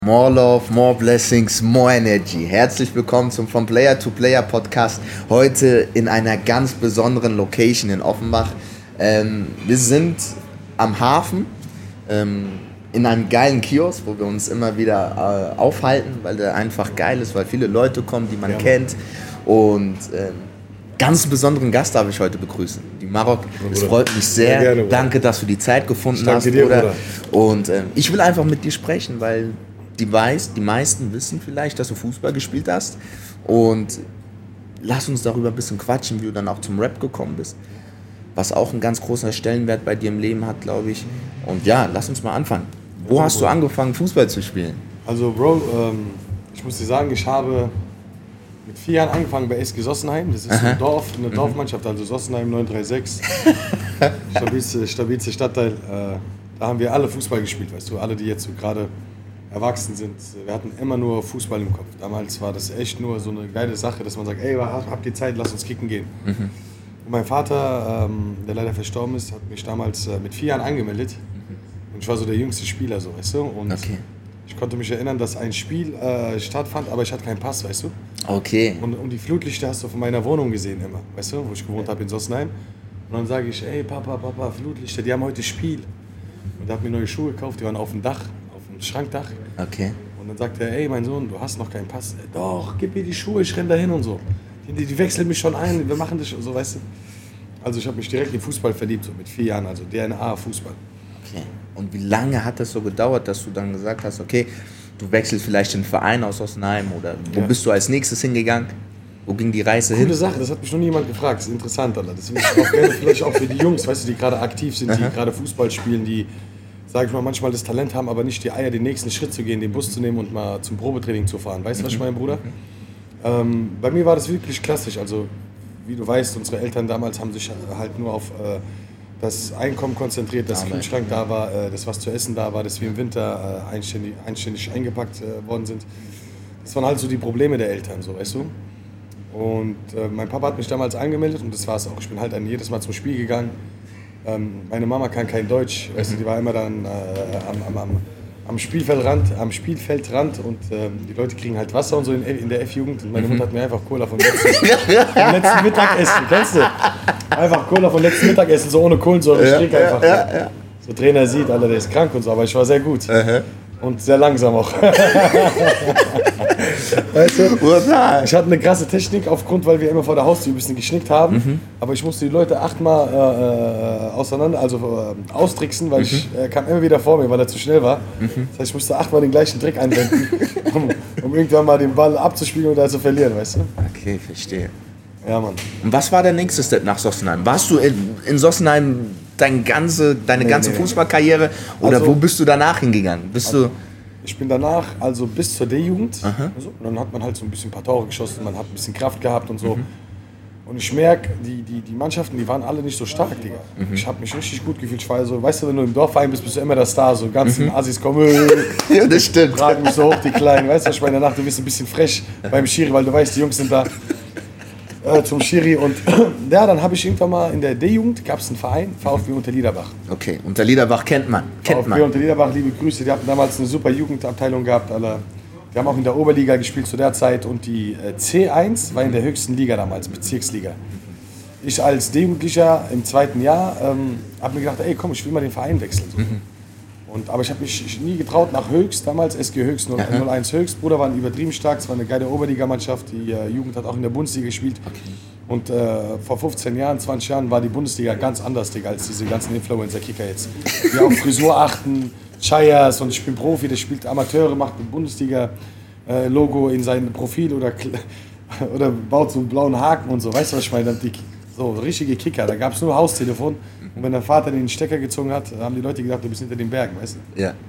More Love, More Blessings, More Energy. Herzlich willkommen zum From Player to Player Podcast. Heute in einer ganz besonderen Location in Offenbach. Wir sind am Hafen in einem geilen Kiosk, wo wir uns immer wieder aufhalten, weil der einfach geil ist, weil viele Leute kommen, die man kennt. Und ganz besonderen Gast darf ich heute begrüßen. Die Marok. Es freut mich sehr. Gerne, danke, dass du die Zeit gefunden hast, Bruder. Und ich will einfach mit dir sprechen, weil die meisten wissen vielleicht, dass du Fußball gespielt hast. Und lass uns darüber ein bisschen quatschen, wie du dann auch zum Rap gekommen bist. Was auch einen ganz großen Stellenwert bei dir im Leben hat, glaube ich. Und ja, lass uns mal anfangen. Wo hast du angefangen, Fußball zu spielen? Also Bro, ich muss dir sagen, ich habe mit 4 Jahren angefangen bei SG Sossenheim. Das ist ein Dorf, eine Dorfmannschaft, also Sossenheim 936. Stabilste Stadtteil. Da haben wir alle Fußball gespielt, weißt du, alle, die jetzt so gerade erwachsen sind. Wir hatten immer nur Fußball im Kopf. Damals war das echt nur so eine geile Sache, dass man sagt, ey, habt ihr Zeit, lass uns kicken gehen. Und mein Vater, der leider verstorben ist, hat mich damals mit 4 Jahren angemeldet. Und ich war so der jüngste Spieler, so, weißt du. Und ich konnte mich erinnern, dass ein Spiel stattfand, aber ich hatte keinen Pass, weißt du. Okay. Und die Flutlichter hast du von meiner Wohnung gesehen immer, weißt du, wo ich gewohnt habe in Sossenheim. Und dann sage ich, ey, Papa, Flutlichter, die haben heute Spiel. Und er hat mir neue Schuhe gekauft, die waren auf dem Dach. Schrankdach. Okay. Und dann sagt er, ey, mein Sohn, du hast noch keinen Pass. Doch, gib mir die Schuhe, ich renn da hin und so. Die wechseln mich schon ein, wir machen das schon so, weißt du. Also ich habe mich direkt in Fußball verliebt, so mit 4 Jahren, also DNA Fußball. Okay. Und wie lange hat das so gedauert, dass du dann gesagt hast, okay, du wechselst vielleicht den Verein aus Ossenheim oder wo bist du als nächstes hingegangen? Wo ging die Reise hin? Coole Sache, das hat mich noch niemand gefragt, das ist interessant, Alter. Das will ich auch gerne vielleicht auch für die Jungs, weißt du, die gerade aktiv sind, die gerade Fußball spielen, die, sag ich mal, manchmal das Talent haben, aber nicht die Eier, den nächsten Schritt zu gehen, den Bus zu nehmen und mal zum Probetraining zu fahren. Weißt du, was ich meine, Bruder? Bei mir war das wirklich klassisch. Also, wie du weißt, unsere Eltern damals haben sich halt nur auf das Einkommen konzentriert, dass Kühlschrank da war, das was zu essen da war, dass wir im Winter einständig eingepackt worden sind. Das waren halt so die Probleme der Eltern, so, weißt du? Und mein Papa hat mich damals angemeldet und das war es auch. Ich bin halt dann jedes Mal zum Spiel gegangen. Meine Mama kann kein Deutsch, weißt du, die war immer dann am Spielfeldrand und die Leute kriegen halt Wasser und so in der F-Jugend und meine Mutter hat mir einfach Cola vom letzten Mittagessen, kennst du? Einfach Cola vom letzten Mittagessen, so ohne Kohlensäure, Strick einfach. Ja. So Trainer sieht, Alter, der ist krank und so, aber ich war sehr gut. Und sehr langsam auch. Weißt du? Ich hatte eine krasse Technik aufgrund, weil wir immer vor der Haustür ein bisschen geschnickt haben. Aber ich musste die Leute 8-mal austricksen, weil er kam immer wieder vor mir, weil er zu schnell war. Das heißt, ich musste 8-mal den gleichen Trick anwenden, um irgendwann mal den Ball abzuspielen und da zu verlieren, weißt du? Okay, verstehe. Ja, Mann. Und was war der nächste Step nach Sossenheim? Warst du in Sossenheim deine ganze Fußballkarriere oder also, wo bist du danach hingegangen? Ich bin danach, also bis zur D-Jugend, also, und dann hat man halt so ein paar Tore geschossen, man hat ein bisschen Kraft gehabt und so. Und ich merke, die Mannschaften, die waren alle nicht so stark, Digga. Ich habe mich richtig gut gefühlt. Ich war so, weißt du, wenn du im Dorfverein bist, bist du immer der Star, so ganzen Assis kommen, ja, das stimmt. tragen mich so hoch, die Kleinen, weißt du, was ich meine, danach, du bist ein bisschen frech beim Schiri, weil du weißt, die Jungs sind da zum Schiri und ja, dann habe ich irgendwann mal in der D-Jugend, gab es einen Verein, VfB Unterliederbach. Okay, Unterliederbach kennt man. VfB Unterliederbach, liebe Grüße, die hatten damals eine super Jugendabteilung gehabt, alle. Die haben auch in der Oberliga gespielt zu der Zeit und die C1 war in der höchsten Liga damals, Bezirksliga. Ich als D-Jugendlicher im 2. Jahr habe mir gedacht, ey komm, ich will mal den Verein wechseln. So. Aber ich habe mich nie getraut nach Höchst, damals SG Höchst, 01 Höchst. Bruder waren übertrieben stark, es war eine geile Oberligamannschaft, die Jugend hat auch in der Bundesliga gespielt. Und vor 15 Jahren, 20 Jahren war die Bundesliga ganz anders, Digga, als diese ganzen Influencer-Kicker jetzt. Die auf Frisur achten, Chayas und ich bin Profi, der spielt Amateure, macht ein Bundesliga-Logo in sein Profil oder baut so einen blauen Haken und so, weißt du was ich meine? So richtige Kicker, da gab es nur Haustelefon und wenn der Vater den Stecker gezogen hat, haben die Leute gedacht, du bist hinter den Bergen, weißt du? Ja.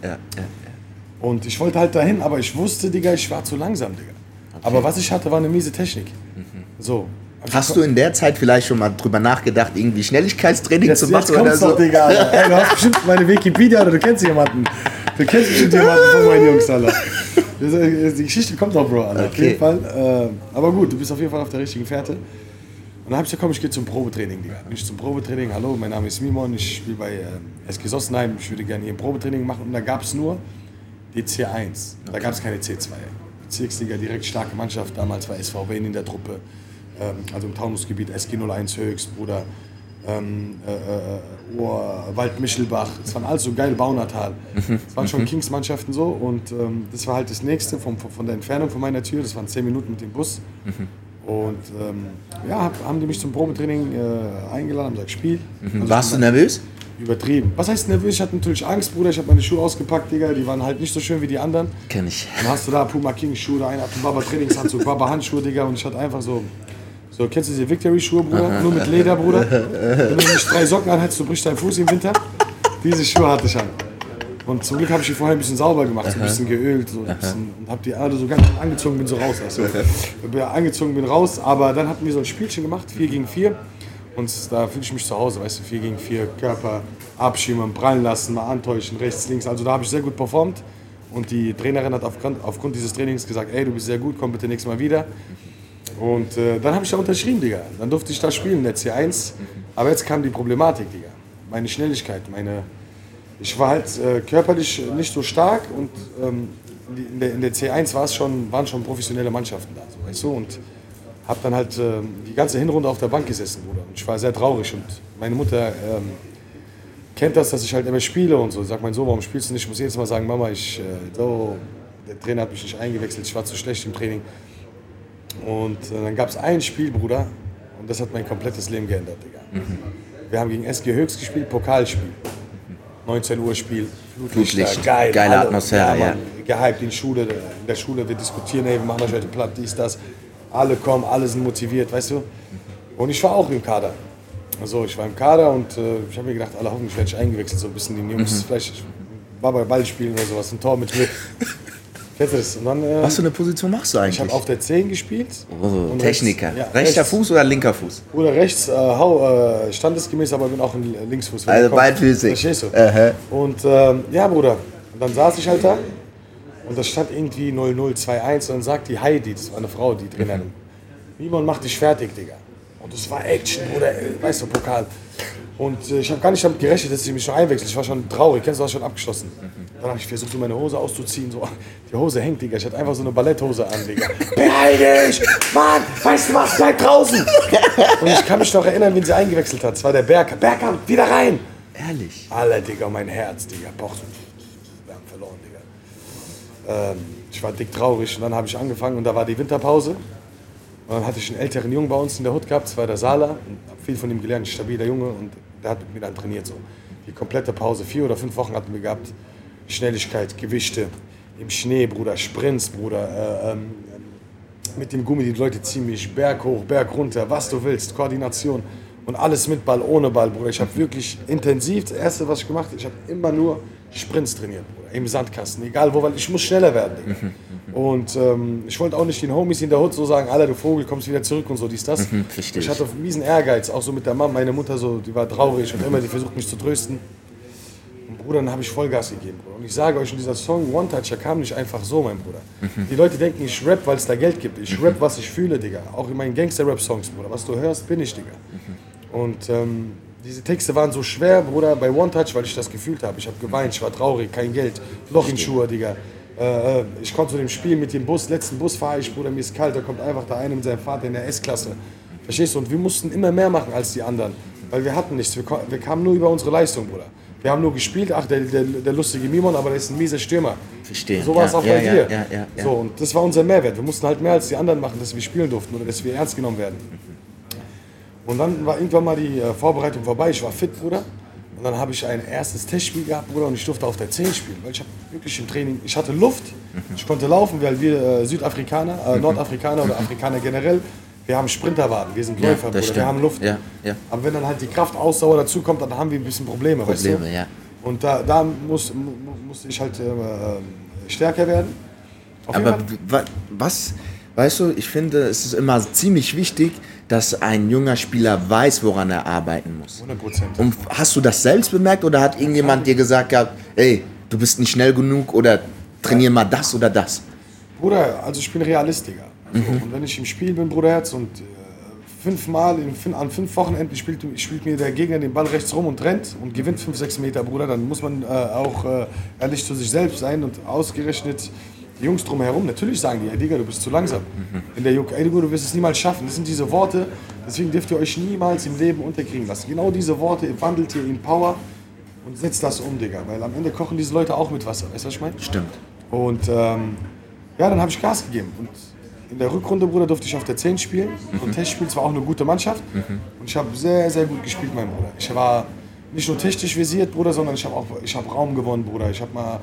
Und ich wollte halt dahin, aber ich wusste, Digga, ich war zu langsam, Digga. Okay. Aber was ich hatte, war eine miese Technik. So. Hast du in der Zeit vielleicht schon mal drüber nachgedacht, irgendwie Schnelligkeitstraining zu machen oder so? Doch, Digga, ey, du hast bestimmt meine Wikipedia oder du kennst jemanden. Du kennst bestimmt jemanden von meinen Jungs, Alter. Die Geschichte kommt doch, Bro, Alter. Okay. Auf jeden Fall. Aber gut, du bist auf jeden Fall auf der richtigen Fährte. Und dann habe ich gesagt, komm, ich gehe zum Probetraining, Digga. Bin ich zum Probetraining, hallo, mein Name ist Mimon, ich spiele bei SG Sossenheim, ich würde gerne hier ein Probetraining machen. Und da gab es nur DC1. Da gab es keine C2. Bezirksliga, direkt starke Mannschaft. Damals war SV Wien in der Truppe. Also im Taunusgebiet SG 01 Höchst, Bruder. Wald-Michelbach. Das waren alles so geil, Baunatal. Das waren schon Kings-Mannschaften so. Und das war halt das Nächste von der Entfernung von meiner Tür. Das waren 10 Minuten mit dem Bus. Und haben die mich zum Probetraining eingeladen, haben gesagt, Spiel. Also warst du nervös? Übertrieben. Was heißt nervös? Ich hatte natürlich Angst, Bruder. Ich habe meine Schuhe ausgepackt, Digga. Die waren halt nicht so schön wie die anderen. Kenn ich. Dann hast du da Puma King Schuhe, da einer hat einen Baba Trainingsanzug, Baba Handschuhe, Digga. Und ich hatte einfach so, kennst du diese Victory Schuhe, Bruder? Nur mit Leder, Bruder. Wenn du nicht 3 Socken anhältst, du brichst deinen Fuß im Winter. Diese Schuhe hatte ich an. Und zum Glück habe ich die vorher ein bisschen sauber gemacht, so ein bisschen geölt. So ein bisschen, und habe die alle so ganz angezogen, bin so raus. Also, angezogen, bin raus. Aber dann hatten wir so ein Spielchen gemacht, 4 gegen 4. Und da fühle ich mich zu Hause, weißt du, 4 gegen 4, Körper abschirmen, prallen lassen, mal antäuschen, rechts, links. Also da habe ich sehr gut performt. Und die Trainerin hat aufgrund dieses Trainings gesagt, ey, du bist sehr gut, komm bitte nächstes Mal wieder. Und dann habe ich da unterschrieben, Digga. Dann durfte ich da spielen in der C1. Aber jetzt kam die Problematik, Digga. Meine Schnelligkeit, ich war halt körperlich nicht so stark und in der C1 waren schon professionelle Mannschaften da, so, weißt du? Und habe dann halt die ganze Hinrunde auf der Bank gesessen, Bruder. Und ich war sehr traurig und meine Mutter kennt das, dass ich halt immer spiele und so. Sagt mein Sohn, warum spielst du nicht? Ich muss jedes Mal sagen, Mama, der Trainer hat mich nicht eingewechselt, ich war zu schlecht im Training. Und dann gab es ein Spiel, Bruder, und das hat mein komplettes Leben geändert, Digga. Wir haben gegen SG Höchst gespielt, Pokalspiel. 19 Uhr Spiel, Flutlicht, geil, geile Atmosphäre, ja. Gehypt in der Schule, wir diskutieren, hey, wir machen euch heute platt, dies, das. Alle kommen, alle sind motiviert, weißt du. Und ich war auch im Kader. Also ich war im Kader und ich habe mir gedacht, alle hoffentlich werde ich eingewechselt, so ein bisschen die Jungs, vielleicht war bei Ballspielen oder sowas, ein Tor mit Glück. Kennst du das? Und dann, was für eine Position machst du eigentlich? Ich habe auf der 10 gespielt. Oh, Techniker. Rechter Fuß oder linker Fuß? Oder rechts, standesgemäß, aber bin auch ein Linksfuß. Also beidfüßig. Verstehst du? Und ja, Bruder, und dann saß ich halt da und da stand irgendwie 0-0-2-1 und dann sagt die Heidi, das war eine Frau, die Trainerin, Mimon, mach dich fertig, Digga. Und das war Action, Bruder, weißt du, Pokal. Und ich habe gar nicht damit gerechnet, dass sie mich schon einwechselt. Ich war schon traurig, kennst du, das schon abgeschlossen. Dann habe ich versucht, meine Hose auszuziehen. So. Die Hose hängt, Digga. Ich hatte einfach so eine Balletthose an, Digga. Beeil dich! Mann, weißt du was? Bleib draußen! Und ich kann mich noch erinnern, wen sie eingewechselt hat. Das war der Berker. Berker, wieder rein! Ehrlich? Alter, Digga, mein Herz, Digga. Bauch so. Wir haben verloren, Digga. Ich war dick traurig. Und dann habe ich angefangen und da war die Winterpause. Und dann hatte ich einen älteren Jungen bei uns in der Hut gehabt, das war der Sala. Und habe viel von ihm gelernt, ein stabiler Junge. Und der hat mit mir dann trainiert. So. Die komplette Pause, 4 oder 5 Wochen hatten wir gehabt. Schnelligkeit, Gewichte, im Schnee, Bruder, Sprints, Bruder. Mit dem Gummi, die Leute ziehen mich Berg hoch, Berg runter, was du willst, Koordination. Und alles mit Ball, ohne Ball, Bruder. Ich habe wirklich intensiv, das Erste, was ich gemacht habe, ich habe immer nur Sprints trainiert, Bruder. Im Sandkasten, egal wo, weil ich muss schneller werden, Digga. Und ich wollte auch nicht den Homies in der Hut so sagen, Alter, du Vogel, kommst wieder zurück und so, dies, das. Ich hatte einen riesen Ehrgeiz, auch so mit der Mama, meine Mutter so, die war traurig und immer, die versucht mich zu trösten. Und Bruder, dann habe ich Vollgas gegeben, Bruder. Und ich sage euch, dieser Song One Touch, der kam nicht einfach so, mein Bruder. Die Leute denken, ich rap, weil es da Geld gibt. Ich rap, was ich fühle, Digga. Auch in meinen Gangster-Rap-Songs, Bruder. Was du hörst, bin ich, Digga. Und diese Texte waren so schwer, Bruder, bei One Touch, weil ich das gefühlt habe. Ich habe geweint, ich war traurig, kein Geld, Loch in Schuhe, Digga. Ich konnte zu dem Spiel mit dem Bus, letzten Bus fahre ich, Bruder, mir ist kalt, da kommt einfach der eine mit seinem Vater in der S-Klasse. Verstehst du? Und wir mussten immer mehr machen als die anderen, weil wir hatten nichts. Wir kamen nur über unsere Leistung, Bruder. Wir haben nur gespielt, ach, der lustige Mimon, aber der ist ein mieser Stürmer. Verstehe. So war es auch bei dir. Ja. So, und das war unser Mehrwert. Wir mussten halt mehr als die anderen machen, dass wir spielen durften oder dass wir ernst genommen werden. Und dann war irgendwann mal die Vorbereitung vorbei, ich war fit, Bruder. Und dann habe ich ein erstes Testspiel gehabt, Bruder, und ich durfte auf der 10 spielen. Weil ich habe wirklich im Training, ich hatte Luft, ich konnte laufen, weil wir Südafrikaner, Nordafrikaner oder Afrikaner generell, wir haben Sprinterwaden, wir sind Läufer, Bruder, wir haben Luft. Ja. Aber wenn dann halt die Kraft, Ausdauer dazu kommt, dann haben wir ein bisschen Probleme, weißt du? Ja. Und da musste ich halt stärker werden. Aber was, weißt du, ich finde, es ist immer ziemlich wichtig, dass ein junger Spieler weiß, woran er arbeiten muss. 100%. Und hast du das selbst bemerkt oder hat irgendjemand dir gesagt gehabt, ey, du bist nicht schnell genug oder trainier mal das oder das? Bruder, also ich bin Realist, Digga. Also, und wenn ich im Spiel bin, Bruderherz, und an 5 Wochenenden spielt mir der Gegner den Ball rechts rum und rennt und gewinnt 5-6 Meter, Bruder, dann muss man auch ehrlich zu sich selbst sein und ausgerechnet die Jungs drumherum, natürlich sagen die, ey Digga, du bist zu langsam. In der Jugend, ey Digga, du wirst es niemals schaffen. Das sind diese Worte, deswegen dürft ihr euch niemals im Leben unterkriegen lassen. Genau diese Worte wandelt ihr in Power und setzt das um, Digga. Weil am Ende kochen diese Leute auch mit Wasser, weißt du, was ich meine? Stimmt. Und ja, dann habe ich Gas gegeben. Und in der Rückrunde, Bruder, durfte ich auf der 10 spielen. Und Testspiel, es war auch eine gute Mannschaft. Und ich habe sehr, sehr gut gespielt, mein Bruder. Ich war nicht nur technisch versiert, Bruder, sondern ich habe Raum gewonnen, Bruder. Ich habe mal,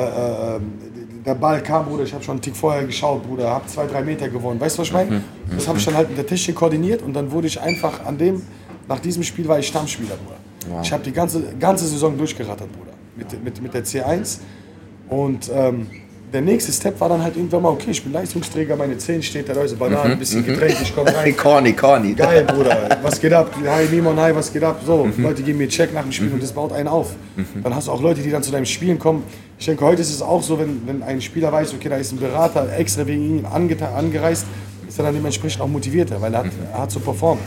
der Ball kam, Bruder, ich habe schon einen Tick vorher geschaut, Bruder, habe 2-3 Meter gewonnen. Weißt du, was ich meine? Das habe ich dann halt mit der Technik koordiniert und dann wurde ich einfach nach diesem Spiel war ich Stammspieler, Bruder. Wow. Ich habe die ganze Saison durchgerattert, Bruder, mit der C1. Und der nächste Step war dann halt irgendwann mal, okay, ich bin Leistungsträger, meine 10 steht da, Leute, Bananen, ein bisschen Getränk, ich komme rein. Corny. Geil, Bruder, was geht ab? Hi, Mimon, hi, was geht ab? So, Leute geben mir Check nach dem Spiel und das baut einen auf. Dann hast du auch Leute, die dann zu deinem Spielen kommen. Ich denke, heute ist es auch so, wenn ein Spieler weiß, okay, da ist ein Berater extra wegen ihm angereist, ist er dann dementsprechend auch motivierter, weil er hat zu performen.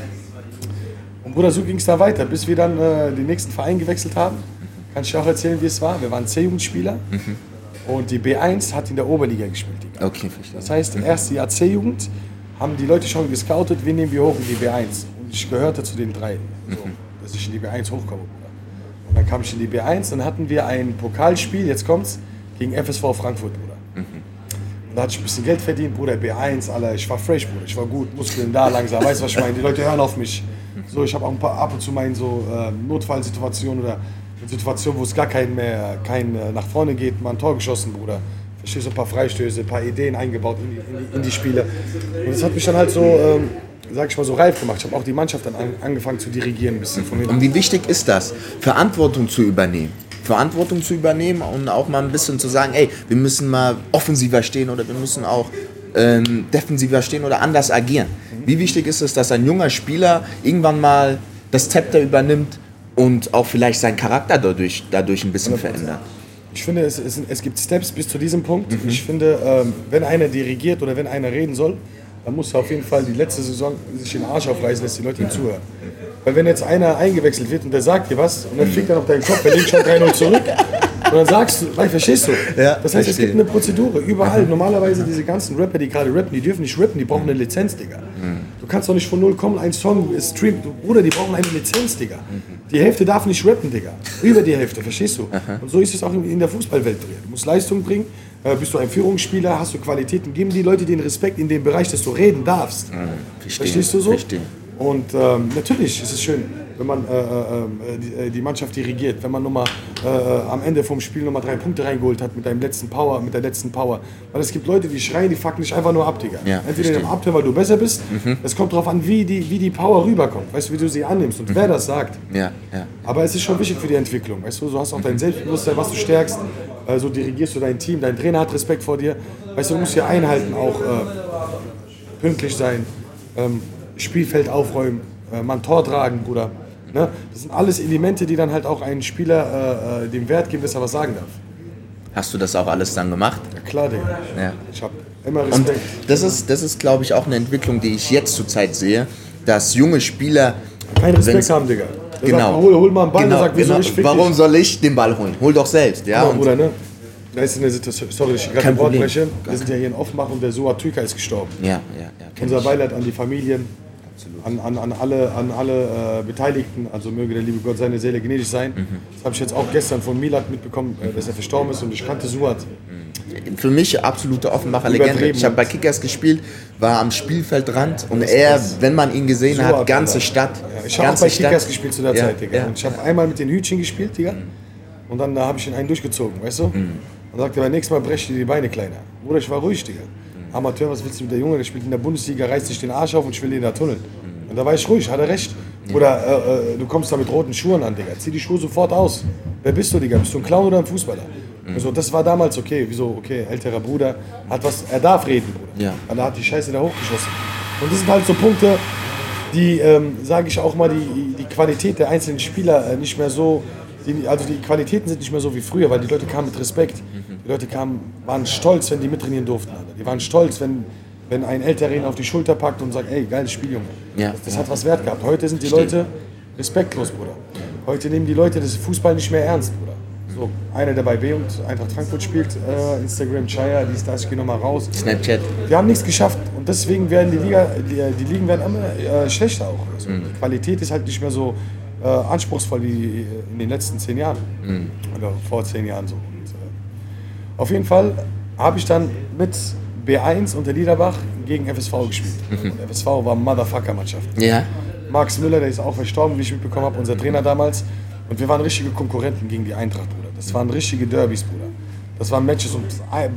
Und Bruder, so ging es da weiter, bis wir dann den nächsten Verein gewechselt haben. Kann ich dir auch erzählen, wie es war. Wir waren C-Jugendspieler. Und die B1 hat in der Oberliga gespielt. Okay, verstehe. Das heißt, im ersten Jahr C-Jugend haben die Leute schon gescoutet, wen nehmen wir hoch in die B1. Und ich gehörte zu den 3, so, dass ich in die B1 hochkomme. Und dann kam ich in die B1, dann hatten wir ein Pokalspiel, jetzt kommt's, gegen FSV Frankfurt, Bruder. Und da hatte ich ein bisschen Geld verdient, Bruder, B1, Alter, ich war fresh, Bruder, ich war gut, Muskeln da langsam, weißt du, was ich meine? Die Leute hören auf mich. So, ich habe auch ab und zu mal in so Notfallsituationen oder in Situationen, wo es gar kein nach vorne geht, mal ein Tor geschossen, Bruder. Verstehst du, ein paar Freistöße, ein paar Ideen eingebaut in die Spiele. Und das hat mich dann halt so, sag ich mal, so reif gemacht. Ich habe auch die Mannschaft dann angefangen zu dirigieren ein bisschen von hinten. Und wie wichtig ist das, Verantwortung zu übernehmen? Verantwortung zu übernehmen und auch mal ein bisschen zu sagen, ey, wir müssen mal offensiver stehen oder wir müssen auch defensiver stehen oder anders agieren. Wie wichtig ist es, dass ein junger Spieler irgendwann mal das Zepter übernimmt und auch vielleicht seinen Charakter dadurch ein bisschen 100%. Verändert? Ich finde, es gibt Steps bis zu diesem Punkt. Ich finde, wenn einer dirigiert oder wenn einer reden soll, dann muss er auf jeden Fall die letzte Saison sich den Arsch aufreißen, dass die Leute ihm zuhören. Weil wenn jetzt einer eingewechselt wird und der sagt dir was und dann fliegt er auf deinen Kopf, der liegt schon 3-0 zurück und dann sagst du, verstehst du? Ja, das heißt, es gibt eine Prozedur, überall. Normalerweise diese ganzen Rapper, die gerade rappen, die dürfen nicht rappen, die brauchen eine Lizenz, Digga. Du kannst doch nicht von 0 kommen, ein Song streamen, Bruder, die brauchen eine Lizenz, Digga. Die Hälfte darf nicht rappen, Digga. Über die Hälfte, verstehst du? Und so ist es auch in der Fußballwelt drin. Du musst Leistung bringen, bist du ein Führungsspieler, hast du Qualitäten, geben die Leute den Respekt in dem Bereich, dass du reden darfst. Verstehst du so? Verstehe. Und natürlich ist es schön, wenn man die Mannschaft dirigiert, wenn man nochmal am Ende vom Spiel nochmal 3 Punkte reingeholt hat mit der letzten Power. Weil es gibt Leute, die schreien, die fucken dich einfach nur ab, Digga. Ja, entweder im Abwehr, weil du besser bist, es kommt darauf an, wie die Power rüberkommt, weißt du, wie du sie annimmst und wer das sagt. Ja. Aber es ist schon wichtig für die Entwicklung, weißt du, du hast auch dein Selbstbewusstsein, was du stärkst, so dirigierst du dein Team, dein Trainer hat Respekt vor dir, weißt du, musst hier einhalten, auch pünktlich sein, Spielfeld aufräumen, mal ein Tor tragen, Bruder. Ne? Das sind alles Elemente, die dann halt auch einen Spieler den Wert geben, dass er was sagen darf. Hast du das auch alles dann gemacht? Ja klar, Digga. Ja. Ich habe immer Respekt. Und das ist, glaube ich, auch eine Entwicklung, die ich jetzt zurzeit sehe, dass junge Spieler keinen Respekt haben, Digga. Der genau. Sagt, hol mal einen Ball, der sagt, wieso ich fick Warum dich? soll ich den Ball holen? Hol doch selbst. Ja, Bruder, ne? Da ist eine Situation, sorry, dass ich gerade ein Wort spreche. Wir sind ja hier in Offenbach und der Suat Tüker ist gestorben. Ja. Unser Beileid an die Familien, an alle Beteiligten, also möge der liebe Gott seine Seele gnädig sein. Das habe ich jetzt auch gestern von Milad mitbekommen, dass er verstorben ist und ich kannte Suat. Für mich absolute Offenbacher Legende. Ich habe bei Kickers gespielt, war am Spielfeldrand und er, wenn man ihn gesehen Suat, hat, ganze Stadt. Ja, ich habe auch bei Kickers gespielt zu der Zeit, Digga. Ja. Und ich habe einmal mit den Hütchen gespielt, Digga. Und dann habe ich ihn einen durchgezogen, weißt du? Und sagte, beim nächsten Mal breche ich dir die Beine, Kleiner. Bruder, ich war ruhig, Digga. Amateur, was willst du mit der Junge? Der spielt in der Bundesliga, reißt sich den Arsch auf und ich will den da tunneln. Und da war ich ruhig, hat er recht. Oder du kommst da mit roten Schuhen an, Digga. Zieh die Schuhe sofort aus. Wer bist du, Digga? Bist du ein Clown oder ein Fußballer? Also, das war damals okay. Wieso? Okay, älterer Bruder hat was, er darf reden, Bruder. Ja. Weil er hat die Scheiße da hochgeschossen. Und das sind halt so Punkte, die, sage ich auch mal, die Qualität der einzelnen Spieler nicht mehr so. Also die Qualitäten sind nicht mehr so wie früher, weil die Leute kamen mit Respekt. Die Leute waren stolz, wenn die mittrainieren durften. Alter. Die waren stolz, wenn wenn ein Älterer ihn auf die Schulter packt und sagt, ey, geiles Spiel, Junge. Ja. Das hat was Wert gehabt. Heute sind die Leute respektlos, Bruder. Heute nehmen die Leute das Fußball nicht mehr ernst, Bruder. So, einer, der bei B und Eintracht Frankfurt spielt, Instagram, Chaya, ich gehe nochmal raus. Snapchat. Wir haben nichts geschafft und deswegen werden die Ligen werden immer schlechter auch. Also die Qualität ist halt nicht mehr so anspruchsvoll wie in den letzten 10 Jahren. Oder vor 10 Jahren so. Und, auf jeden Fall habe ich dann mit B1 unter Liederbach gegen FSV gespielt. Und FSV war Motherfucker-Mannschaft. Ja. Max Müller, der ist auch verstorben, wie ich mitbekommen habe, unser Trainer damals. Und wir waren richtige Konkurrenten gegen die Eintracht, Bruder. Das waren richtige Derbys, Bruder. Das waren Matches und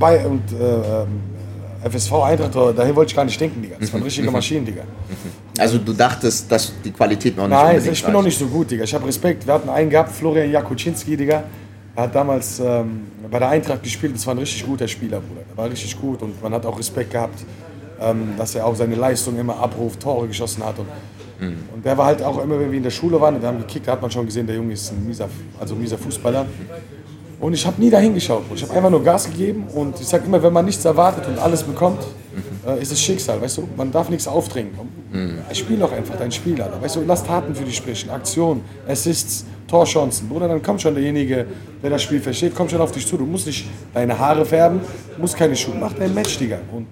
FSV Eintracht, dahin wollte ich gar nicht denken, Digga. Das waren richtige Maschinen, Digga. Also du dachtest, dass die Qualität noch nicht Nein, unbedingt ich bin noch nicht so gut, Digga. Ich habe Respekt. Wir hatten einen gehabt, Florian Jakuczynski, Digga. Er hat damals bei der Eintracht gespielt. Das war ein richtig guter Spieler, Bruder. Er war richtig gut und man hat auch Respekt gehabt, dass er auch seine Leistung immer abruft, Tore geschossen hat. Und der war halt auch immer, wenn wir in der Schule waren und wir haben gekickt, da hat man schon gesehen, der Junge ist ein mieser Fußballer. Und ich habe nie dahin geschaut. Ich habe einfach nur Gas gegeben und ich sage immer, wenn man nichts erwartet und alles bekommt, ist es Schicksal, weißt du? Man darf nichts aufdrängen. Spiel doch einfach dein Spiel, Alter. Weißt du, lass Taten für dich sprechen, Aktionen, Assists, Torchancen. Oder dann kommt schon derjenige, der das Spiel versteht, kommt schon auf dich zu. Du musst nicht deine Haare färben, musst keine Schuhe, mach dein Match, Digga. Und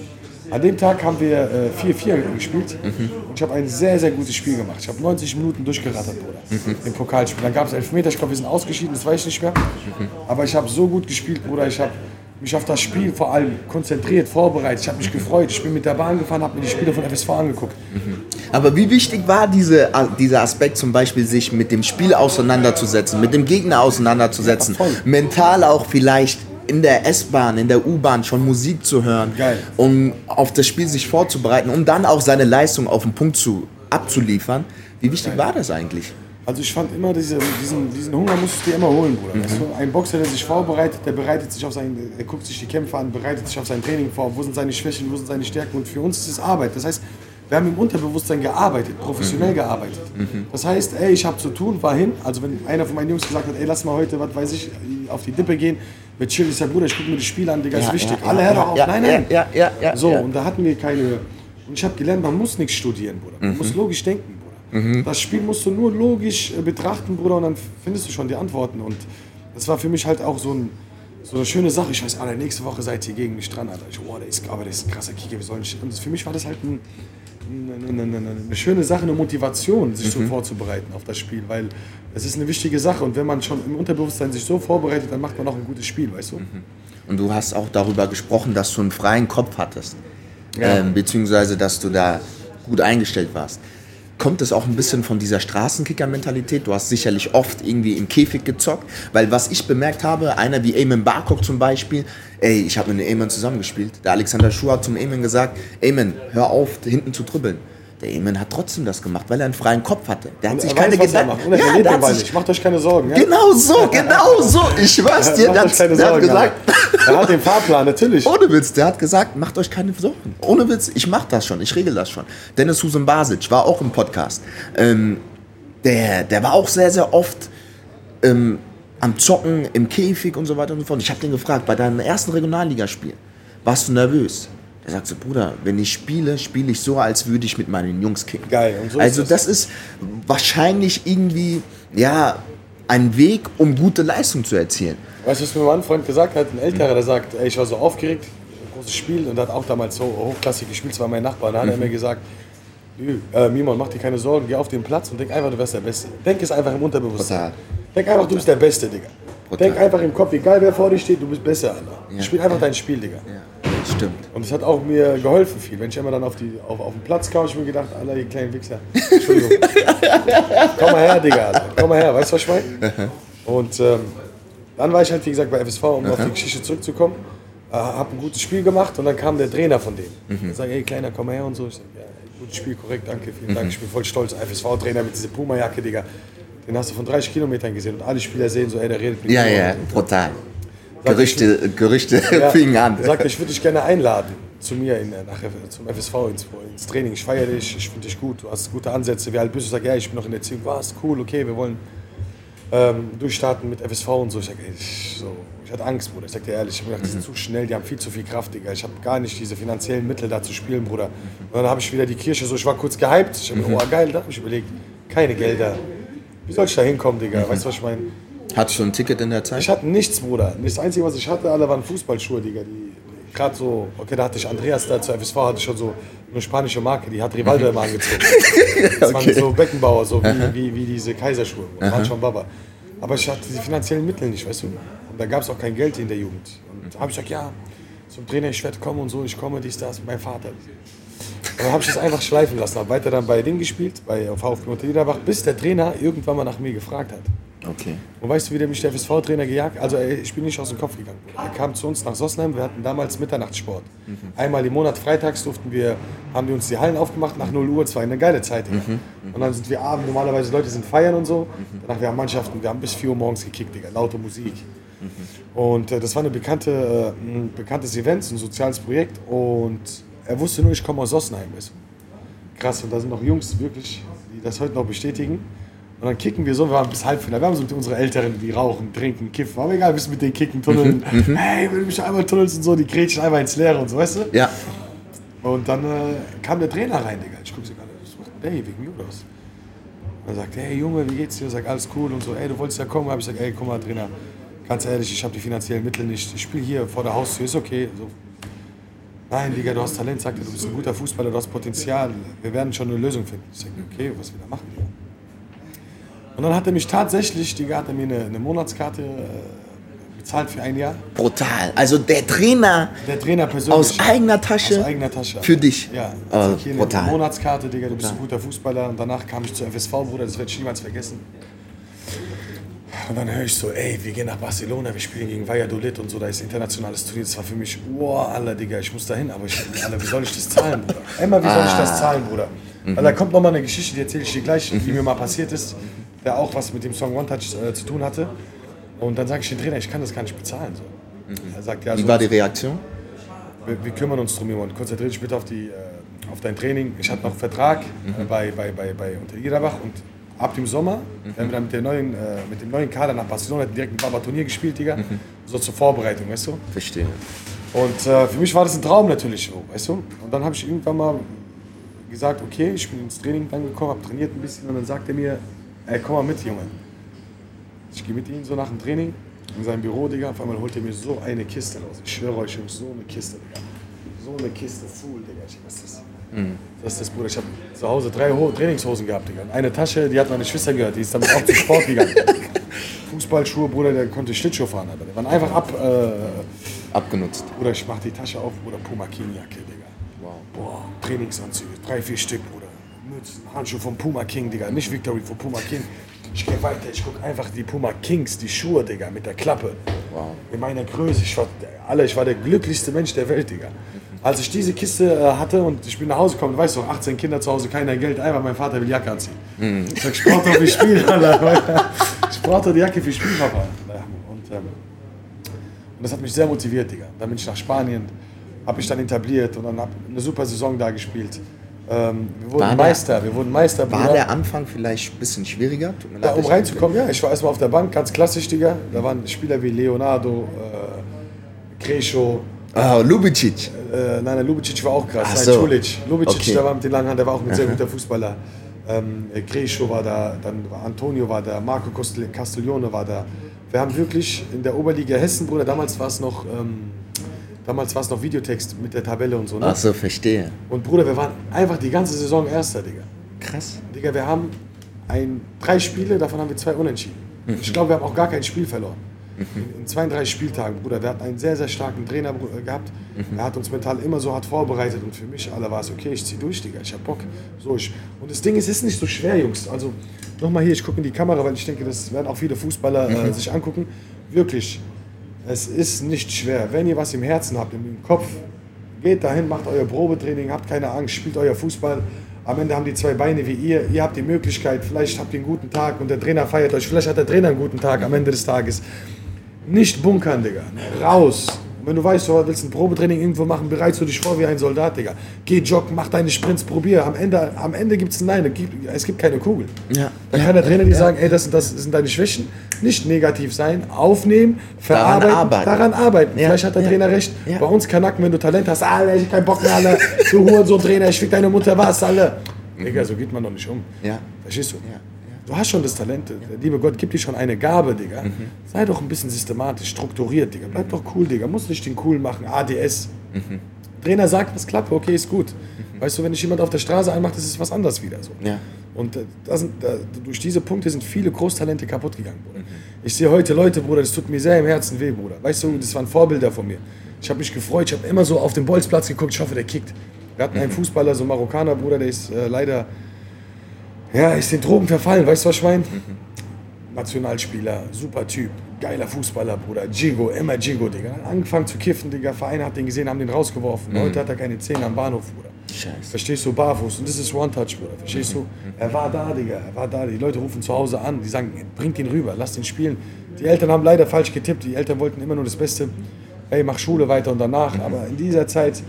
an dem Tag haben wir 4-4 gespielt und ich habe ein sehr, sehr gutes Spiel gemacht. Ich habe 90 Minuten durchgerattert, Bruder, im Pokalspiel. Dann gab es Elfmeter, ich glaube, wir sind ausgeschieden, das weiß ich nicht mehr. Aber ich habe so gut gespielt, Bruder. Ich habe mich auf das Spiel vor allem konzentriert, vorbereitet. Ich habe mich gefreut. Ich bin mit der Bahn gefahren, habe mir die Spiele von FSV angeguckt. Aber wie wichtig war dieser Aspekt zum Beispiel, sich mit dem Spiel auseinanderzusetzen, mit dem Gegner auseinanderzusetzen, Ja, mental auch vielleicht in der S-Bahn, in der U-Bahn schon Musik zu hören, Geil. um auf das Spiel sich vorzubereiten, um dann auch seine Leistung auf den Punkt abzuliefern. Wie wichtig war das eigentlich? Also ich fand immer, diesen Hunger musst du dir immer holen, Bruder. Weißt du? Ein Boxer, der sich vorbereitet, der guckt sich die Kämpfe an, bereitet sich auf sein Training vor, wo sind seine Schwächen, wo sind seine Stärken und für uns ist es Arbeit. Das heißt, wir haben im Unterbewusstsein gearbeitet, professionell gearbeitet. Das heißt, ey, ich habe zu tun, war hin. Also wenn einer von meinen Jungs gesagt hat, ey, lass mal heute, was weiß ich, auf die Dippe gehen, mit chill, ich sag, Bruder, ich gucke mir das Spiel an, Digga, ist wichtig. Alle hör doch auf, nein. So, und da hatten wir keine, und ich habe gelernt, man muss nichts studieren, Bruder. Man muss logisch denken, Bruder. Das Spiel musst du nur logisch betrachten, Bruder, und dann findest du schon die Antworten. Und das war für mich halt auch so eine schöne Sache. Ich weiß, nächste Woche seid ihr gegen mich dran, Alter. Der ist ein krasser Kicker, wir sollen nicht. Und für mich war das halt eine schöne Sache, eine Motivation, sich so vorzubereiten auf das Spiel, weil es ist eine wichtige Sache und wenn man schon im Unterbewusstsein sich so vorbereitet, dann macht man auch ein gutes Spiel, weißt du? Und du hast auch darüber gesprochen, dass du einen freien Kopf hattest, Ja. beziehungsweise dass du da gut eingestellt warst. Kommt es auch ein bisschen von dieser Straßenkicker-Mentalität? Du hast sicherlich oft irgendwie im Käfig gezockt, weil was ich bemerkt habe, einer wie Eamon Barkok zum Beispiel, ich habe mit Eamon zusammengespielt. Der Alexander Schuh hat zum Eamon gesagt, Eamon, hör auf, hinten zu dribbeln. Der Eamon hat trotzdem das gemacht, weil er einen freien Kopf hatte. Der hat sich keine Gedanken. Ja, der hat sich, macht euch keine Sorgen. Ja? Genau so. Ich schwör's dir, der hat gesagt. Er hat den Fahrplan, natürlich. Ohne Witz, der hat gesagt, macht euch keine Sorgen. Ohne Witz, ich mach das schon, ich regel das schon. Dennis Husen Basic war auch im Podcast. Der war auch sehr, sehr oft am Zocken, im Käfig und so weiter und so fort. Ich habe den gefragt, bei deinem ersten Regionalligaspiel, warst du nervös? Der sagt so, Bruder, wenn ich spiele ich so, als würde ich mit meinen Jungs kicken. Geil. Und so also das ist wahrscheinlich irgendwie, ja, ein Weg, um gute Leistung zu erzielen. Weißt du, was mir mein Freund gesagt hat? Ein Älterer, der sagt, ey, ich war so aufgeregt, großes Spiel und hat auch damals so hochklassig gespielt, das war mein Nachbar. Da hat er mir gesagt, Mimon, mach dir keine Sorgen, geh auf den Platz und denk einfach, du wärst der Beste. Denk es einfach im Unterbewusstsein. Total. Denk einfach, du bist der Beste, Digga. Total. Denk einfach im Kopf, egal wer vor dir steht, du bist besser, Alter. Ja. Spiel einfach dein Spiel, Digga. Ja, stimmt. Und es hat auch mir geholfen viel. Wenn ich immer dann auf den Platz kam, ich mir gedacht, Alter, ihr kleinen Wichser. Entschuldigung. Komm mal her, Digga, Alter. Komm mal her, weißt du, was ich meine? Und dann war ich halt, wie gesagt, bei FSV, um auf die Geschichte zurückzukommen. Hab ein gutes Spiel gemacht und dann kam der Trainer von denen. Der sagt, hey, Kleiner, komm mal her und so. Ich sag, ja, gutes Spiel, korrekt, danke, vielen Dank. Ich bin voll stolz. FSV-Trainer mit dieser Puma-Jacke, Digga. Den hast du von 30 Kilometern gesehen und alle Spieler sehen so, ey, der redet mit mir. Ja, brutal. Gerüchte fingen an. Er sagt, ich würde dich gerne einladen zu mir zum FSV ins Training. Ich feiere dich, ich finde dich gut, du hast gute Ansätze. Wie alt bist du? Ich sage, ja, ich bin noch in der Erziehung. Was, cool, okay, wir wollen durchstarten mit FSV und so. Ich sag, ey, ich hatte Angst, Bruder. Ich sag dir ehrlich, ich hab gedacht, die sind zu schnell, die haben viel zu viel Kraft, Digga. Ich habe gar nicht diese finanziellen Mittel da zu spielen, Bruder. Und dann habe ich wieder die Kirche so, ich war kurz gehypt. Ich habe mir, oh geil, da habe ich überlegt, keine Gelder. Wie soll ich da hinkommen, Digga? Weißt du, was ich meine? Hattest du ein Ticket in der Zeit? Ich hatte nichts, Bruder. Das Einzige, was ich hatte, alle waren Fußballschuhe, Digga. Die gerade so, okay, da hatte ich Andreas da zur FSV, hatte ich schon so eine spanische Marke, die hat Rivaldo immer angezogen. Das waren so Beckenbauer, so wie diese Kaiserschuhe. Das waren schon Baba. Aber ich hatte die finanziellen Mittel nicht, weißt du. Und da gab es auch kein Geld in der Jugend. Und da habe ich gesagt, ja, zum Trainer, ich werde kommen und so, ich komme, dies, das, mit meinem Vater. Und dann habe ich das einfach schleifen lassen, habe weiter dann bei Ding gespielt, bei VfB Montelidabach, bis der Trainer irgendwann mal nach mir gefragt hat. Okay. Und weißt du, wie der mich der FSV-Trainer gejagt hat? Also ich bin nicht aus dem Kopf gegangen. Er kam zu uns nach Sossenheim, wir hatten damals Mitternachtssport. Einmal im Monat freitags haben die uns die Hallen aufgemacht nach 0 Uhr, es war eine geile Zeit. Und dann sind wir abends, normalerweise Leute sind feiern und so. Danach wir haben Mannschaften, wir haben bis 4 Uhr morgens gekickt, Digga, laute Musik. Und das war ein bekanntes Event, ein soziales Projekt. Und er wusste nur, ich komme aus Sossenheim. Weißt du? Krass, und da sind noch Jungs wirklich, die das heute noch bestätigen. Und dann kicken wir so, wir waren bis Halbfinale. Wir haben so mit unseren Älteren, die rauchen, trinken, kiffen. Aber egal, bis mit denen kicken, tunneln. Hey, wenn du mich einmal tunnelst und so, die grätschen einmal ins Leere und so, weißt du? Ja. Und dann kam der Trainer rein, Digga. Ich guck so gerade, was macht der hier wegen mir oder was? Und er sagt, hey Junge, wie geht's dir? Ich sag, alles cool und so. Ey, du wolltest ja kommen. Hab ich gesagt, ey, guck mal, Trainer, ganz ehrlich, ich habe die finanziellen Mittel nicht. Ich spiele hier vor der Haustür, ist okay. So. Nein, Digga, du hast Talent, sagt er, du bist ein guter Fußballer, du hast Potenzial. Wir werden schon eine Lösung finden. Ich sag, okay, was wir da machen, Digga. Und dann hat er mich tatsächlich, Digga, hat er mir eine Monatskarte bezahlt für ein Jahr. Brutal. Also der Trainer persönlich. Aus eigener Tasche? Aus eigener Tasche. Für dich? Ja. Oh, hier brutal. eine Monatskarte, Digga, du bist ein guter Fußballer. Und danach kam ich zur FSV, Bruder, das werde ich niemals vergessen. Und dann höre ich so, ey, wir gehen nach Barcelona, wir spielen gegen Valladolid und so, da ist internationales Turnier. Das war für mich, wow, Alter, Digga, ich muss da hin, aber Alter, wie soll ich das zahlen, Bruder? Emma, wie soll ich das zahlen, Bruder? Weil da kommt nochmal eine Geschichte, die erzähle ich dir gleich, die mir mal passiert ist, der auch was mit dem Song One Touch zu tun hatte. Und dann sage ich dem Trainer, ich kann das gar nicht bezahlen. So. Er sagt, ja, Wie war die Reaktion? Wir kümmern uns drum, Junge. Konzentriere dich bitte auf dein Training. Ich hatte noch einen Vertrag bei Unterliederbach und ab dem Sommer, wenn wir dann mit dem neuen Kader nach Barcelona direkt ein Baba-Turnier gespielt, Digga. So zur Vorbereitung, weißt du? Verstehe. Und für mich war das ein Traum natürlich, weißt du? Und dann habe ich irgendwann mal gesagt, okay, ich bin ins Training dann gekommen, habe trainiert ein bisschen und dann sagt er mir, ey, komm mal mit, Junge. Ich gehe mit ihm so nach dem Training in sein Büro, Digga. Auf einmal holt er mir so eine Kiste raus. Ich schwöre euch, so eine Kiste, Digga. So eine Kiste full, Digga. Was ist das? Das ist das, Bruder. Ich habe zu Hause 3 Trainingshosen gehabt, Digga. Eine Tasche, die hat meine Schwester gehört. Die ist damit auch zum Sport gegangen. Fußballschuhe, Bruder, der konnte Schlittschuh fahren, Alter. Die waren einfach abgenutzt. Bruder, ich mach die Tasche auf, Bruder. Puma King-Jacke, Digga. Wow. Boah, Trainingsanzüge. 3, 4 Stück, Bruder. Mützen, Handschuhe vom Puma King, Digga. Nicht Victory, von Puma King. Ich gehe weiter, ich gucke einfach die Puma Kings, die Schuhe, Digga, mit der Klappe. Wow. In meiner Größe. Ich war der glücklichste Mensch der Welt, Digga. Als ich diese Kiste hatte und ich bin nach Hause gekommen, weißt du, 18 Kinder zu Hause, keiner Geld, einfach mein Vater will Jacke anziehen. Ich sag, ich brauch doch für Spiel, Alter. Ich brauch doch die Jacke für Spiel, Papa. Und das hat mich sehr motiviert, Digga. Dann bin ich nach Spanien, habe mich dann etabliert und dann habe eine super Saison da gespielt. Wir wurden Meister. War der Anfang vielleicht ein bisschen schwieriger? Tut mir leid, um reinzukommen, ja. Ich war erstmal auf der Bank, ganz klassisch, Digga. Da waren Spieler wie Leonardo, Kresho. Lubicic. Nein, Lubicic war auch krass. Ach nein, so. Čulić. Lubicic, Okay. der war mit den langen Haaren, der war auch ein sehr guter Fußballer. Kresho war da, dann war Antonio war da, Marco Castiglione war da. Wir haben wirklich in der Oberliga Hessen, Bruder, damals war es noch Videotext mit der Tabelle und so. Ne? Ach so, verstehe. Und Bruder, wir waren einfach die ganze Saison Erster, Digga. Krass. Digga, wir haben 3 Spiele, davon haben wir 2 unentschieden. Ich glaube, wir haben auch gar kein Spiel verloren. In 32 Spieltagen, Bruder. Wir hatten einen sehr, sehr starken Trainer gehabt. Er hat uns mental immer so hart vorbereitet und für mich alle war es okay, ich zieh durch, Digga, ich hab Bock. Und das Ding ist, es ist nicht so schwer, Jungs. Also nochmal hier, ich gucke in die Kamera, weil ich denke, das werden auch viele Fußballer sich angucken. Wirklich, es ist nicht schwer. Wenn ihr was im Herzen habt, im Kopf, geht dahin, macht euer Probetraining, habt keine Angst, spielt euer Fußball. Am Ende haben die 2 Beine wie ihr habt die Möglichkeit, vielleicht habt ihr einen guten Tag und der Trainer feiert euch, vielleicht hat der Trainer einen guten Tag am Ende des Tages. Nicht bunkern, Digga. Raus. Und wenn du weißt, du willst ein Probetraining irgendwo machen, bereitest du dich vor wie ein Soldat, Digga. Geh joggen, mach deine Sprints, probier. Am Ende gibt's ein Nein, es gibt keine Kugel. Ja. Dann kann der Trainer dir sagen, ey, das sind deine Schwächen, nicht negativ sein, aufnehmen, verarbeiten, daran arbeiten. Vielleicht hat der Trainer recht. Bei uns Kanaken, wenn du Talent hast, Alter, ich hab keinen Bock mehr, Alter, du Hurensohn-Trainer, ich fick deine Mutter, was, Alter. Digga, so geht man doch nicht um. Verstehst du? Du hast schon das Talent, der liebe Gott gibt dir schon eine Gabe, Digga. Sei doch ein bisschen systematisch, strukturiert, Digga. Bleib doch cool, Digga. Musst nicht den cool machen, ADS. Trainer sagt, was klappt, okay, ist gut. Weißt du, wenn dich jemand auf der Straße anmacht, das ist was anderes wieder so. Und durch diese Punkte sind viele Großtalente kaputt gegangen, Bruder. Ich sehe heute Leute, Bruder, das tut mir sehr im Herzen weh, Bruder. Weißt du, das waren Vorbilder von mir. Ich habe mich gefreut, ich habe immer so auf den Bolzplatz geguckt, ich hoffe, der kickt. Wir hatten einen Fußballer, so ein Marokkaner, Bruder, der ist leider, ist den Drogen verfallen, weißt du, was ich meine? Nationalspieler, super Typ, geiler Fußballer, Bruder, Gigo, immer Gigo, Digga. Angefangen zu kiffen, Digga, Verein hat den gesehen, haben den rausgeworfen. Heute hat er keine Zähne am Bahnhof, Bruder. Scheiße. Verstehst du, barfuß. Und das ist One-Touch, Bruder, verstehst du? Er war da, Digga, er war da. Die Leute rufen zu Hause an, die sagen, bringt ihn rüber, lasst ihn spielen. Die Eltern haben leider falsch getippt, die Eltern wollten immer nur das Beste. Ey, mach Schule weiter und danach. Aber in dieser Zeit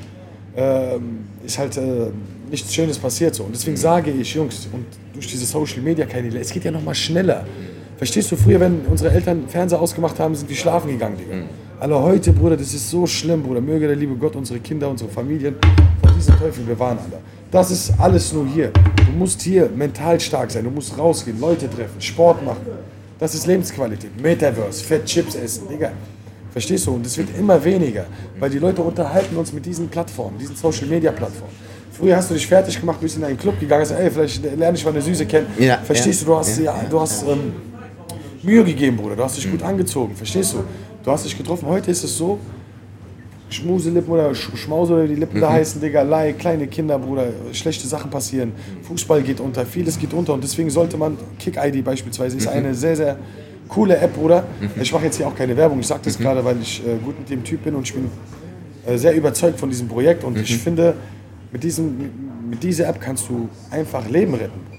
ist halt nichts Schönes passiert so. Und deswegen sage ich, Jungs, und durch diese Social-Media-Kanäle, es geht ja noch mal schneller. Verstehst du, früher, wenn unsere Eltern Fernseher ausgemacht haben, sind wir schlafen gegangen, Digga. Aber heute, Bruder, das ist so schlimm, Bruder. Möge der liebe Gott unsere Kinder, unsere Familien von diesen Teufeln bewahren, Alter. Das ist alles nur hier. Du musst hier mental stark sein, du musst rausgehen, Leute treffen, Sport machen. Das ist Lebensqualität. Metaverse, Fett Chips essen, Digga. Verstehst du? Und es wird immer weniger, weil die Leute unterhalten uns mit diesen Plattformen, diesen Social-Media-Plattformen. Früher hast du dich fertig gemacht, bist in einen Club gegangen, hast gesagt, ey, vielleicht lerne ich mal eine Süße kennen. Verstehst du? Du hast Mühe gegeben, Bruder. Du hast dich gut angezogen. Verstehst du? Du hast dich getroffen. Heute ist es so, Schmuselippen oder Schmause oder die Lippen da heißen, Digga, kleine Kinder, Bruder, schlechte Sachen passieren. Fußball geht unter, vieles geht unter und deswegen sollte man, Kick-ID beispielsweise, ist eine sehr, sehr coole App, Bruder. Ich mache jetzt hier auch keine Werbung, ich sage das gerade, weil ich gut mit dem Typ bin und ich bin sehr überzeugt von diesem Projekt und ich finde, mit dieser App kannst du einfach Leben retten, Bruder.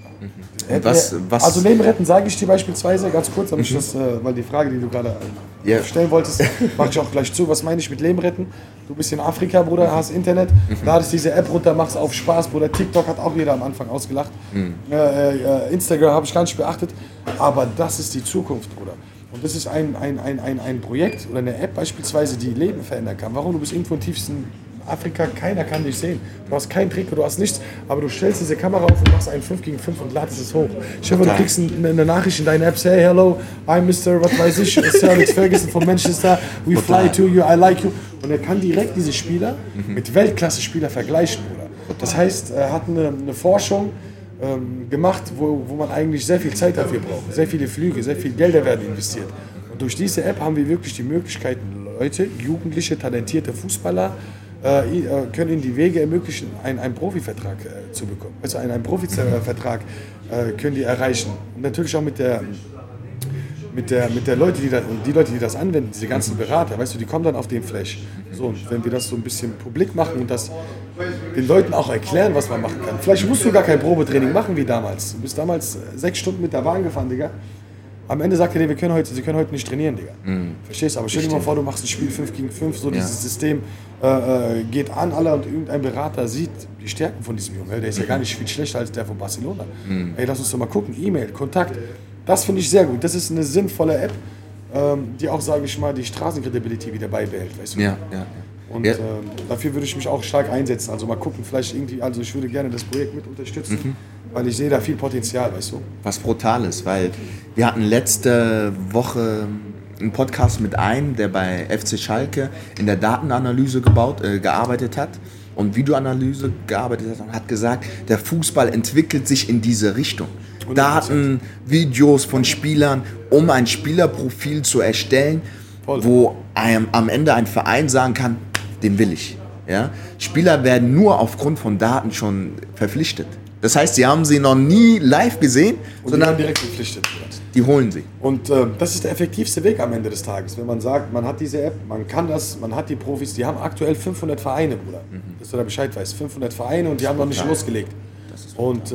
Also Leben retten, sage ich dir beispielsweise, ganz kurz, damit ich das, weil die Frage, die du gerade stellen wolltest, mache ich auch gleich zu. Was meine ich mit Leben retten? Du bist in Afrika, Bruder, hast Internet, ladest diese App runter, machst auf Spaß, Bruder. TikTok hat auch jeder am Anfang ausgelacht. Instagram habe ich gar nicht beachtet. Aber das ist die Zukunft, Bruder. Und das ist ein Projekt oder eine App beispielsweise, die Leben verändern kann. Warum? Du bist irgendwo im tiefsten Afrika, keiner kann dich sehen. Du hast keinen Trick, du hast nichts, aber du stellst diese Kamera auf und machst einen 5 gegen 5 und ladest es hoch. Ich hoffe, du kriegst eine Nachricht in deine App, say hello, I'm Mr. was weiß ich, Sir Alex Ferguson von Manchester, we fly to you, I like you. Und er kann direkt diese Spieler mit Weltklasse-Spieler vergleichen, Bruder. Das heißt, er hat eine Forschung gemacht, wo man eigentlich sehr viel Zeit dafür braucht. Sehr viele Flüge, sehr viel Gelder werden investiert. Und durch diese App haben wir wirklich die Möglichkeiten, Leute, jugendliche, talentierte Fußballer, können ihnen die Wege ermöglichen, einen Profivertrag zu bekommen. Also einen Profivertrag können die erreichen. Und natürlich auch mit der Leute, die Leute, die das anwenden, diese ganzen Berater, weißt du, die kommen dann auf den Flash. So, und wenn wir das so ein bisschen publik machen und das den Leuten auch erklären, was man machen kann. Vielleicht musst du gar kein Probetraining machen wie damals. Du bist damals 6 Stunden mit der Bahn gefahren, Digga. Am Ende sagt er dir, Sie können heute nicht trainieren, Digga. Verstehst du? Aber stell dir mal vor, du machst ein Spiel 5 gegen 5, so dieses System geht an, alle und irgendein Berater sieht die Stärken von diesem Jungen. Der ist ja gar nicht viel schlechter als der von Barcelona. Ey, lass uns doch mal gucken. E-Mail, Kontakt. Das finde ich sehr gut. Das ist eine sinnvolle App, die auch, sage ich mal, die Straßenkredibilität wieder beibehält. Weißt du? Ja. Und dafür würde ich mich auch stark einsetzen. Also mal gucken, vielleicht irgendwie, also ich würde gerne das Projekt mit unterstützen, weil ich sehe da viel Potenzial, weißt du. Was Brutales, weil wir hatten letzte Woche einen Podcast mit einem, der bei FC Schalke in der Datenanalyse gearbeitet hat und Videoanalyse gearbeitet hat und hat gesagt, der Fußball entwickelt sich in diese Richtung. 100%. Daten, Videos von Spielern, um ein Spielerprofil zu erstellen, wo am Ende ein Verein sagen kann, den will ich. Ja? Spieler werden nur aufgrund von Daten schon verpflichtet. Das heißt, sie haben sie noch nie live gesehen, sondern direkt verpflichtet. Die holen sie. Und das ist der effektivste Weg am Ende des Tages. Wenn man sagt, man hat diese App, man kann das, man hat die Profis, die haben aktuell 500 Vereine, Bruder. Dass du da Bescheid weißt. 500 Vereine und die haben noch nicht losgelegt. Und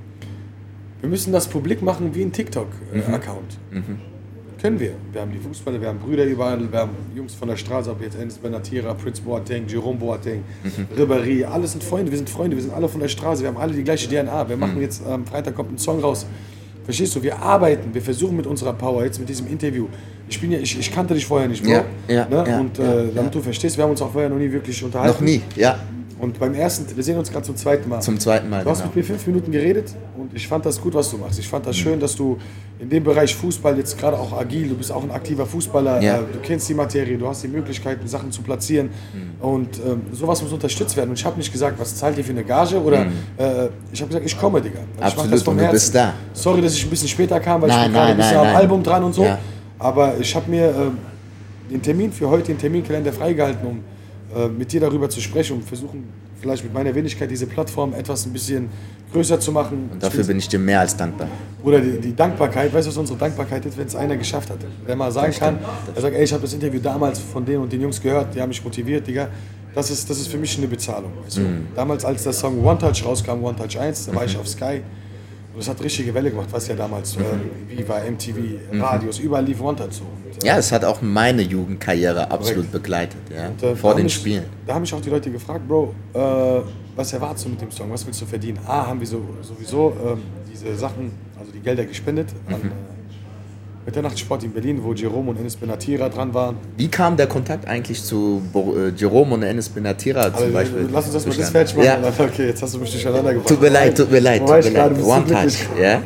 wir müssen das publik machen wie ein TikTok-Account. Können wir. Wir haben die Fußballer, wir haben Brüder überall, wir haben Jungs von der Straße, ob jetzt Enes Benatira, Prince Boateng, Jerome Boateng, Ribéry, alles sind Freunde, wir sind alle von der Straße, wir haben alle die gleiche DNA. Wir machen jetzt, am Freitag kommt ein Song raus Verstehst du? Wir arbeiten, wir versuchen mit unserer Power, jetzt mit diesem Interview. Ich kannte dich vorher nicht, Bro. Damit du verstehst, wir haben uns auch vorher noch nie wirklich unterhalten. Noch nie, ja. Und beim ersten, wir sehen uns gerade zum zweiten Mal. Zum zweiten Mal, Du hast mit mir 5 Minuten geredet und ich fand das gut, was du machst. Ich fand das schön, dass du in dem Bereich Fußball jetzt gerade auch agil, du bist auch ein aktiver Fußballer, du kennst die Materie, du hast die Möglichkeiten, Sachen zu platzieren und sowas muss unterstützt werden. Und ich habe nicht gesagt, was zahlt ihr für eine Gage oder ich habe gesagt, ich komme, Digga. Absolut, und du bist da. Sorry, dass ich ein bisschen später kam, weil ich bin gerade ein bisschen am Album dran und so. Ja. Aber ich habe mir den Termin für heute, den Terminkalender freigehalten, um mit dir darüber zu sprechen und versuchen, vielleicht mit meiner Wenigkeit diese Plattform etwas ein bisschen größer zu machen. Und dafür bin ich dir mehr als dankbar. Oder die Dankbarkeit, weißt du, was unsere Dankbarkeit ist, wenn es einer geschafft hat? Der mal sagen kann, er sagt, ey, ich habe das Interview damals von denen und den Jungs gehört, die haben mich motiviert, Digga. Das ist für mich eine Bezahlung. Also, damals, als der Song One Touch rauskam, One Touch 1, da war ich auf Sky. Und das hat richtige Welle gemacht, was ja damals, wie war MTV, Radios, überall lief One Touch so. Und, ja, es hat auch meine Jugendkarriere absolut begleitet, ja, vor den Spielen. Da haben mich auch die Leute gefragt, Bro, was erwartest du mit dem Song, was willst du verdienen? Haben wir sowieso diese Sachen, also die Gelder gespendet an Mitternachtssport in Berlin, wo Jerome und Enes Benatira dran waren. Wie kam der Kontakt eigentlich zu Jerome und Enes Benatira zum Beispiel? Lass uns das mal das fertig machen. Ja. Okay, jetzt hast du mich durcheinander gebracht. Tut mir leid. One Touch, ja?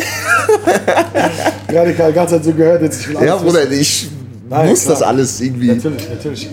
Gerade die ganze Zeit so gehört, jetzt ich will alles Bruder, ich muss das alles irgendwie... Natürlich.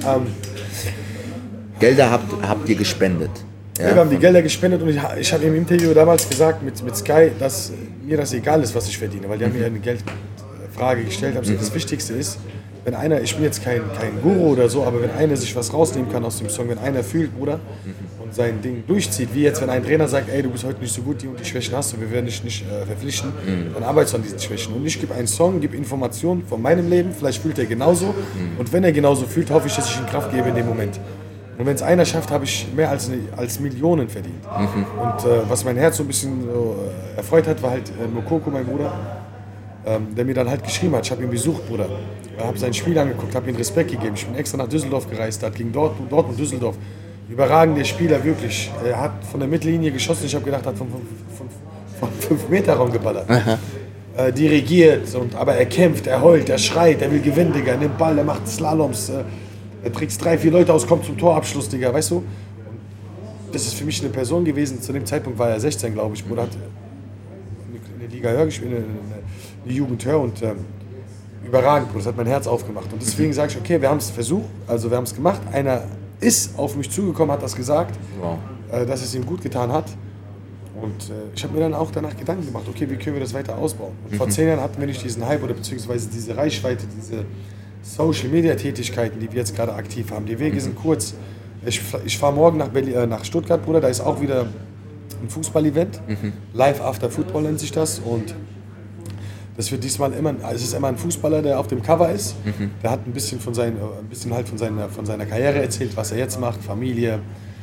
Gelder habt ihr gespendet. Ja, wir haben die Gelder gespendet und ich habe im Interview damals gesagt mit Sky, dass mir das egal ist, was ich verdiene, weil die haben mir eine Geldfrage gestellt. Aber das Wichtigste ist, wenn einer, ich bin jetzt kein Guru oder so, aber wenn einer sich was rausnehmen kann aus dem Song, wenn einer fühlt, Bruder, und sein Ding durchzieht, wie jetzt, wenn ein Trainer sagt, ey, du bist heute nicht so gut, die und die Schwächen hast du, wir werden dich nicht verpflichten, dann arbeitest du an diesen Schwächen. Und ich gebe einen Song, gebe Informationen von meinem Leben, vielleicht fühlt er genauso, und wenn er genauso fühlt, hoffe ich, dass ich ihm Kraft gebe in dem Moment. Und wenn es einer schafft, habe ich mehr als Millionen verdient. Und was mein Herz so ein bisschen erfreut hat, war halt Mokoko, mein Bruder, der mir dann halt geschrieben hat. Ich habe ihn besucht, Bruder. Ich habe sein Spiel angeguckt, habe ihm Respekt gegeben. Ich bin extra nach Düsseldorf gereist, gegen Dortmund, Düsseldorf. Überragender Spieler, wirklich. Er hat von der Mittellinie geschossen. Ich habe gedacht, er hat von 5-Meter-Raum geballert. Dirigiert, aber er kämpft, er heult, er schreit, er will gewinnen, Digga. Er nimmt Ball, er macht Slaloms. Er trägt 3-4 Leute aus, kommt zum Torabschluss, Digga, weißt du? Und das ist für mich eine Person gewesen, zu dem Zeitpunkt war er 16, glaube ich, Bruder, hat in der Liga höher gespielt, in der Jugend höher und überragend, Bruder, das hat mein Herz aufgemacht. Und deswegen sage ich, okay, wir haben es versucht, also wir haben es gemacht, einer ist auf mich zugekommen, hat das gesagt, dass es ihm gut getan hat. Und ich habe mir dann auch danach Gedanken gemacht, okay, wie können wir das weiter ausbauen? Und vor 10 Jahren hatten wir nicht diesen Hype oder beziehungsweise diese Reichweite, diese Social-Media-Tätigkeiten, die wir jetzt gerade aktiv haben. Die Wege sind kurz. Ich fahre morgen nach Stuttgart, Bruder, da ist auch wieder ein Fußball-Event. Live After Football nennt sich das. Und das wird diesmal es ist immer ein Fußballer, der auf dem Cover ist. Der hat ein bisschen von seiner Karriere erzählt, was er jetzt macht, Familie,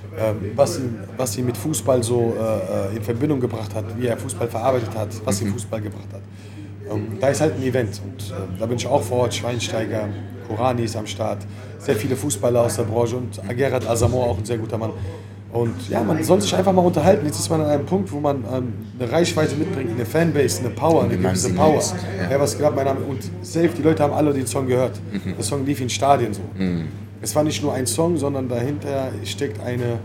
was ihn mit Fußball so in Verbindung gebracht hat, wie er Fußball verarbeitet hat, was ihm Fußball gebracht hat. Da ist halt ein Event und da bin ich auch vor Ort, Schweinsteiger, Korani ist am Start, sehr viele Fußballer aus der Branche und Gerard Asamoah, auch ein sehr guter Mann. Und ja, man soll sich einfach mal unterhalten. Jetzt ist man an einem Punkt, wo man eine Reichweite mitbringt, eine Fanbase, eine Power, eine gewisse Power. Ja, was glaubt mein Name? Und safe, die Leute haben alle den Song gehört. Der Song lief in Stadien so. Es war nicht nur ein Song, sondern dahinter steckt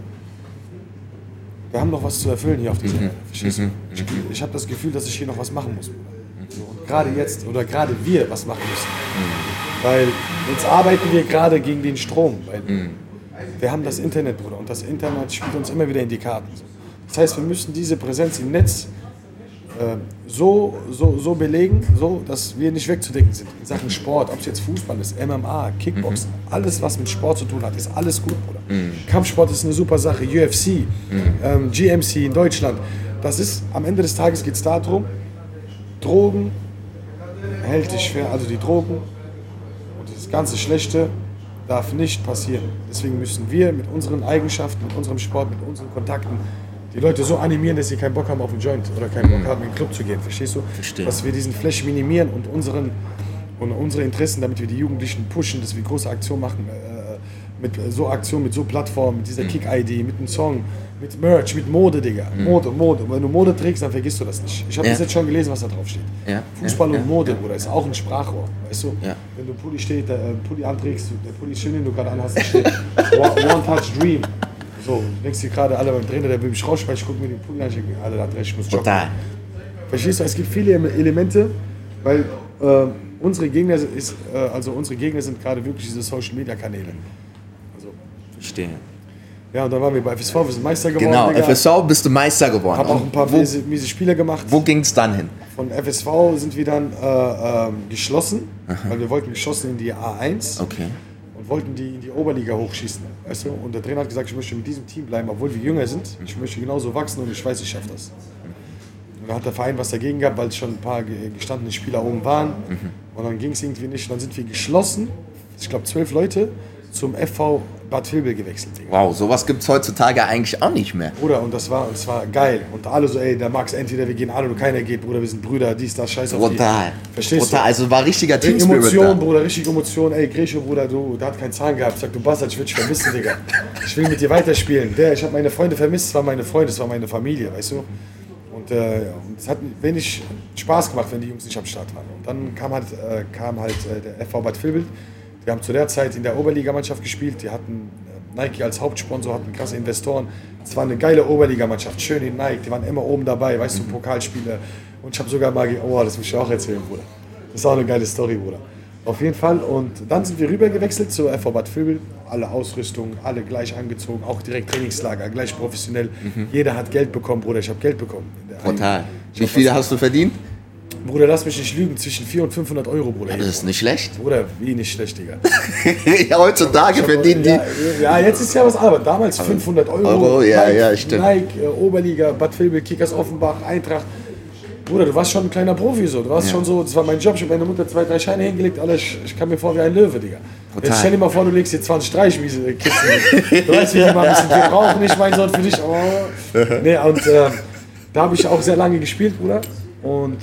wir haben noch was zu erfüllen hier auf dieser Erde. Ich habe das Gefühl, dass ich hier noch was machen muss. Und gerade jetzt, oder gerade wir was machen müssen. Weil jetzt arbeiten wir gerade gegen den Strom. Weil wir haben das Internet, Bruder, und das Internet spielt uns immer wieder in die Karten. Das heißt, wir müssen diese Präsenz im Netz so belegen, so, dass wir nicht wegzudenken sind. In Sachen Sport, ob es jetzt Fußball ist, MMA, Kickboxen, alles, was mit Sport zu tun hat, ist alles gut, Bruder. Kampfsport ist eine super Sache, UFC, GMC in Deutschland. Das ist, am Ende des Tages geht es darum, Drogen hält dich fair, also die Drogen und das ganze Schlechte darf nicht passieren. Deswegen müssen wir mit unseren Eigenschaften, mit unserem Sport, mit unseren Kontakten die Leute so animieren, dass sie keinen Bock haben auf einen Joint oder keinen Bock haben, in den Club zu gehen. Verstehst du? Verstehe. Dass wir diesen Flash minimieren und unsere Interessen, damit wir die Jugendlichen pushen, dass wir große Aktionen machen, mit so Aktionen, mit so Plattformen, mit dieser Kick-ID, mit einem Song, mit Merch, mit Mode, Digga. Mode. Und wenn du Mode trägst, dann vergisst du das nicht. Ich habe das jetzt schon gelesen, was da drauf steht. Fußball und Mode, Bruder, ist auch ein Sprachrohr. Weißt du? Wenn du Pulli Pulli anträgst, der Pulli schön, den du gerade anhast, steht One Touch Dream. So, denkst du gerade, alle beim Trainer, der will mich rausschmeißen, ich guck mir den Pulli an, ich denke, alle hat recht, ich muss joggen. Total. Verstehst du, es gibt viele Elemente, weil unsere Gegner sind gerade wirklich diese Social-Media-Kanäle. Also, verstehe. Ja, und dann waren wir bei FSV, wir sind Meister geworden. Genau, Digga. FSV bist du Meister geworden. Hab auch ein paar miese Spiele gemacht. Wo ging es dann hin? Von FSV sind wir dann geschlossen, weil wir wollten geschossen in die A1. Okay. Und wollten die in die Oberliga hochschießen, weißt du? Und der Trainer hat gesagt, ich möchte mit diesem Team bleiben, obwohl wir jünger sind. Ich möchte genauso wachsen und ich weiß, ich schaffe das. Und dann hat der Verein was dagegen gehabt, weil schon ein paar gestandene Spieler oben waren. Und dann ging es irgendwie nicht. Und dann sind wir geschlossen, ich glaube 12 Leute, zum FV Bad Vilbel gewechselt. Wow, sowas gibt es heutzutage eigentlich auch nicht mehr. Bruder, und das war geil. Und alle so, ey, der Max, entweder wir gehen alle oder keiner geht, Bruder, wir sind Brüder, dies, das, scheiß auf die. Brutal. Verstehst du? Also war richtiger Teamspirit Emotion, Bruder, richtig Emotion. Ey, Grescho, Bruder, der hat keinen Zahn gehabt. Sag, du Bastard, ich will dich vermissen, Digga. Ich will mit dir weiterspielen. Ich habe meine Freunde vermisst, es war meine Freunde, es war meine Familie, weißt du. Und es hat wenig Spaß gemacht, wenn die Jungs nicht am Start waren. Und dann kam halt der FV Bad Vilbel. Die haben zu der Zeit in der Oberligamannschaft gespielt. Die hatten Nike als Hauptsponsor, hatten krasse Investoren. Es war eine geile Oberligamannschaft, schön in Nike. Die waren immer oben dabei, weißt du, Pokalspiele. Und ich habe sogar mal, das muss ich auch erzählen, Bruder. Das ist auch eine geile Story, Bruder. Auf jeden Fall. Und dann sind wir rüber gewechselt zur FV Bad Vilbel. Alle Ausrüstung, alle gleich angezogen, auch direkt Trainingslager, gleich professionell. Jeder hat Geld bekommen, Bruder. Ich habe Geld bekommen. Total. Wie viel hast du verdient? Bruder, lass mich nicht lügen, zwischen 400 und 500 Euro, Bruder. Ja, das ist nicht schlecht. Bruder, wie nicht schlecht, Digga. Ja, heutzutage verdienen die... Ja, jetzt ist ja was anderes. Damals 500 Euro. Ja, stimmt. Nike, Oberliga, Bad Vilbel, Kickers Offenbach, Eintracht. Bruder, du warst schon ein kleiner Profi, so. Du warst schon so, das war mein Job. Ich habe meine Mutter 2, 3 Scheine hingelegt. Alter, ich kam mir vor wie ein Löwe, Digga. Total. Jetzt stell dir mal vor, du legst hier 20 Streichkisten. Du weißt, wie ich mal ein bisschen viel brauche, nicht mein Sohn für dich. Oh. Nee, und da habe ich auch sehr lange gespielt, Bruder. Und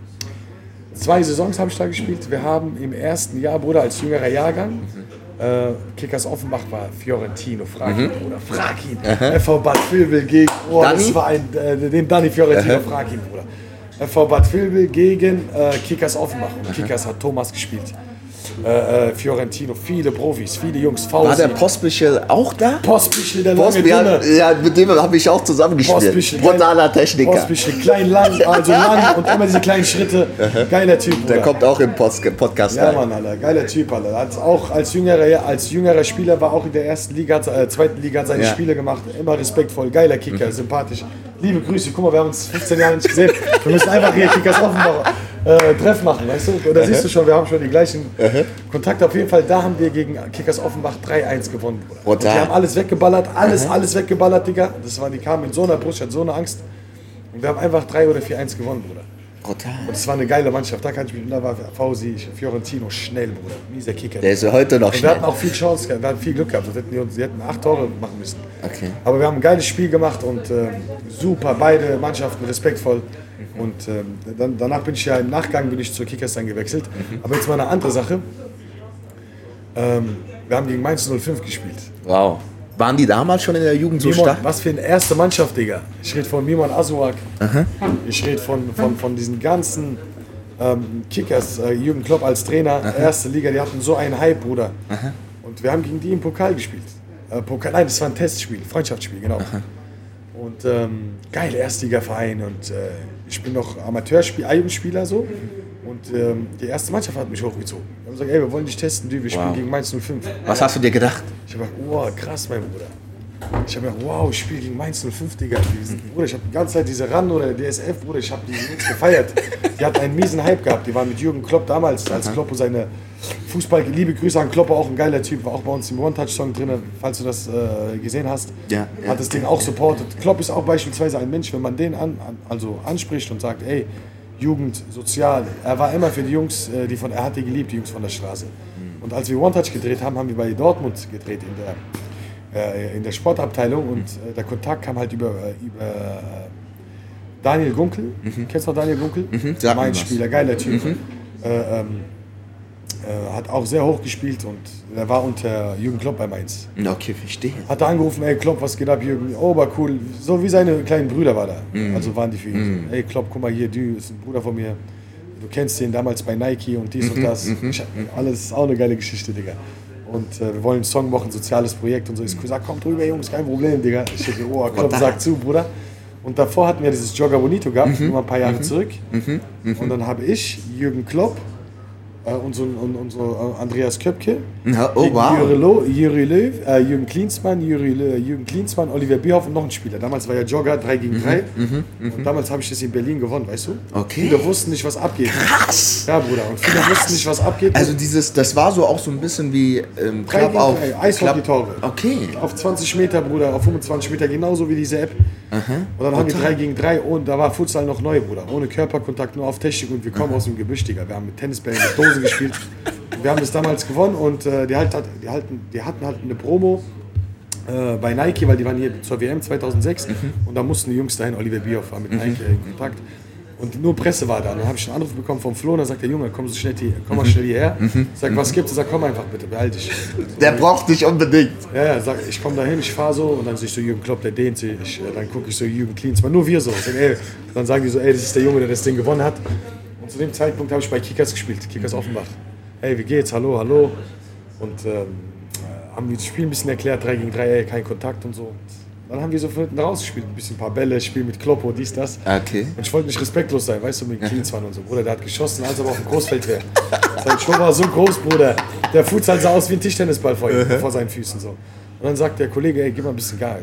2 Saisons habe ich da gespielt. Wir haben im ersten Jahr, Bruder, als jüngerer Jahrgang, Kickers Offenbach war Fiorentino, frag ihn, Bruder, frag ihn. FV Bad Vilbel gegen, das war den Danny Fiorentino, frag ihn, Bruder. FV Bad Vilbel gegen Kickers Offenbach. Und Kickers hat Thomas gespielt. Fiorentino, viele Profis, viele Jungs. War der Pospischl auch da? Pospischl, der lange Dünne. Ja, mit dem habe ich auch zusammengespielt. Brutaler Techniker. Pospischl, klein, lang, also lang und immer diese kleinen Schritte. Geiler Typ, Bruder. Der kommt auch im Podcast. Ja, Mann, Alter. Geiler Typ, Alter. Hat auch als jüngerer Spieler, war auch in der ersten Liga, zweiten Liga, hat seine Spiele gemacht. Immer respektvoll, geiler Kicker, sympathisch. Liebe Grüße, guck mal, wir haben uns 15 Jahre nicht gesehen. Wir müssen einfach hier Kickers Offenbach Treff machen, weißt du? Da siehst du schon, wir haben schon die gleichen Kontakte. Auf jeden Fall, da haben wir gegen Kickers Offenbach 3-1 gewonnen, Bruder. Und die haben alles weggeballert, alles weggeballert, Digga. Die kamen in so einer Brust, ich hatte so eine Angst. Und wir haben einfach 3 oder 4-1 gewonnen, Bruder. Brutal. Und es war eine geile Mannschaft. Da kann ich mich, da war Fausi, Fiorentino, schnell, Bruder. Mieser Kicker. Der ist ja heute noch schnell. Wir hatten auch viel Chance gehabt, wir hatten viel Glück gehabt. Sie hätten 8 Tore machen müssen. Okay. Aber wir haben ein geiles Spiel gemacht und super, beide Mannschaften respektvoll. Und danach bin ich ja im Nachgang zur Kickers dann gewechselt. Aber jetzt mal eine andere Sache. Wir haben gegen Mainz 05 gespielt. Wow. Waren die damals schon in der Jugend so stark? Was für eine erste Mannschaft, Digga. Ich rede von Mimon Asuak. Ich rede von diesen ganzen Kickers. Jürgen Klopp als Trainer, erste Liga, die hatten so einen Hype, Bruder. Und wir haben gegen die im Pokal gespielt. Nein, das war ein Testspiel, Freundschaftsspiel, genau. Und geil, Erstligaverein. Und ich bin noch Amateurspieler so. Und die erste Mannschaft hat mich hochgezogen. Wir haben gesagt, ey, wir wollen dich testen, wir spielen gegen Mainz 05. Was hast du dir gedacht? Ich habe gedacht, wow, krass, mein Bruder. Ich habe gedacht, wow, ich spiele gegen Mainz 05, Digga. Bruder, ich habe die ganze Zeit diese RAN oder DSF, Bruder, ich habe die nichts gefeiert. Die hatten einen miesen Hype gehabt. Die waren mit Jürgen Klopp damals, als Kloppo seine Fußball, liebe Grüße an Kloppo, auch ein geiler Typ, war auch bei uns im One-Touch-Song drin, falls du das gesehen hast. Hat das Ding auch supportet. Klopp ist auch beispielsweise ein Mensch, wenn man den anspricht und sagt, ey, Jugend, sozial. Er war immer für die Jungs, er hat die geliebt, die Jungs von der Straße. Und als wir One Touch gedreht haben, haben wir bei Dortmund gedreht in der Sportabteilung und der Kontakt kam halt über Daniel Gunkel. Kennst du noch Daniel Gunkel? Mein Spieler, geiler Typ. Hat auch sehr hoch gespielt und er war unter Jürgen Klopp bei Mainz. Okay, verstehe. Hat er angerufen, ey Klopp, was geht ab, Jürgen? Obercool. So wie seine kleinen Brüder war da. Also waren die für ihn. Ey Klopp, guck mal hier, du ist ein Bruder von mir. Du kennst den damals bei Nike und dies und das. Alles auch eine geile Geschichte, Digga. Und wir wollen einen Song machen, soziales Projekt und so. Ich sag, komm drüber, Jungs, kein Problem, Digga. Ich denke, oh, Klopp sagt zu, Bruder. Und davor hatten wir dieses Jogger Bonito gehabt, nur ein paar Jahre zurück. Und dann habe ich Jürgen Klopp und Andreas Köpke, Juri Löw, Jürgen Klinsmann, Oliver Bierhoff und noch ein Spieler. Damals war ja Jogger 3 gegen 3 und damals habe ich das in Berlin gewonnen, weißt du? Okay. Viele wussten nicht, was abgeht. Krass! Ja, Bruder, und viele wussten nicht, was abgeht. Also das war so auch so ein bisschen wie Club auf... Eishockey-Tore. Okay. Auf 20 Meter, Bruder, auf 25 Meter, genauso wie diese App. Und dann haben wir 3 gegen 3 und da war Futsal noch neu, Bruder. Ohne Körperkontakt, nur auf Technik und wir kommen aus dem Gebüsch, Digga. Wir haben mit Tennisbällen, mit Dosen gespielt. Wir haben das damals gewonnen und die hatten halt eine Promo bei Nike, weil die waren hier zur WM 2006 und da mussten die Jungs dahin, Oliver Bierhoff war mit Nike in Kontakt. Und nur Presse war da. Und dann habe ich einen Anruf bekommen vom Flo und dann sagt der Junge, komm mal schnell hierher. Sag, was gibt's? Sag, komm einfach bitte, beeil dich. Der braucht dich unbedingt. Ja, sag, ich komme dahin, ich fahre so und dann sehe ich so Jürgen Klopp, der dehnt sich. Dann gucke ich so Jürgen Klinsmann, nur wir so. Sag, dann sagen die so, ey, das ist der Junge, der das Ding gewonnen hat. Und zu dem Zeitpunkt habe ich bei Kickers gespielt, Kickers Offenbach. Hey, wie geht's? Hallo, hallo. Und haben das Spiel ein bisschen erklärt, 3 gegen 3, ey, kein Kontakt und so. Dann haben wir so von hinten rausgespielt, ein bisschen ein paar Bälle, Spiel mit Kloppo, dies, das. Okay. Und ich wollte nicht respektlos sein, weißt du, mit Klinsmann und so. Bruder, der hat geschossen, als ob er auf dem Großfeld wäre. Sein Schuh war so groß, Bruder. Der Futsal sah aus wie ein Tischtennisball vor seinen Füßen. So. Und dann sagt der Kollege, ey, gib mal ein bisschen Gas.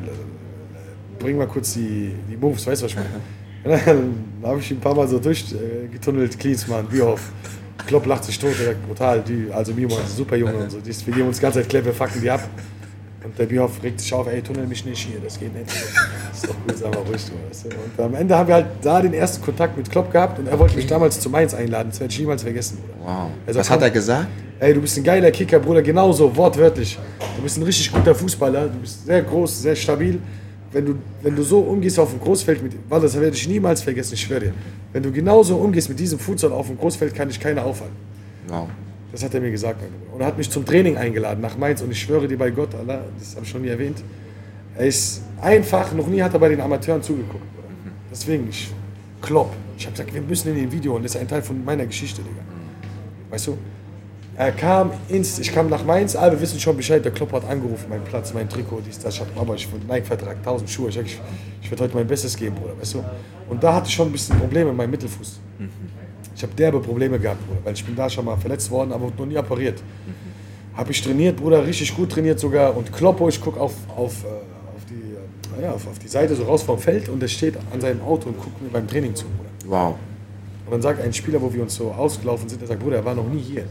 Bring mal kurz die Moves, weißt du, was ich meine? Und dann habe ich ihn ein paar Mal so durchgetunnelt, Klinsmann, Bierhoff. Klopp lacht sich tot, direkt brutal. Also Mimo, super Junge und so. Wir geben uns die ganze Zeit Kleppe, fucken die ab. Und der Bierhoff regt sich auf, ey, tunnel mich nicht hier, das geht nicht. Das ist doch gut, sag mal ruhig, weißt du. Und am Ende haben wir halt da den ersten Kontakt mit Klopp gehabt und er wollte mich damals zu Mainz einladen, das werde ich niemals vergessen, Bruder. Wow. Er sagt, was hat er gesagt? Ey, du bist ein geiler Kicker, Bruder, genauso, wortwörtlich. Du bist ein richtig guter Fußballer, du bist sehr groß, sehr stabil. Wenn du so umgehst auf dem Großfeld, das werde ich niemals vergessen, ich schwöre dir. Wenn du genauso umgehst mit diesem Futsal auf dem Großfeld, kann dich keiner aufhalten. Wow. Das hat er mir gesagt, mein Bruder. Und er hat mich zum Training eingeladen nach Mainz und ich schwöre dir bei Gott, Allah, das habe ich schon nie erwähnt, er ist einfach, noch nie hat er bei den Amateuren zugeguckt, Bruder. Deswegen, Klopp. Ich habe gesagt, wir müssen in den Video und das ist ein Teil von meiner Geschichte, Digga. Weißt du? Ich kam nach Mainz, alle wissen schon Bescheid, der Klopp hat angerufen, mein Platz, mein Trikot, dies, das, ich hab, aber ich wollte Nike-Vertrag, 1000 Schuhe, ich werde heute mein Bestes geben, Bruder, weißt du? Und da hatte ich schon ein bisschen Probleme mit meinem Mittelfuß. Ich habe derbe Probleme gehabt, Bruder, weil ich bin da schon mal verletzt worden, aber noch nie operiert. Habe ich trainiert, Bruder, richtig gut trainiert sogar und Kloppo, ich gucke auf die Seite so raus vom Feld und der steht an seinem Auto und guckt mir beim Training zu, Bruder. Wow. Und dann sagt ein Spieler, wo wir uns so ausgelaufen sind, der sagt, Bruder, er war noch nie hier.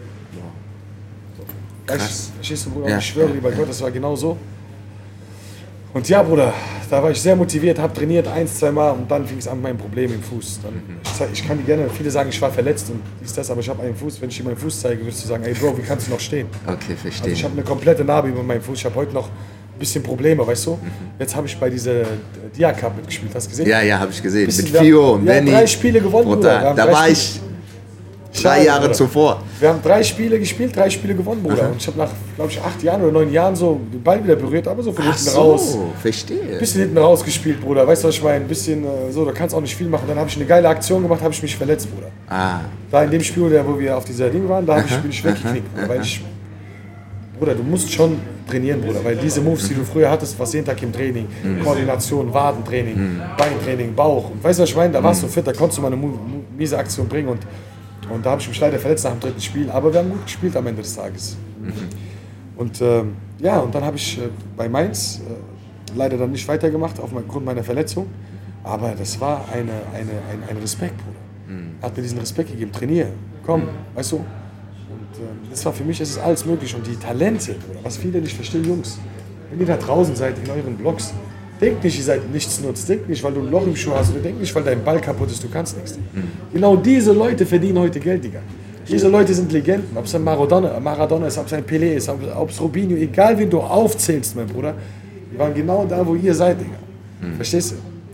Krass. Verstehst du, Bruder? Ja. Ich schwöre dir bei Gott, das war genau so. Und ja, Bruder, da war ich sehr motiviert, habe trainiert 1-2 Mal und dann fing es an mit meinem Problem im Fuß. Ich kann dir gerne, viele sagen, ich war verletzt und dies, das, aber ich habe einen Fuß, wenn ich dir meinen Fuß zeige, würdest du sagen, ey Bro, wie kannst du noch stehen? Okay, verstehe. Also ich habe eine komplette Narbe über meinen Fuß, ich habe heute noch ein bisschen Probleme, weißt du? Jetzt habe ich bei dieser Dia Cup mitgespielt, hast du gesehen? Ja, habe ich gesehen. Bisschen, mit Fio und Benny. Ja, 3 Spiele gewonnen, Bruder. Da war ich 3 Jahre zuvor. Wir haben 3 Spiele gespielt, 3 Spiele gewonnen, Bruder. Und ich habe nach, glaube ich, 8 Jahren oder 9 Jahren so den Ball wieder berührt, aber so von hinten raus. Verstehe. Bisschen hinten raus gespielt, Bruder. Weißt du, was ich meine? Ein bisschen so, da kannst auch nicht viel machen. Dann habe ich eine geile Aktion gemacht, habe ich mich verletzt, Bruder. Da in dem Spiel, wo wir auf dieser Ding waren, da bin ich weggeknickt, Bruder. Weil Bruder, du musst schon trainieren, Bruder. Weil diese Moves, die du früher hattest, was jeden Tag im Training, Koordination, Wadentraining, Beintraining, Bauch. Und weißt du, was ich meine? Da warst du fit, da konntest du mal eine miese Aktion bringen. Und da habe ich mich leider verletzt nach dem 3. Spiel, aber wir haben gut gespielt am Ende des Tages. Und und dann habe ich bei Mainz leider dann nicht weitergemacht aufgrund meiner Verletzung. Aber das war ein Respekt, Bruder. Er hat mir diesen Respekt gegeben, trainiere, komm, weißt du. Und das war für mich, es ist alles möglich. Und die Talente, Bruder, was viele nicht verstehen, Jungs, wenn ihr da draußen seid in euren Blogs, denkt nicht, ihr seid nichts nutzt. Denkt nicht, weil du ein Loch im Schuh hast. Oder denkt nicht, weil dein Ball kaputt ist, du kannst nichts. Genau diese Leute verdienen heute Geld, Digga. Diese Leute sind Legenden. Ob es ein Maradona ist, ob es ein Pelé ist, ob es Robinho, egal wen du aufzählst, mein Bruder. Die waren genau da, wo ihr seid, Digga. Verstehst du?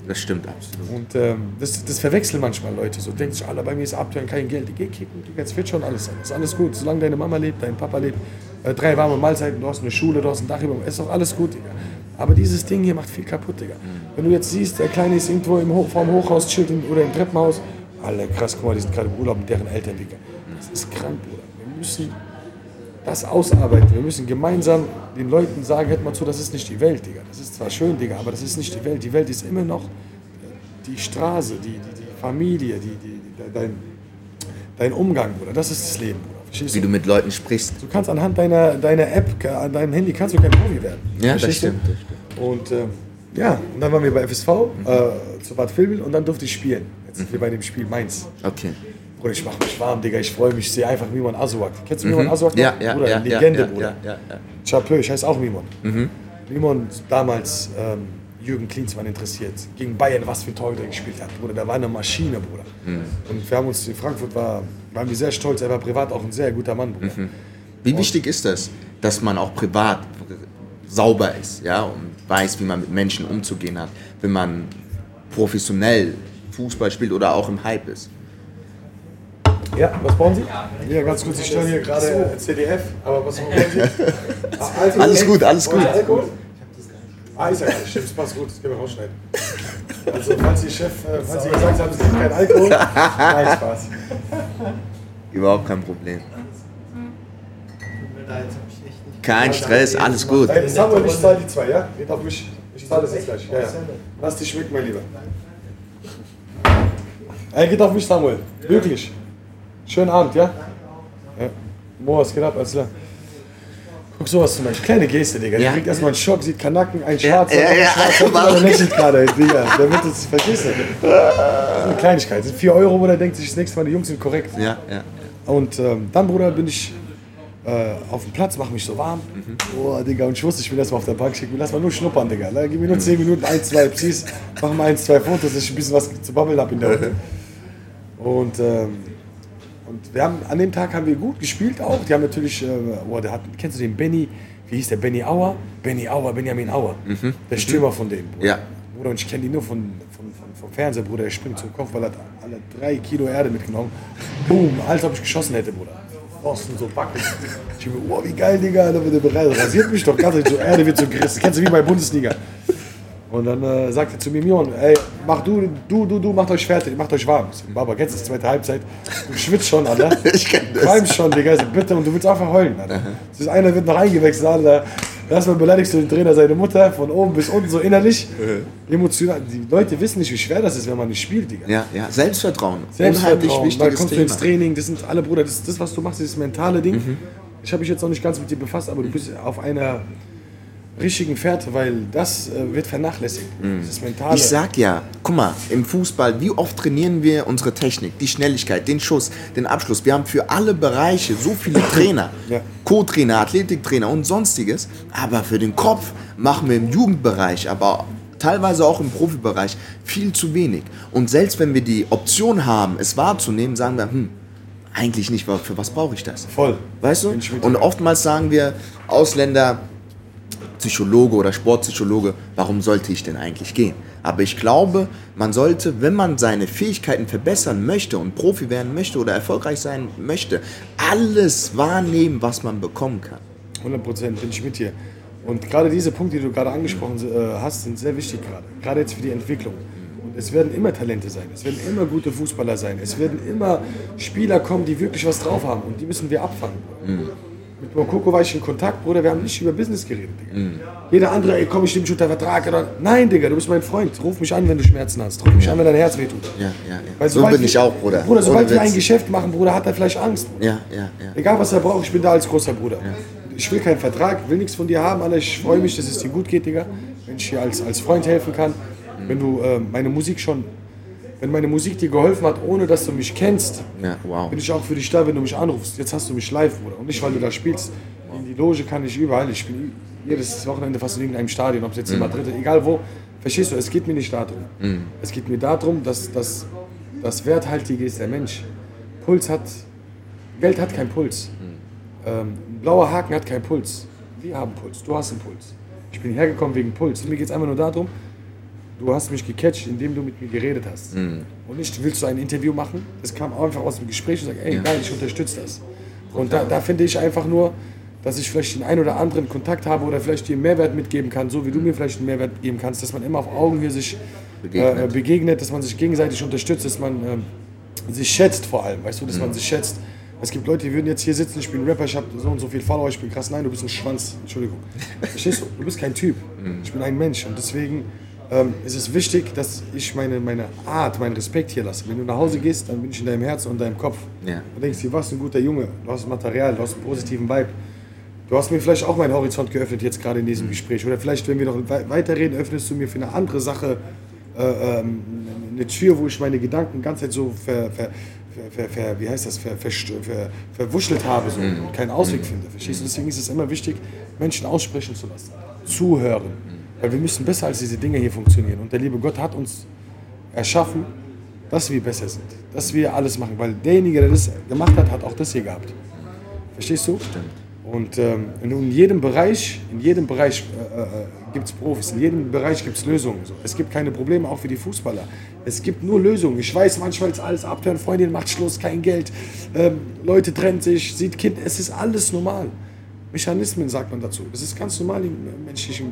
Das stimmt absolut. Und das verwechseln manchmal Leute. So denken sich, Alter, bei mir ist Abtören kein Geld. Geh kicken, jetzt wird schon alles sein. Ist alles gut. Solange deine Mama lebt, dein Papa lebt, 3 warme Mahlzeiten, du hast eine Schule, du hast ein Dach über, ist doch alles gut, Digga. Aber dieses Ding hier macht viel kaputt, Digga. Wenn du jetzt siehst, der Kleine ist irgendwo vorm Hochhaus chillt oder im Treppenhaus, Alter, krass, guck mal, die sind gerade im Urlaub mit deren Eltern, Digga. Das ist krank, Bruder. Wir müssen das ausarbeiten. Wir müssen gemeinsam den Leuten sagen, hört mal zu, das ist nicht die Welt, Digga. Das ist zwar schön, Digga, aber das ist nicht die Welt. Die Welt ist immer noch die Straße, die Familie, dein Umgang, Bruder. Das ist das Leben, Bruder. Verstehst Wie du mit Leuten sprichst. Du kannst anhand deiner App, an deinem Handy, kannst du kein Profi werden. Ja, das stimmt. Und und dann waren wir bei FSV, zu Bad Vilbel und dann durfte ich spielen. Jetzt sind wir bei dem Spiel Mainz. Okay. Bruder, ich mach mich warm, Digga, ich freue mich, ich sehe einfach Mimon Asuak. Kennst du Mimon Asuak? Ja, Bruder, Legende, Bruder. Ja. Chapeau, ich heiße auch Mimon. Mimon damals, Jürgen Klinsmann interessiert. Gegen Bayern, was für ein Tor der gespielt hat, Bruder. Da war eine Maschine, Bruder. Und wir haben uns in Frankfurt, waren wir sehr stolz. Er war privat auch ein sehr guter Mann, Bruder. Wie wichtig ist das, dass man auch privat sauber ist, ja, und weiß, wie man mit Menschen umzugehen hat, wenn man professionell Fußball spielt oder auch im Hype ist? Ja, was brauchen Sie? Ja, ganz kurz, ich stelle hier gerade CDF, aber was brauchen Sie? Alles gut, alles gut. Alkohol? Ist ja gar nicht, stimmt, das passt gut, das können wir rausschneiden. Also, falls Sie gesagt haben, es gibt keinen Alkohol, nein, Spaß. Überhaupt kein Problem. Kein Stress, alles gut. Samuel, ich zahle die 2, ja? Geht auf mich, ich zahle das jetzt gleich. Ja. Lass dich schmecken, mein Lieber. Ey, geht auf mich, Samuel, wirklich. Schönen Abend, ja? Ja. Was geht ab, alles klar. Guck sowas zum Beispiel, kleine Geste, Digga. Der kriegt erstmal einen Schock, sieht Kanacken, ein Schwarzer, der lächelt gerade, Digga. Der wird das, verstehst du? Das ist eine Kleinigkeit, das sind 4 Euro, Bruder, denkt sich das nächste Mal, die Jungs sind korrekt. Ja. Und dann, Bruder, bin ich auf dem Platz, mach mich so warm. Boah, Digga, und ich wusste, ich will erstmal auf der Bank schicken, lass mal nur schnuppern, Digga. Gib mir nur 10 Minuten, 1, 2 Psis, mach mal 1, 2 Fotos, dass ich ein bisschen was zu babbeln habe in der Hütte. Und wir haben, an dem Tag haben wir gut gespielt auch. Die haben natürlich, kennst du den Benny, wie hieß der, Benny Auer? Benjamin Auer, der Stürmer von denen, Bruder. Ja. Bruder, und ich kenne ihn nur vom Fernseher, Bruder. Er springt zum Kopf, weil er hat alle 3 Kilo Erde mitgenommen. Boom, als ob ich geschossen hätte, Bruder. Pfosten, so Backen. Ich denke mir, oh, wie geil, Digga, da wird er bereit. Rasiert mich doch ganz, so Erde wird so gerissen. Kennst du wie bei Bundesliga? Und dann sagt er zu mir, Mion, ey, mach du, macht euch fertig, macht euch warm. Baba, kennst du die zweite Halbzeit? Du schwitzt schon, Alter. Ich kenn das. Qualmst schon, Digga, bitte, und du willst einfach heulen, Alter. Das ist, einer wird noch eingewechselt, Alter. Erstmal beleidigst du den Trainer, seine Mutter, von oben bis unten, so innerlich. Emotional. Die Leute wissen nicht, wie schwer das ist, wenn man nicht spielt, Digga. Ja, Selbstvertrauen. Selbstvertrauen. Unheimlich Da wichtiges kommst du Thema. ins Training, das sind alle, Bruder, das, was du machst, dieses mentale Ding. Ich habe mich jetzt noch nicht ganz mit dir befasst, aber du bist auf einer richtigen Fährte, weil das wird vernachlässigt. Das mentale. Ich sag ja, guck mal, im Fußball, wie oft trainieren wir unsere Technik, die Schnelligkeit, den Schuss, den Abschluss. Wir haben für alle Bereiche so viele Trainer, Ja. Co-Trainer, Athletiktrainer und sonstiges. Aber für den Kopf machen wir im Jugendbereich, aber teilweise auch im Profibereich viel zu wenig. Und selbst wenn wir die Option haben, es wahrzunehmen, sagen wir, eigentlich nicht, für was brauche ich das? Voll. Weißt du? Bin ich mit Und dir. oftmals sagen wir, Ausländer, Psychologe oder Sportpsychologe, warum sollte ich denn eigentlich gehen? Aber ich glaube, man sollte, wenn man seine Fähigkeiten verbessern möchte und Profi werden möchte oder erfolgreich sein möchte, alles wahrnehmen, was man bekommen kann. 100% bin ich mit dir. Und gerade diese Punkte, die du gerade angesprochen hast, sind sehr wichtig gerade. Gerade jetzt für die Entwicklung. Und es werden immer Talente sein, es werden immer gute Fußballer sein, es werden immer Spieler kommen, die wirklich was drauf haben und die müssen wir abfangen. Mit Mokoko war ich in Kontakt, Bruder, wir haben nicht über Business geredet, Digga. Jeder andere, ey, komm, ich nehme dich unter Vertrag. Oder, nein, Digga, du bist mein Freund. Ruf mich an, wenn du Schmerzen hast. Ruf mich an, wenn dein Herz wehtut. Ja. Weil So bin ich auch, Bruder. Bruder, sobald Ohne wir ein Witz. Geschäft machen, Bruder, hat er vielleicht Angst. Ja. Egal, was er braucht, ich bin da als großer Bruder. Ich will keinen Vertrag, will nichts von dir haben, Alter. Ich freue mich, dass es dir gut geht, Digga. Wenn ich dir als Freund helfen kann. Wenn du wenn meine Musik dir geholfen hat, ohne dass du mich kennst, Ja, wow. bin ich auch für dich da, wenn du mich anrufst. Jetzt hast du mich live, Bruder. Und nicht, weil du da spielst. In die Loge kann ich überall. Ich bin jedes Wochenende fast in irgendeinem Stadion, ob es jetzt in Madrid ist, egal wo. Verstehst du, es geht mir nicht darum. Es geht mir darum, dass das Werthaltige ist der Mensch. Geld hat keinen Puls. Ein blauer Haken hat keinen Puls. Wir haben Puls, du hast einen Puls. Ich bin hergekommen wegen Puls. Und mir geht es einfach nur darum, du hast mich gecatcht, indem du mit mir geredet hast. Und nicht, willst du ein Interview machen? Das kam einfach aus dem Gespräch und sagt, ey, geil, ich unterstütze das. Und da finde ich einfach nur, dass ich vielleicht den einen oder anderen Kontakt habe oder vielleicht dir einen Mehrwert mitgeben kann, so wie du mir vielleicht einen Mehrwert geben kannst, dass man immer auf Augenhöhe sich begegnet, dass man sich gegenseitig unterstützt, dass man sich schätzt vor allem, weißt du, dass man sich schätzt. Es gibt Leute, die würden jetzt hier sitzen, ich bin ein Rapper, ich habe so und so viel Follower, ich bin krass. Nein, du bist ein Schwanz, Entschuldigung. Verstehst du? Du bist kein Typ, ich bin ein Mensch und deswegen ist es wichtig, dass ich meine Art, meinen Respekt hier lasse. Wenn du nach Hause gehst, dann bin ich in deinem Herzen und deinem Kopf. Ja. Du denkst, du warst ein guter Junge, du hast Material, du hast einen positiven Vibe. Du hast mir vielleicht auch meinen Horizont geöffnet jetzt gerade in diesem Gespräch. Oder vielleicht, wenn wir noch weiterreden, öffnest du mir für eine andere Sache eine Tür, wo ich meine Gedanken die ganze Zeit so verwuschelt habe so, und keinen Ausweg finde. Verstehst du? Deswegen ist es immer wichtig, Menschen aussprechen zu lassen, zuhören. Weil wir müssen besser als diese Dinge hier funktionieren. Und der liebe Gott hat uns erschaffen, dass wir besser sind. Dass wir alles machen. Weil derjenige, der das gemacht hat, hat auch das hier gehabt. Verstehst du? Stimmt. Und in jedem Bereich gibt es Profis, in jedem Bereich gibt es Lösungen. So. Es gibt keine Probleme, auch für die Fußballer. Es gibt nur Lösungen. Ich weiß, manchmal ist alles abtören, Freundin macht Schluss, kein Geld, Leute trennen sich, sieht Kind, es ist alles normal. Mechanismen sagt man dazu. Das ist ganz normal im menschlichen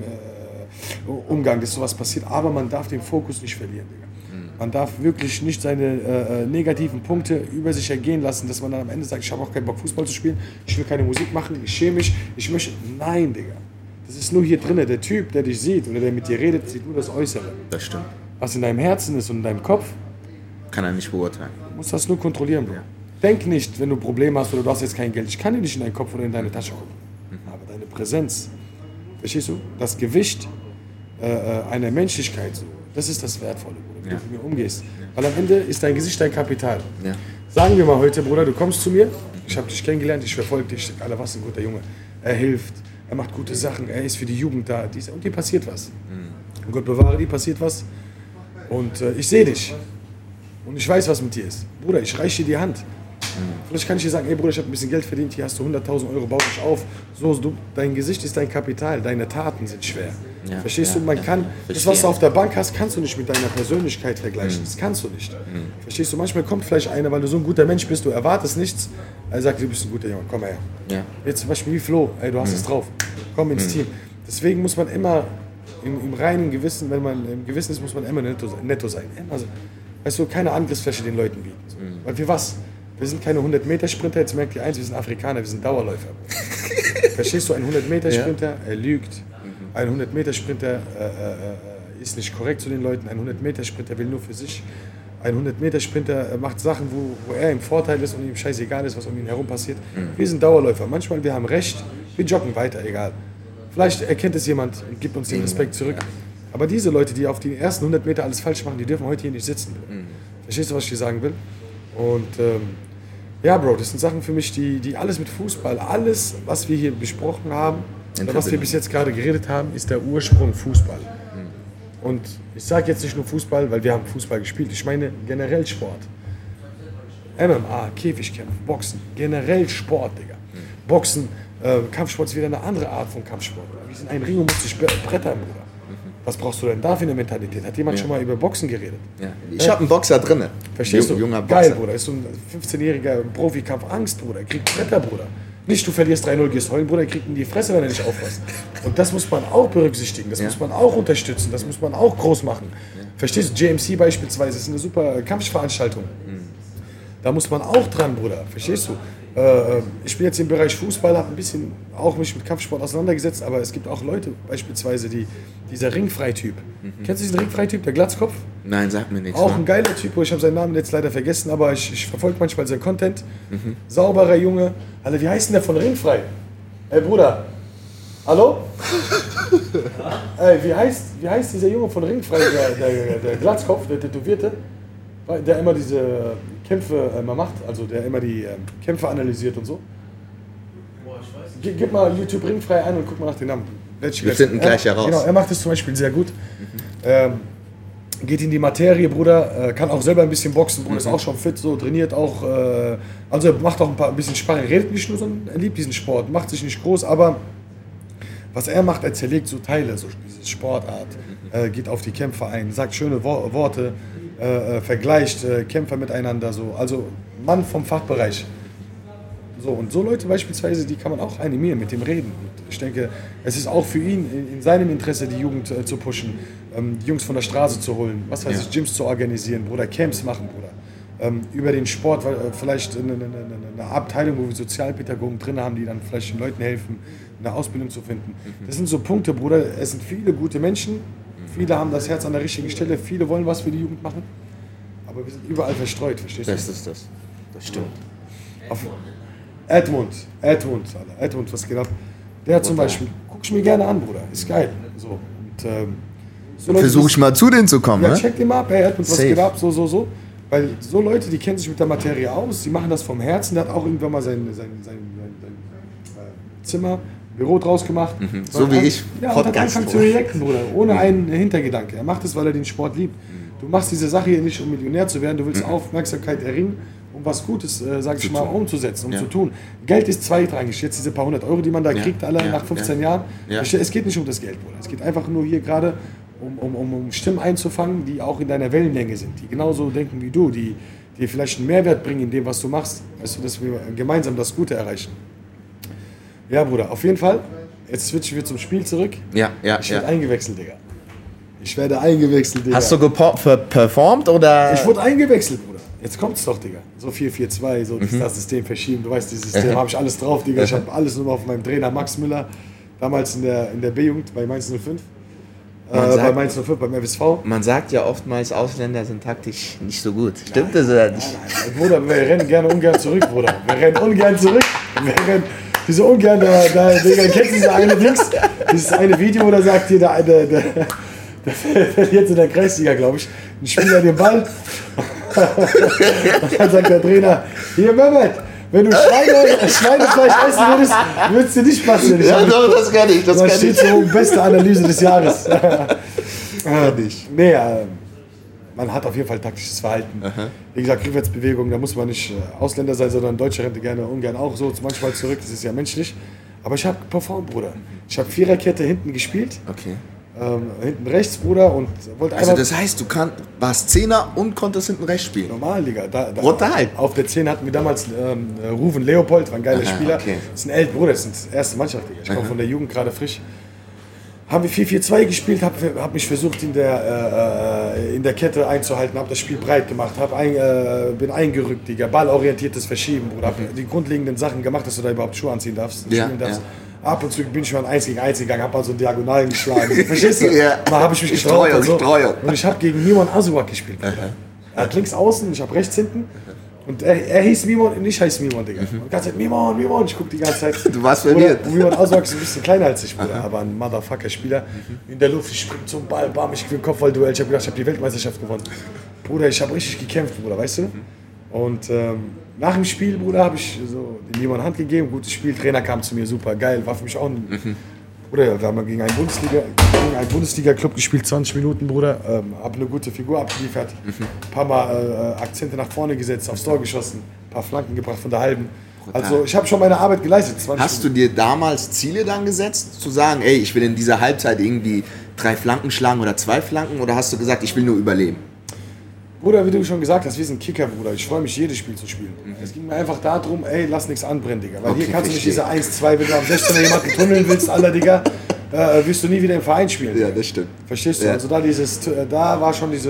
Umgang, dass sowas passiert, aber man darf den Fokus nicht verlieren, Digga. Man darf wirklich nicht seine negativen Punkte über sich ergehen lassen, dass man dann am Ende sagt, ich habe auch keinen Bock Fußball zu spielen, ich will keine Musik machen, ich schäme mich, ich möchte... Nein, Digga. Das ist nur hier drin. Der Typ, der dich sieht oder der mit dir redet, sieht nur das Äußere. Das stimmt. Was in deinem Herzen ist und in deinem Kopf, kann er nicht beurteilen. Du musst das nur kontrollieren, Bro. Ja. Denk nicht, wenn du Probleme hast oder du hast jetzt kein Geld, ich kann dir nicht in deinen Kopf oder in deine Tasche gucken. Aber deine Präsenz, verstehst du? Das Gewicht einer Menschlichkeit, so, das ist das Wertvolle, Bruder, wie du mit mir umgehst. Weil am Ende ist dein Gesicht dein Kapital. Ja. Sagen wir mal heute, Bruder, du kommst zu mir, ich habe dich kennengelernt, ich verfolge dich, Alter, was ein guter Junge. Er hilft, er macht gute Sachen, er ist für die Jugend da, und dir passiert was. Und Gott bewahre, dir passiert was. Und ich sehe dich. Und ich weiß, was mit dir ist. Bruder, ich reiche dir die Hand. Vielleicht kann ich dir sagen, ey Bruder, ich habe ein bisschen Geld verdient, hier hast du 100.000 Euro, bau dich auf. So, dein Gesicht ist dein Kapital, deine Taten sind schwer. Ja, verstehst du? Man kann, das, was du auf der Bank hast, kannst du nicht mit deiner Persönlichkeit vergleichen. Das kannst du nicht. Verstehst du? Manchmal kommt vielleicht einer, weil du so ein guter Mensch bist, du erwartest nichts. Er sagt, du bist ein guter Junge, komm mal her. Ja. Jetzt zum Beispiel wie Flo, ey, du hast es drauf. Komm ins Team. Deswegen muss man immer im reinen Gewissen, wenn man im Gewissen ist, muss man immer netto sein. Also, weißt du, keine Angriffsfläche den Leuten bieten. Weil für was? Wir sind keine 100-Meter-Sprinter, jetzt merkt ihr eins, wir sind Afrikaner, wir sind Dauerläufer. Verstehst du, ein 100-Meter-Sprinter, er lügt. Ein 100-Meter-Sprinter ist nicht korrekt zu den Leuten. Ein 100-Meter-Sprinter will nur für sich. Ein 100-Meter-Sprinter macht Sachen, wo er im Vorteil ist und ihm scheißegal ist, was um ihn herum passiert. Wir sind Dauerläufer. Manchmal, wir haben recht, wir joggen weiter, egal. Vielleicht erkennt es jemand und gibt uns den Respekt zurück. Aber diese Leute, die auf die ersten 100 Meter alles falsch machen, die dürfen heute hier nicht sitzen. Verstehst du, was ich dir sagen will? Und ja, Bro, das sind Sachen für mich, die alles mit Fußball, alles, was wir hier besprochen haben, was wir bis jetzt gerade geredet haben, ist der Ursprung Fußball. Und ich sage jetzt nicht nur Fußball, weil wir haben Fußball gespielt, ich meine generell Sport. MMA, Käfigkämpfen, Boxen, generell Sport, Digga. Boxen, Kampfsport ist wieder eine andere Art von Kampfsport. Wir sind ein Ring und musst dich brettern, Bruder. Was brauchst du denn da für eine Mentalität? Hat jemand schon mal über Boxen geredet? Ja. Ich habe einen Boxer drin. Verstehst du? Junger Boxer. Geil, Bruder. Ist so ein 15-jähriger Profikampf Angst, Bruder. Er kriegt Bretter, Bruder. Nicht, du verlierst 3-0, gehst heulen, Bruder, er kriegt in die Fresse, wenn er nicht aufpasst. Und das muss man auch berücksichtigen, das muss man auch unterstützen, das muss man auch groß machen. Verstehst du? JMC beispielsweise ist eine super Kampfveranstaltung. Da muss man auch dran, Bruder. Verstehst du? Ich bin jetzt im Bereich Fußball, habe ein bisschen auch mich mit Kampfsport auseinandergesetzt, aber es gibt auch Leute, beispielsweise dieser Ringfrei-Typ. Kennst du diesen Ringfrei-Typ, der Glatzkopf? Nein, sag mir nichts. Auch ein geiler Typ, ich habe seinen Namen jetzt leider vergessen, aber ich verfolge manchmal seinen Content. Sauberer Junge. Alter, wie heißt denn der von Ringfrei? Ey, Bruder. Hallo? Ey, wie heißt dieser Junge von Ringfrei, der Glatzkopf, der Tätowierte? Der immer diese Kämpfe macht, also der immer die Kämpfe analysiert und so. Boah, ich weiß nicht. Gib mal YouTube Ringfrei ein und guck mal nach den Namen. Wir finden gleich heraus. Genau, er macht es zum Beispiel sehr gut. Geht in die Materie, Bruder, kann auch selber ein bisschen boxen, Bruder, ist auch schon fit, so trainiert auch, also er macht auch ein bisschen Sparring, redet nicht nur, sondern er liebt diesen Sport, macht sich nicht groß, aber was er macht, er zerlegt so Teile, so diese Sportart, geht auf die Kämpfer ein, sagt schöne Worte, vergleicht Kämpfer miteinander. So. Also Mann vom Fachbereich. So, und so Leute beispielsweise, die kann man auch animieren, mit dem reden. Und ich denke, es ist auch für ihn in seinem Interesse, die Jugend zu pushen, die Jungs von der Straße zu holen, was weiß ich, Gyms zu organisieren, Bruder, Camps machen, Bruder. Über den Sport, vielleicht eine Abteilung, wo wir Sozialpädagogen drin haben, die dann vielleicht den Leuten helfen, eine Ausbildung zu finden. Das sind so Punkte, Bruder, es sind viele gute Menschen, viele haben das Herz an der richtigen Stelle, viele wollen was für die Jugend machen, aber wir sind überall verstreut, verstehst du? Das ist das. Das stimmt. Edmund, was geht ab? Der zum Beispiel, guck ich mir gerne an, Bruder, ist geil. So, und, so versuche ich mal zu denen zu kommen. Ja, ne? check den mal ab, hey Edmund, was geht ab, so. Weil so Leute, die kennen sich mit der Materie aus, die machen das vom Herzen, der hat auch irgendwann mal sein Zimmer, Büro draus gemacht. So wie ich, ja, und hat angefangen zu reacten, Bruder, ohne einen Hintergedanke. Er macht es, weil er den Sport liebt. Du machst diese Sache hier nicht, um Millionär zu werden, du willst Aufmerksamkeit erringen, um was Gutes, sag ich mal, umzusetzen, zu tun. Geld ist zweitrangig, jetzt diese paar 100 Euro, die man da kriegt, alle nach 15 Jahren. Es geht nicht um das Geld, Bruder. Es geht einfach nur hier gerade um Stimmen einzufangen, die auch in deiner Wellenlänge sind, die genauso denken wie du, die vielleicht einen Mehrwert bringen in dem, was du machst. Weißt du, dass wir gemeinsam das Gute erreichen. Ja, Bruder, auf jeden Fall. Jetzt switchen wir zum Spiel zurück. Ich werde eingewechselt, Digga. Hast du performt oder? Ich wurde eingewechselt, Bruder. Jetzt kommt's doch, Digga. So 4-4-2, so das System verschieben. Du weißt, dieses System habe ich alles drauf, Digga. Ich habe alles nur auf meinem Trainer Max Müller, damals in der B-Jugend bei Mainz 05. Bei Mainz 05, beim FSV. Man sagt ja oftmals, Ausländer sind taktisch nicht so gut. Stimmt das oder nicht? Nein. Bruder, wir rennen gerne ungern zurück, Bruder. Wir rennen ungern zurück. Diese ungern, Digga, kennst du diese eine Dings? Dieses eine Video, wo da sagt hier, der fällt jetzt in der Kreisliga, glaube ich, ein Spieler den Ball. Und dann sagt der Trainer, hier Mehmet, wenn du Schweinefleisch essen würdest du nicht passieren. Ja, das kann ich. Das steht so, beste Analyse des Jahres. Nee, man hat auf jeden Fall taktisches Verhalten. Wie gesagt, Rückwärtsbewegung, da muss man nicht Ausländer sein, sondern Deutsche rennt gerne ungern auch so manchmal zurück, das ist ja menschlich. Aber ich habe performt, Bruder. Ich habe Viererkette hinten gespielt. Okay. Hinten rechts, Bruder, und wollte einfach... Also das heißt, du warst Zehner und konntest hinten rechts spielen? Normal, Digga. Brutal. Auf der 10 hatten wir damals Ruven Leopold, war ein geiler Spieler. Okay. Das ist ein Bruder, das ist die erste Mannschaft, Digga. Ich komme von der Jugend gerade frisch. Haben wir 4-4-2 gespielt, hab mich versucht in der Kette einzuhalten, habe das Spiel breit gemacht, bin eingerückt, Digga. Ballorientiertes Verschieben, Bruder. Hab die grundlegenden Sachen gemacht, dass du da überhaupt Schuhe anziehen darfst. Spielen darfst. Ab und zu bin ich mal 1 gegen 1 gegangen, hab mal so Diagonalen geschlagen. Verstehst du? Mal habe ich mich getraut und so. Und ich habe gegen Mimon Asuak gespielt. Er hat links außen, ich habe rechts hinten. Und er hieß Mimon und ich heiße Mimon, Digga. Und die ganze Zeit Mimon. Ich guck die ganze Zeit. Du warst verwirrt. Und Mimon Asuak ist ein bisschen kleiner als ich, Bruder. Aber ein Motherfucker-Spieler. In der Luft, ich spring zum Ball, bam, ich gewinne Kopfballduell. Ich habe gedacht, ich habe die Weltmeisterschaft gewonnen. Bruder, ich habe richtig gekämpft, Bruder, weißt du? Und nach dem Spiel, Bruder, habe ich so dem jemand Hand gegeben, gutes Spiel, Trainer kam zu mir, super geil, war für mich auch ein... Bruder, wir haben gegen einen Bundesliga-Club gespielt, 20 Minuten, Bruder, habe eine gute Figur abgeliefert, ein paar Mal Akzente nach vorne gesetzt, aufs Tor geschossen, ein paar Flanken gebracht von der halben. Also ich habe schon meine Arbeit geleistet. Hast du dir damals Ziele dann gesetzt, zu sagen, ey, ich will in dieser Halbzeit irgendwie 3 Flanken schlagen oder 2 Flanken, oder hast du gesagt, ich will nur überleben? Bruder, wie du schon gesagt hast, wir sind Kicker, Bruder. Ich freue mich, jedes Spiel zu spielen. Es ging mir einfach darum, ey, lass nichts anbrennen, Digga. Weil hier kannst du nicht diese 1-2, wenn du am 16er jemanden tunneln willst, Alter, Digga, wirst du nie wieder im Verein spielen. Ja, das stimmt. Verstehst du? Ja. Also da war schon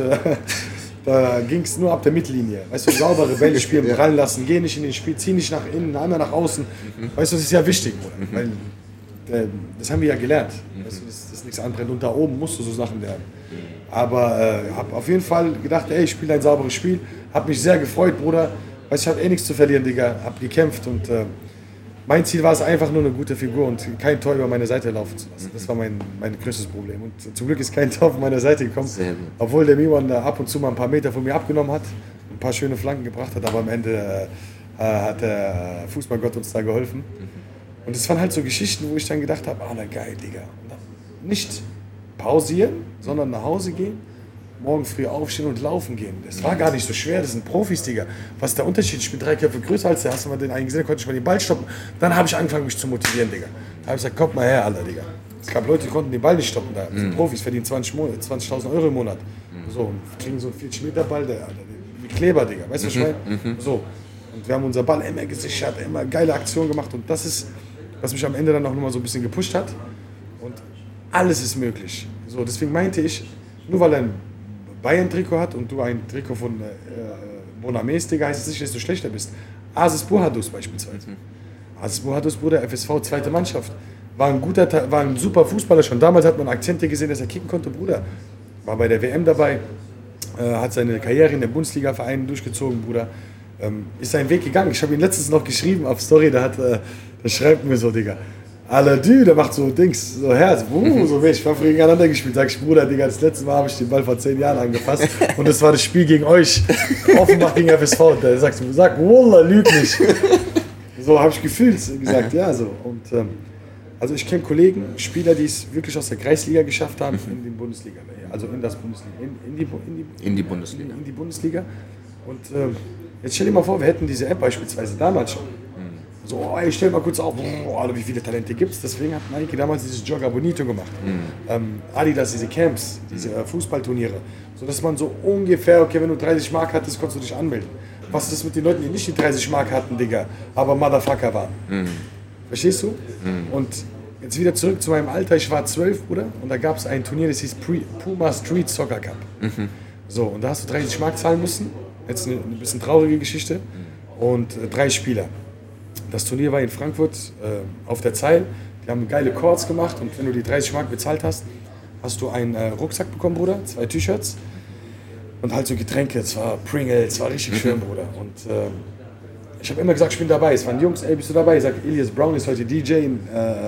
da ging es nur ab der Mittellinie. Weißt du, saubere Bälle spielen, prallen lassen, geh nicht in den Spiel, zieh nicht nach innen, einmal nach außen. Weißt du, das ist ja wichtig, Bruder. Weil das haben wir ja gelernt. Weißt du, dass nichts anbrennt. Und da oben musst du so Sachen lernen. Aber habe auf jeden Fall gedacht, ey, ich spiele ein sauberes Spiel. Habe mich sehr gefreut, Bruder. Weißt du, ich habe nichts zu verlieren, Digga. Habe gekämpft und mein Ziel war es einfach nur eine gute Figur und kein Tor über meine Seite laufen zu lassen. Das war mein größtes Problem. Und zum Glück ist kein Tor von meiner Seite gekommen. Obwohl der Miman ab und zu mal ein paar Meter von mir abgenommen hat, ein paar schöne Flanken gebracht hat, aber am Ende hat der Fußballgott uns da geholfen. Und es waren halt so Geschichten, wo ich dann gedacht habe, na geil, Digga. Nicht pausieren, sondern nach Hause gehen, morgen früh aufstehen und laufen gehen. Das war gar nicht so schwer, das sind Profis, Digga. Was ist der Unterschied? Ich bin 3 Köpfe größer als der, hast du mal den einen gesehen, konnte ich mal den Ball stoppen. Dann habe ich angefangen, mich zu motivieren, Digga. Da habe ich gesagt, kommt mal her, Alter, Digga. Es gab Leute, die konnten den Ball nicht stoppen. Da sind Profis, verdienen 20.000 Euro im Monat. So, und kriegen so einen 40-Meter-Ball, wie Kleber, Digga. Weißt du, was ich meine? So. Und wir haben unser Ball immer gesichert, immer geile Aktionen gemacht. Und das ist, was mich am Ende dann auch nochmal so ein bisschen gepusht hat. Und alles ist möglich. So, deswegen meinte ich, nur weil er ein Bayern-Trikot hat und du ein Trikot von Monames, Digga, heißt es nicht, dass du schlechter bist. Asis Buhadus beispielsweise. Asis Buhadus, Bruder, FSV, zweite Mannschaft. War ein super Fußballer schon. Damals hat man Akzente gesehen, dass er kicken konnte, Bruder. War bei der WM dabei, hat seine Karriere in den Bundesliga-Vereinen durchgezogen, Bruder. Ist seinen Weg gegangen. Ich habe ihn letztens noch geschrieben auf Story, da schreibt mir so, Digga. Aladü, der macht so Dings, so Herz, so ich war früher gegeneinander gespielt. Sag ich, Bruder, Digga, das letzte Mal habe ich den Ball vor 10 Jahren angefasst und das war das Spiel gegen euch, Offenbach gegen FSV. Und der sagt, Wallah, lüg nicht. So habe ich gefühlt, gesagt, ja, so. Und also ich kenne Kollegen, Spieler, die es wirklich aus der Kreisliga geschafft haben, in die Bundesliga, also in das Bundesliga, in die Bundesliga. In die Bundesliga. Und jetzt stell dir mal vor, wir hätten diese App beispielsweise damals schon. So, oh, ey, stell mal kurz auf, wie viele Talente gibt es. Deswegen hat Nike damals dieses Jogger Bonito gemacht. Adidas, diese Camps, diese Fußballturniere. So dass man so ungefähr, okay, wenn du 30 Mark hattest, konntest du dich anmelden. Was ist mit den Leuten, die nicht die 30 Mark hatten, Digga, aber Motherfucker waren? Verstehst du? Und jetzt wieder zurück zu meinem Alter. Ich war 12, Bruder, und da gab es ein Turnier, das hieß Puma Street Soccer Cup. So, und da hast du 30 Mark zahlen müssen. Jetzt eine bisschen traurige Geschichte. Und 3 Spieler. Das Turnier war in Frankfurt auf der Zeil. Die haben geile Chords gemacht und wenn du die 30 Mark bezahlt hast, hast du einen Rucksack bekommen, Bruder, 2 T-Shirts und halt so Getränke. Es war Pringles, es war richtig schön, Bruder. Und ich habe immer gesagt, ich bin dabei. Es waren Jungs, ey, bist du dabei? Ich sage, Elias Brown ist heute DJ in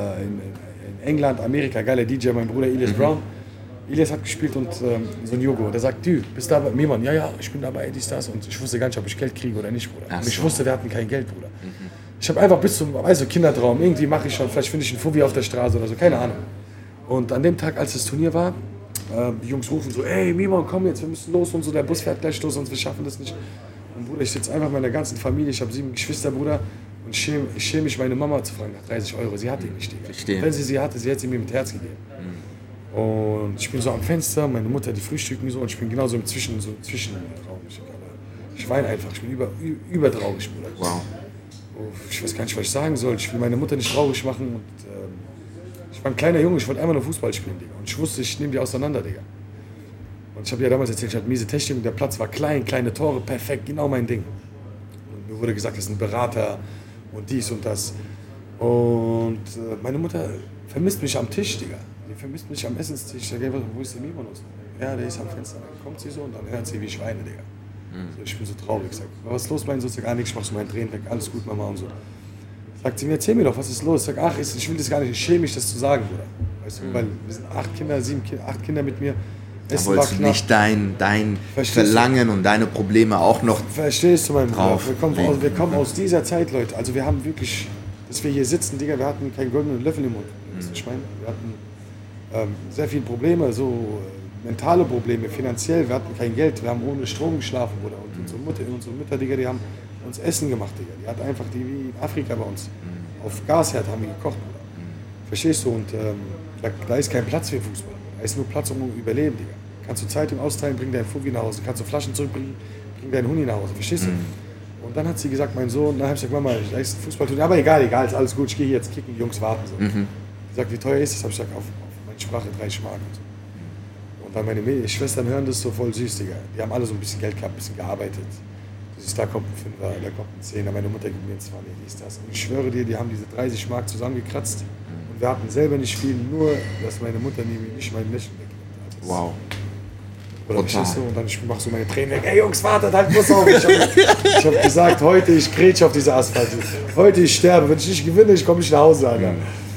England, Amerika, geiler DJ, mein Bruder Elias Brown. Elias hat gespielt und so ein Jogo. Der sagt, du, bist du dabei? Miman, ja, ich bin dabei, dies, das. Und ich wusste gar nicht, ob ich Geld kriege oder nicht, Bruder. Und ich wusste, wir hatten kein Geld, Bruder. Ich habe einfach bis zum Kindertraum, irgendwie mache ich schon, vielleicht finde ich einen Fuffi auf der Straße oder so, keine Ahnung. Und an dem Tag, als das Turnier war, die Jungs rufen so, ey Miman, komm jetzt, wir müssen los und so, der Bus fährt gleich los, sonst wir schaffen das nicht. Und Bruder, ich sitze einfach mit meiner ganzen Familie, ich habe 7 Geschwister, Bruder, und ich schäme mich, meine Mama zu fragen nach 30 Euro. Sie hatte ihn nicht, Digga. Wenn sie hatte, sie hätte sie mir mit Herz gegeben. Und ich bin so am Fenster, meine Mutter, die frühstücken so, und ich bin genau so im Zwischenraum. Ich weine einfach, ich bin übertraurig, Bruder. Wow. Ich weiß gar nicht, was ich sagen soll. Ich will meine Mutter nicht traurig machen. Und, ich war ein kleiner Junge, ich wollte einfach nur Fußball spielen, Digga. Und ich wusste, ich nehme die auseinander, Digga. Und ich habe ja damals erzählt, ich hatte miese Technik, der Platz war klein, kleine Tore, perfekt, genau mein Ding. Und mir wurde gesagt, das ist ein Berater und dies und das. Und meine Mutter vermisst mich am Tisch, Digga. Die vermisst mich am Essenstisch. Ich sage, wo ist der Miman? Ja, der ist am Fenster. Dann kommt sie so und dann hört sie, wie ich weine, Digga. So, ich bin so traurig. Ich sag, was ist los, mein Sohn? Ich sag, nichts, ich mach so meinen Tränen weg. Alles gut, Mama und so. Sagt sie mir, erzähl mir doch, was ist los? Ich sag, ich will das gar nicht, ich schäme mich, das zu sagen, Bruder. Weißt du, weil wir sind 8 Kinder, 8 Kinder mit mir. Da wolltest du nicht dein Verlangen und deine Probleme auch noch Verstehst du, mein Bruder? Wir kommen aus dieser Zeit, Leute. Also wir haben wirklich, dass wir hier sitzen, Digga, wir hatten keinen goldenen Löffel im Mund. Ich meine, wir hatten sehr viele Probleme, so mentale Probleme, finanziell, wir hatten kein Geld, wir haben ohne Strom geschlafen, Bruder. Und unsere Mütter, Digga, die haben uns Essen gemacht, Digga. Die hat einfach, wie in Afrika bei uns, auf Gasherd haben wir gekocht, Bruder. Verstehst du? Und da ist kein Platz für Fußball. Da ist nur Platz, um zu überleben, Digga. Kannst du Zeitung austeilen, bring deinen Fuffi nach Hause. Kannst du Flaschen zurückbringen, bring deinen Huni nach Hause. Verstehst du? Und dann hat sie gesagt, mein Sohn, dann habe ich gesagt, Mama, da ist ein Fußballturnier. Aber egal, ist alles gut, ich gehe jetzt kicken, die Jungs warten. So. Sie sagt, wie teuer ist das? Habe ich gesagt, auf meine Sprache 30 Mark. Und so. Und dann meine Schwestern hören das so voll süß, Digga. Die haben alle so ein bisschen Geld gehabt, ein bisschen gearbeitet. Da kommt ein Fünfer, da kommt ein Zehner, meine Mutter gibt mir einen 20, dies, das. Und ich schwöre dir, die haben diese 30 Mark zusammengekratzt. Und wir hatten selber nicht viel, nur, dass meine Mutter nicht mein Lächeln wegnimmt. Also wow. Oder verstehst du? Und dann mache so meine Tränen weg. Ey Jungs, wartet, halt, Bus auf. Ich hab gesagt, heute ich grätsche auf diese Asphalt. Heute ich sterbe. Wenn ich nicht gewinne, ich komme nicht nach Hause, Alter.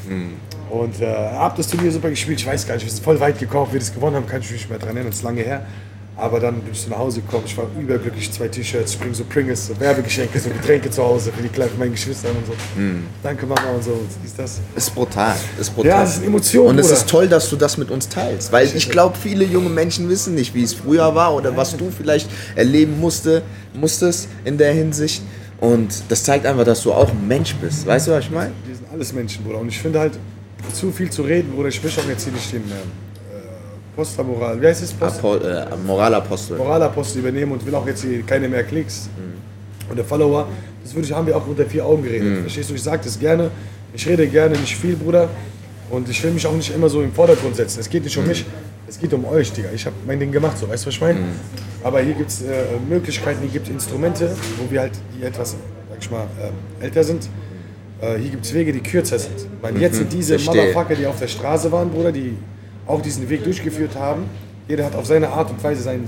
Und hab das Turnier super gespielt. Ich weiß gar nicht, wir sind voll weit gekommen. Wie wir das gewonnen haben, kann ich mich nicht mehr dran erinnern. Das ist lange her. Aber dann bin ich so nach Hause gekommen. Ich war überglücklich. 2 T-Shirts, bringe so Pringles, so Werbegeschenke, so Getränke zu Hause für meine Geschwister und so. Danke Mama und so. Ist das? Ist brutal. Ja, das ist Emotion. Und es ist toll, dass du das mit uns teilst. Weil ich glaube, viele junge Menschen wissen nicht, wie es früher war oder was du vielleicht erleben musstest in der Hinsicht. Und das zeigt einfach, dass du auch ein Mensch bist. Weißt du, was ich meine? Wir sind alles Menschen, Bruder. Und ich finde halt, zu viel zu reden, Bruder. Ich möchte auch jetzt hier nicht den Postermoral, wie heißt es? Moralapostel. Moralapostel übernehmen und will auch jetzt hier keine mehr Klicks oder Follower. Das haben wir auch unter 4 Augen geredet. Verstehst du? Ich sage das gerne. Ich rede gerne, nicht viel, Bruder. Und ich will mich auch nicht immer so im Vordergrund setzen. Es geht nicht um mich, es geht um euch, Digga. Ich habe mein Ding gemacht, so, weißt du, was ich meine? Aber hier gibt es Möglichkeiten, hier gibt es Instrumente, wo wir halt, die etwas, sag ich mal, älter sind. Hier gibt es Wege, die kürzer sind. Weil jetzt sind diese Motherfucker, die auf der Straße waren, Bruder, die auch diesen Weg durchgeführt haben. Jeder hat auf seine Art und Weise sein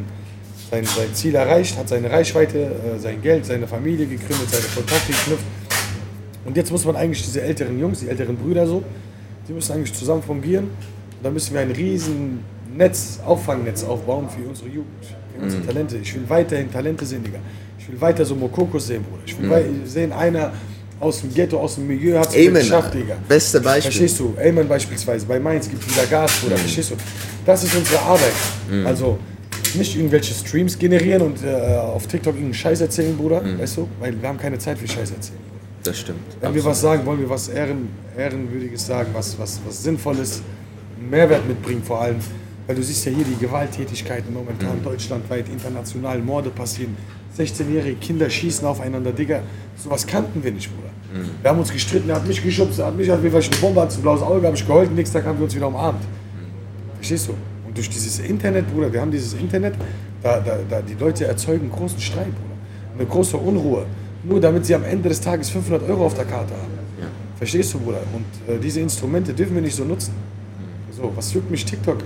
Ziel erreicht, hat seine Reichweite, sein Geld, seine Familie gegründet, seine Kontakte geknüpft. Und jetzt muss man eigentlich diese älteren Jungs, die älteren Brüder so, die müssen eigentlich zusammen fungieren. Und dann müssen wir ein riesen Auffangnetz aufbauen für unsere Jugend, für unsere Talente. Ich will weiterhin Talente sehen, Digga. Ich will weiter so Mokokos sehen, Bruder. Ich will sehen, einer aus dem Ghetto, aus dem Milieu hat es geschafft, Digga. Beste Beispiel. Verstehst du? Ayman beispielsweise, bei Mainz gibt es wieder Gas, Bruder. Verstehst du? Das ist unsere Arbeit. Also nicht irgendwelche Streams generieren und auf TikTok irgendeinen Scheiß erzählen, Bruder. Weißt du? Weil wir haben keine Zeit für Scheiß erzählen. Das stimmt. Wenn wir was sagen, wollen wir was Ehrenwürdiges sagen, was Sinnvolles, einen Mehrwert mitbringen vor allem. Weil du siehst ja hier die Gewalttätigkeiten momentan deutschlandweit, international, Morde passieren. 16-jährige Kinder schießen aufeinander, Digga. Sowas kannten wir nicht, Bruder. Wir haben uns gestritten, er hat mich geschubst, er hat mich, weil ich eine Bombe hatte, ein blaues Auge, habe ich geheult, und nächsten Tag haben wir uns wieder umarmt. Verstehst du? Und durch dieses Internet, Bruder, wir haben dieses Internet, die Leute erzeugen großen Streit, Bruder. Eine große Unruhe. Nur damit sie am Ende des Tages 500 € auf der Karte haben. Ja. Verstehst du, Bruder? Und diese Instrumente dürfen wir nicht so nutzen. So, was juckt mich TikTok?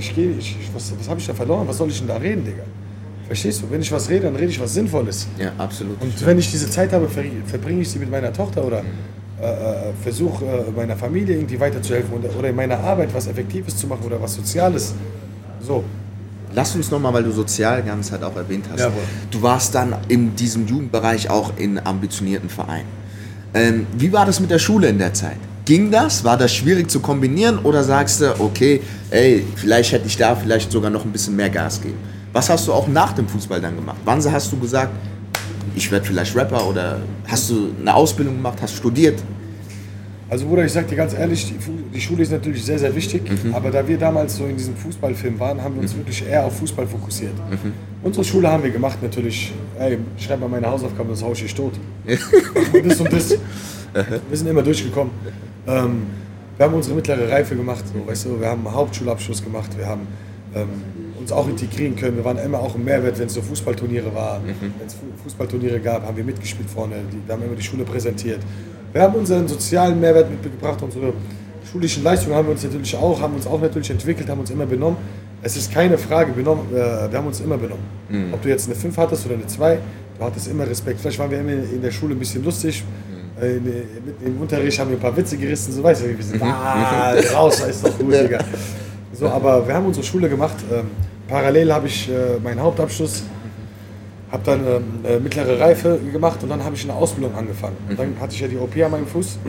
Was habe ich da verloren? Was soll ich denn da reden, Digga? Verstehst du? Wenn ich was rede, dann rede ich was Sinnvolles. Ja, absolut. Und wenn ich diese Zeit habe, verbringe ich sie mit meiner Tochter oder versuche meiner Familie irgendwie weiterzuhelfen oder in meiner Arbeit was Effektives zu machen oder was Soziales. So. Lass uns nochmal, weil du sozial ganz halt auch erwähnt hast. Ja, du warst dann in diesem Jugendbereich auch in ambitionierten Vereinen. Wie war das mit der Schule in der Zeit? Ging das? War das schwierig zu kombinieren oder sagst du, okay, ey, vielleicht hätte ich da vielleicht sogar noch ein bisschen mehr Gas geben? Was hast du auch nach dem Fußball dann gemacht? Wann hast du gesagt, ich werde vielleicht Rapper oder hast du eine Ausbildung gemacht, hast studiert? Also Bruder, ich sag dir ganz ehrlich, die Schule ist natürlich sehr, sehr wichtig, aber da wir damals so in diesem Fußballfilm waren, haben wir uns wirklich eher auf Fußball fokussiert. Unsere Schule haben wir gemacht natürlich, ey, schreib mal meine Hausaufgaben, das Haus ist tot. Das und das. Wir sind immer durchgekommen. Wir haben unsere mittlere Reife gemacht, so, weißt du, wir haben einen Hauptschulabschluss gemacht, wir haben uns auch integrieren können, wir waren immer auch im Mehrwert, wenn es so Fußballturniere war, wenn es Fußballturniere gab, haben wir mitgespielt vorne, wir haben immer die Schule präsentiert. Wir haben unseren sozialen Mehrwert mitgebracht, unsere schulischen Leistungen haben wir uns natürlich auch, haben uns auch natürlich entwickelt, haben uns immer benommen. Es ist keine Frage, wir haben uns immer benommen. Ob du jetzt eine 5 hattest oder eine 2, du hattest immer Respekt. Vielleicht waren wir immer in der Schule ein bisschen lustig, im Unterricht haben wir ein paar Witze gerissen, so weißt du, wir sind raus, ist doch gut, Digga. So, aber wir haben unsere Schule gemacht, parallel habe ich meinen Hauptabschluss, habe dann mittlere Reife gemacht und dann habe ich eine Ausbildung angefangen. Und dann hatte ich ja die OP an meinem Fuß.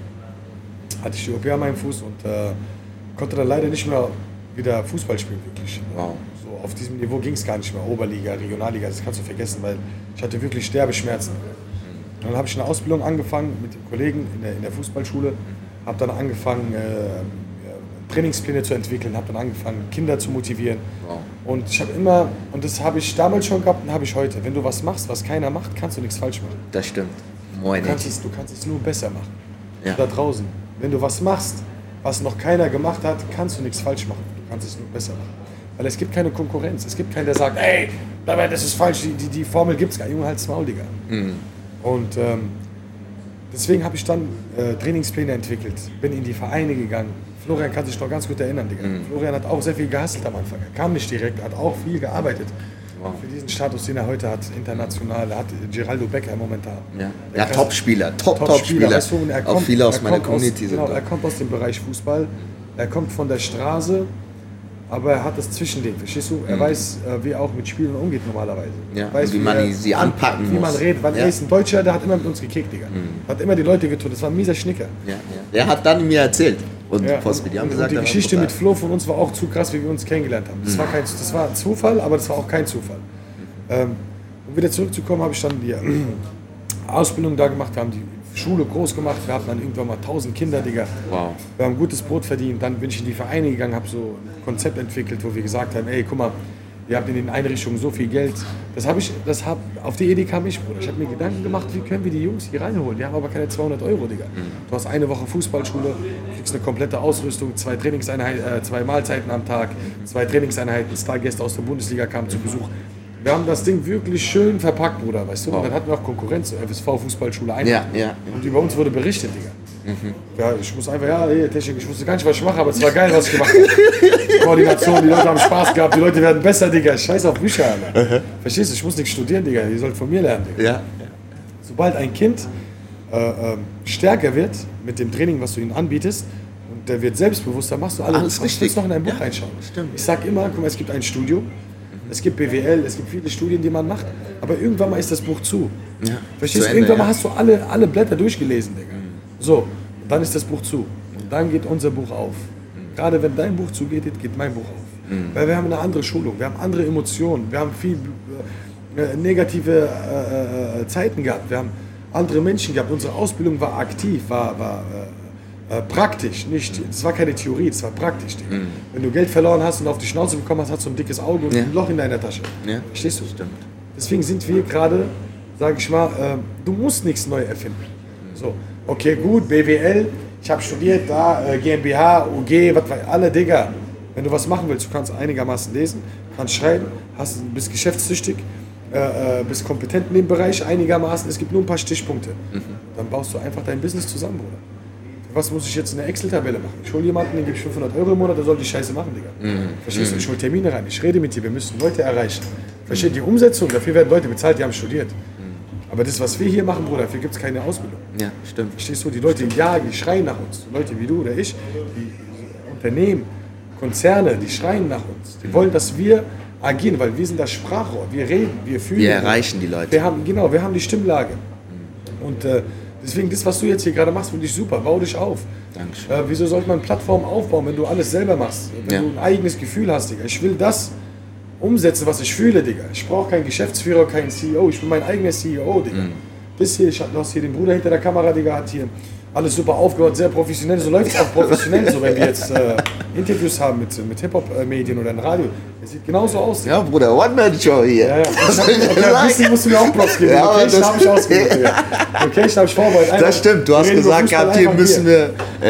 Und konnte dann leider nicht mehr wieder Fußball spielen, wirklich. Wow. So, auf diesem Niveau ging es gar nicht mehr. Oberliga, Regionalliga, das kannst du vergessen, weil ich hatte wirklich Sterbeschmerzen. Und dann habe ich eine Ausbildung angefangen mit dem Kollegen in der Fußballschule. Habe dann angefangen, Trainingspläne zu entwickeln, habe dann angefangen, Kinder zu motivieren. Wow. Und ich habe immer, und das habe ich damals schon gehabt und habe ich heute, wenn du was machst, was keiner macht, kannst du nichts falsch machen. Das stimmt. Du kannst es nur besser machen. Ja. Da draußen. Wenn du was machst, was noch keiner gemacht hat, kannst du nichts falsch machen. Du kannst es nur besser machen. Weil es gibt keine Konkurrenz. Es gibt keinen, der sagt, ey, das ist falsch, die Formel gibt es gar nicht. Junge, halt's Maul, Digga. Und deswegen habe ich dann Trainingspläne entwickelt, bin in die Vereine gegangen. Florian kann sich noch ganz gut erinnern, Digga. Florian hat auch sehr viel gehustelt am Anfang. Er kam nicht direkt, hat auch viel gearbeitet. Wow. Für diesen Status, den er heute hat, international, er hat Geraldo Becker momentan. Ja, Top-Spieler, Top-Spieler. Weißt du, auch viele aus meiner Community sind. Genau, er kommt aus dem Bereich Fußball, er kommt von der Straße, aber er hat das Zwischending, verstehst du? Er weiß, wie er auch mit Spielern umgeht normalerweise. Ja, weiß, wie man sie anpacken muss. Wie man redet, weil er ist ein Deutscher, der hat immer mit uns gekickt, Digga. Hat immer die Leute getötet, das war ein mieser Schnicker. Ja. Der hat dann mir erzählt. Und die Geschichte mit Flo von uns war auch zu krass, wie wir uns kennengelernt haben. Das war ein Zufall, aber das war auch kein Zufall. Um wieder zurückzukommen, habe ich dann die Ausbildung da gemacht. Wir haben die Schule groß gemacht, wir hatten dann irgendwann mal 1000 Kinder, Digga. Wow. Wir haben gutes Brot verdient, dann bin ich in die Vereine gegangen, habe so ein Konzept entwickelt, wo wir gesagt haben, ey, guck mal, ihr habt in den Einrichtungen so viel Geld. Auf die Idee kam ich, Bruder. Ich habe mir Gedanken gemacht, wie können wir die Jungs hier reinholen? Die haben aber keine 200 €, Digga. Du hast eine Woche Fußballschule, kriegst eine komplette Ausrüstung, 2 2 Mahlzeiten am Tag, 2 Trainingseinheiten, Stargäste aus der Bundesliga kamen zu Besuch. Wir haben das Ding wirklich schön verpackt, Bruder, weißt du? Und dann hatten wir auch Konkurrenz, FSV Fußballschule Einheit. Und über uns wurde berichtet, Digga. Ja, ich muss einfach, Technik, ich wusste gar nicht, was ich mache, aber es war geil, was ich gemacht habe. Koordination, die Leute haben Spaß gehabt, die Leute werden besser, Digga. Scheiß auf Bücher, Alter. Verstehst du, ich muss nichts studieren, Digga, ihr sollt von mir lernen, Digga. Ja. Sobald ein Kind stärker wird mit dem Training, was du ihnen anbietest, und der wird selbstbewusster, machst du alles richtig. Willst noch in ein Buch reinschauen. Stimmt. Ich sag immer, guck mal, es gibt ein Studium, es gibt BWL, es gibt viele Studien, die man macht, aber irgendwann mal ist das Buch zu. Ja. Verstehst du, irgendwann mal hast du alle Blätter durchgelesen, Digga. So, und dann ist das Buch zu. Und dann geht unser Buch auf. Gerade wenn dein Buch zugeht, geht mein Buch auf. Weil wir haben eine andere Schulung, wir haben andere Emotionen, wir haben viel negative Zeiten gehabt, wir haben andere Menschen gehabt. Unsere Ausbildung war aktiv, war praktisch, es war keine Theorie, es war praktisch. Wenn du Geld verloren hast und auf die Schnauze bekommen hast, hast du ein dickes Auge und ein Loch in deiner Tasche. Ja. Verstehst du? Stimmt. Deswegen sind wir gerade, sage ich mal, du musst nichts neu erfinden. So, okay, gut, BWL, ich habe studiert, GmbH, UG, was weiß alle, Digga. Wenn du was machen willst, du kannst einigermaßen lesen, kannst schreiben, bist geschäftstüchtig, bist kompetent in dem Bereich einigermaßen, es gibt nur ein paar Stichpunkte. Dann baust du einfach dein Business zusammen, Bruder. Für was muss ich jetzt eine Excel-Tabelle machen? Ich hole jemanden, den gebe ich 500 € im Monat, der soll die Scheiße machen, Digga. Verstehst du? Ich hole Termine rein, ich rede mit dir, wir müssen Leute erreichen. Verstehst du? Die Umsetzung, dafür werden Leute bezahlt, die haben studiert. Aber das, was wir hier machen, Bruder, dafür gibt es keine Ausbildung. Ja, stimmt. Verstehst du? Die Leute jagen, die schreien nach uns. Leute wie du oder ich, die Unternehmen, Konzerne, die schreien nach uns. Die wollen, dass wir agieren, weil wir sind das Sprachrohr. Wir reden, wir fühlen. Wir erreichen die Leute. Wir haben die Stimmlage. Und deswegen, das, was du jetzt hier gerade machst, finde ich super. Bau dich auf. Dankeschön. Wieso sollte man Plattformen aufbauen, wenn du alles selber machst? Wenn du ein eigenes Gefühl hast, Digga. Ich will das umsetzen, was ich fühle, Digga. Ich brauche keinen Geschäftsführer, keinen CEO. Ich bin mein eigener CEO, Digga. Bis hier, du hast hier den Bruder hinter der Kamera, Digga, hat hier alles super aufgebaut, sehr professionell. So läuft es auch professionell, so wenn wir jetzt Interviews haben mit Hip-Hop-Medien oder im Radio. Es sieht genauso aus. Digga. Ja, Bruder, One-Man-Show hier. Ja. Ein bisschen musst du mir auch Props geben. Ja, okay, ich habe ich ausgegeben, Digga. Okay, ich habe ich vorbereitet. Das stimmt, du hast gesagt gehabt, hier müssen wir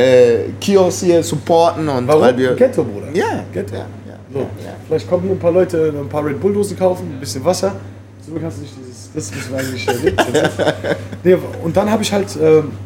Kiosk hier supporten. Und warum? Weil wir Ghetto, Bruder. Ja. Ghetto. Ja. So. Vielleicht kommen hier ein paar Leute ein paar Red Bull-Dosen kaufen, ein bisschen Wasser. So kannst du nicht das müssen wir eigentlich nee, und dann habe ich halt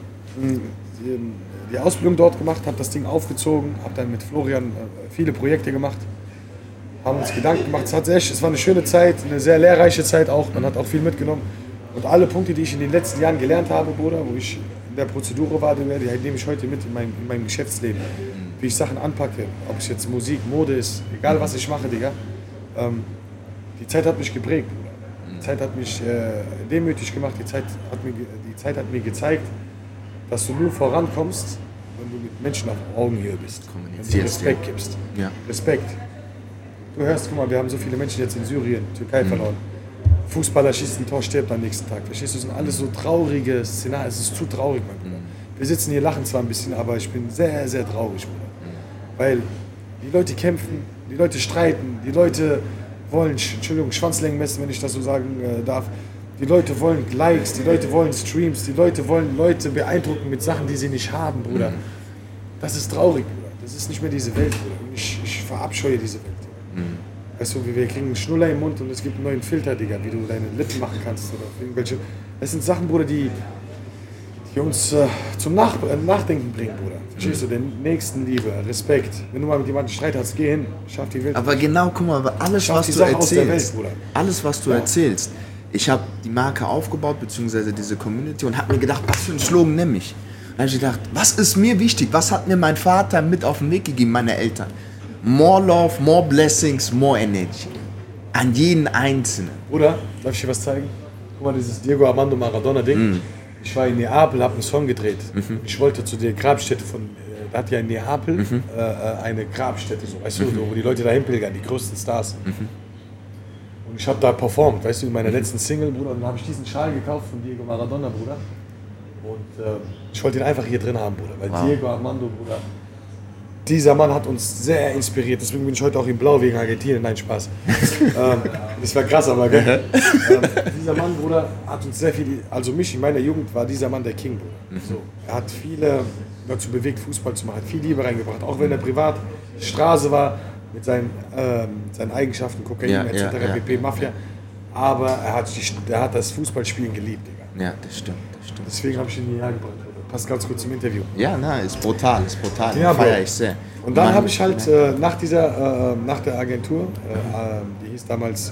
die Ausbildung dort gemacht, habe das Ding aufgezogen, habe dann mit Florian viele Projekte gemacht, haben uns Gedanken gemacht. Es war eine schöne Zeit, eine sehr lehrreiche Zeit auch, man hat auch viel mitgenommen. Und alle Punkte, die ich in den letzten Jahren gelernt habe, Bruder, wo ich in der Prozedur war, die nehme ich heute mit in meinem Geschäftsleben. Wie ich Sachen anpacke, ob es jetzt Musik, Mode ist, egal was ich mache, Digga. Die Zeit hat mich geprägt, Bruder. Die Zeit hat mich demütig gemacht, die Zeit hat mir gezeigt, dass du nur vorankommst, wenn du mit Menschen auf Augenhöhe bist. Wenn du Respekt gibst. Ja. Respekt. Du hörst, guck mal, wir haben so viele Menschen jetzt in Syrien, Türkei verloren. Fußballer schießt ein Tor, stirbt am nächsten Tag. Verstehst du, das sind alles so traurige Szenarien. Es ist zu traurig, mein Bruder. Wir sitzen hier, lachen zwar ein bisschen, aber ich bin sehr, sehr traurig, Bruder. Weil die Leute kämpfen, die Leute streiten, die Leute wollen, Entschuldigung, Schwanzlängen messen, wenn ich das so sagen darf. Die Leute wollen Likes, die Leute wollen Streams, die Leute wollen Leute beeindrucken mit Sachen, die sie nicht haben, Bruder. Das ist traurig, Bruder. Das ist nicht mehr diese Welt, Bruder. Ich verabscheue diese Welt. Weißt du, wir kriegen einen Schnuller im Mund und es gibt einen neuen Filter, Digga, wie du deine Lippen machen kannst oder irgendwelche. Das sind Sachen, Bruder, die uns zum Nachdenken bringen, Bruder. Verstehst du? Den Nächstenliebe, Respekt. Wenn du mal mit jemandem Streit hast, geh hin, schaff die Welt. Aber genau, guck mal, alles, was du erzählst, alles, was du erzählst, ich habe die Marke aufgebaut, beziehungsweise diese Community und habe mir gedacht, was für einen Slogan nehme ich? Dann habe ich gedacht, was ist mir wichtig? Was hat mir mein Vater mit auf den Weg gegeben, meine Eltern? More love, more blessings, more energy. An jeden Einzelnen. Bruder, darf ich dir was zeigen? Guck mal, dieses Diego Armando Maradona-Ding. Ich war in Neapel, habe einen Song gedreht. Ich wollte zu der Grabstätte von, da hat ja in Neapel eine Grabstätte, so, weißt du, wo die Leute dahin pilgern, die größten Stars. Und ich habe da performt, weißt du, in meiner letzten Single, Bruder, und dann habe ich diesen Schal gekauft von Diego Maradona, Bruder. Und ich wollte ihn einfach hier drin haben, Bruder. Weil Diego Armando, Bruder, dieser Mann hat uns sehr inspiriert. Deswegen bin ich heute auch in Blau wegen Argentinien. Nein, Spaß. Das war krass, aber gell? Dieser Mann, Bruder, hat uns sehr viel, also mich in meiner Jugend war dieser Mann der King, Bruder. So, er hat viele dazu bewegt, Fußball zu machen, hat viel Liebe reingebracht. Auch wenn er privat Straße war, mit seinen Eigenschaften, Kokain etc., pp, Mafia. Aber er hat das Fußballspielen geliebt, Digga. Ja, das stimmt. Deswegen habe ich ihn hierher gebracht. Passt ganz gut zum Interview. Ja, ist brutal. Ja, feiere ich sehr. Und dann habe ich halt nach der Agentur, die hieß damals,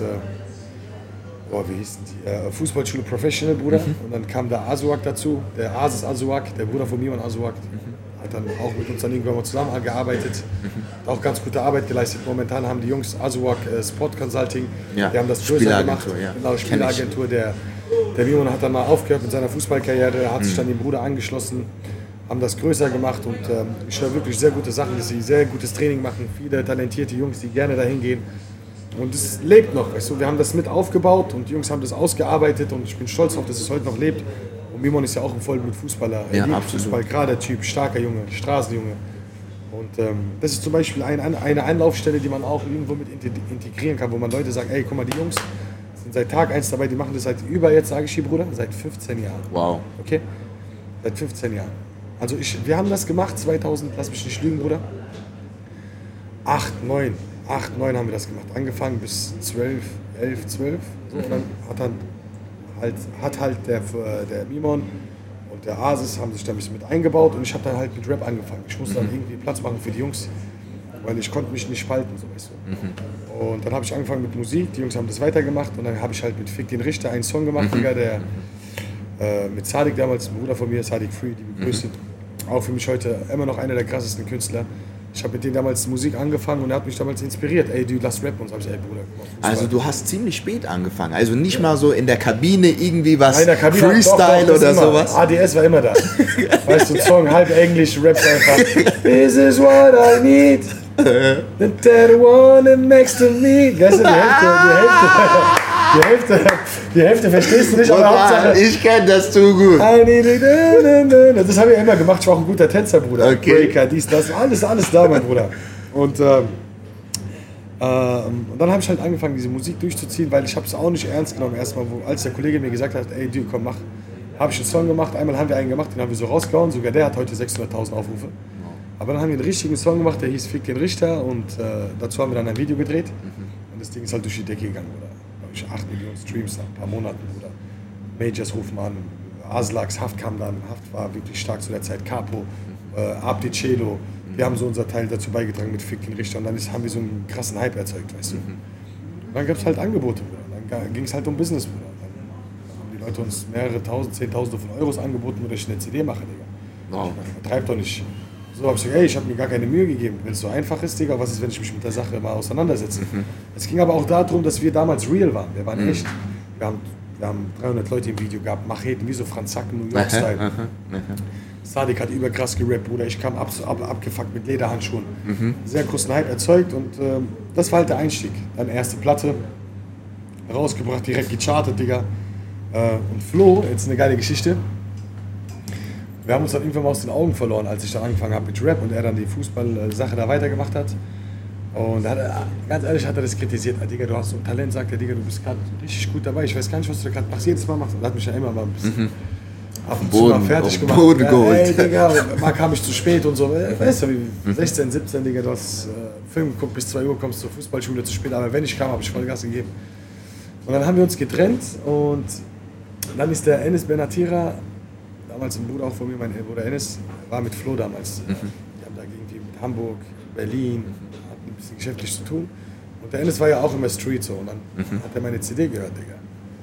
wie hieß die? Fußballschule Professional, Bruder. Und dann kam der Asuak dazu, der Aziz Asuak, der Bruder von Miman Asuak. Hat dann auch mit uns dann irgendwann mal zusammengearbeitet. Hat auch ganz gute Arbeit geleistet. Momentan haben die Jungs Asuak Sport Consulting, die haben das größer gemacht. Genau, Spieleragentur. Der Miman hat dann mal aufgehört mit seiner Fußballkarriere, hat sich dann dem Bruder angeschlossen, haben das größer gemacht und ich höre wirklich sehr gute Sachen, dass sie sehr gutes Training machen, viele talentierte Jungs, die gerne dahin gehen und es lebt noch, weißt du, wir haben das mit aufgebaut und die Jungs haben das ausgearbeitet und ich bin stolz darauf, dass es heute noch lebt und Mimon ist ja auch ein Vollblut-Fußballer, er liebt Fußball, gerade der Typ, starker Junge, Straßenjunge und das ist zum Beispiel eine Anlaufstelle, die man auch irgendwo mit integrieren kann, wo man Leute sagt, ey, guck mal, die Jungs sind seit Tag 1 dabei, die machen das seit jetzt sage ich hier, Bruder, seit 15 Jahren. Wow. Okay? Seit 15 Jahren. Also wir haben das gemacht 2000, lass mich nicht lügen, Bruder. 8, 9 haben wir das gemacht. Angefangen bis 11, 12. So, und dann hat halt der Mimon und der Aziz haben sich da ein bisschen mit eingebaut und ich habe dann halt mit Rap angefangen. Ich musste dann irgendwie Platz machen für die Jungs, weil ich konnte mich nicht spalten, so weißt du. Und dann habe ich angefangen mit Musik, die Jungs haben das weitergemacht und dann habe ich halt mit Fick den Richter einen Song gemacht, der mit Sadik damals, ein Bruder von mir, Sadik Free, die begrüßt. Auch für mich heute immer noch einer der krassesten Künstler. Ich habe mit denen damals Musik angefangen und er hat mich damals inspiriert. Ey, du lass rappen und so. Hab ich, ey, Bruder, also du hast ziemlich spät angefangen. Also nicht mal so in der Kabine irgendwie was, in der Kabine, Freestyle doch, oder immer. sowas? ADS war immer da. Weißt du, Song, halb Englisch, rappst einfach. This is what I need. The one next to me. Weißt du, die Hälfte verstehst du nicht, aber Hauptsache... Ich kenne das zu gut. Das habe ich immer gemacht, ich war auch ein guter Tänzer, Bruder. Okay. Breaker, dies, das, alles da, mein Bruder. Und dann habe ich halt angefangen, diese Musik durchzuziehen, weil ich habe es auch nicht ernst genommen erstmal, als der Kollege mir gesagt hat, ey, du, komm, mach. Habe ich einen Song gemacht, einmal haben wir einen gemacht, den haben wir so rausgehauen, sogar der hat heute 600.000 Aufrufe. Aber dann haben wir einen richtigen Song gemacht, der hieß Fick den Richter und dazu haben wir dann ein Video gedreht. Und das Ding ist halt durch die Decke gegangen, Bruder. 8 Millionen Streams nach ein paar Monaten, Bruder. Majors rufen an, Aslaks, Haft kam dann, Haft war wirklich stark zu der Zeit, Capo, Abdi Celo. Wir haben so unser Teil dazu beigetragen mit Fick den Richter und dann haben wir so einen krassen Hype erzeugt, weißt du. Und dann gab es halt Angebote, Bruder. Dann ging es halt um Business, Bruder. Dann haben die Leute uns mehrere Tausend, Zehntausende von Euros angeboten, wo ich eine CD mache, Digga. Wow. Übertreib doch nicht. So habe ich gesagt, ey, ich habe mir gar keine Mühe gegeben. Wenn es so einfach ist, Digga, was ist, wenn ich mich mit der Sache mal auseinandersetze? Es ging aber auch darum, dass wir damals real waren. Wir waren echt. Wir haben 300 Leute im Video gehabt, Macheten, wie so Franz Zacken, New York-Style. Sadik hat überkrass gerappt, Bruder. Ich kam abgefuckt mit Lederhandschuhen. Sehr großen Hype erzeugt und das war halt der Einstieg. Dann erste Platte, rausgebracht, direkt gechartet, Digga. Und Flo, jetzt eine geile Geschichte. Wir haben uns dann irgendwann mal aus den Augen verloren, als ich dann angefangen habe mit Rap und er dann die Fußball-Sache da weitergemacht hat. Und ganz ehrlich hat er das kritisiert. Digga, du hast so ein Talent, sagt er, Digga, du bist gerade richtig gut dabei. Ich weiß gar nicht, was du da gerade machst. Jedes Mal machst. Und hat mich ja immer mal ein bisschen ab und zu mal fertig gemacht. Boden geholt. Ey, Digga, mal kam ich zu spät und so. Weißt du, wie 16, 17, Digga, du hast Film geguckt, bis 2 Uhr kommst zur Fußballschule zu spät. Aber wenn ich kam, habe ich voll Gas gegeben. Und dann haben wir uns getrennt und dann ist der Enes Benatira, damals ein Bruder auch von mir, mein Bruder Enes, war mit Flo damals. Die haben da irgendwie mit Hamburg, Berlin, hatten ein bisschen geschäftlich zu tun. Und der Enes war ja auch immer Street so. Und dann hat er meine CD gehört, Digga.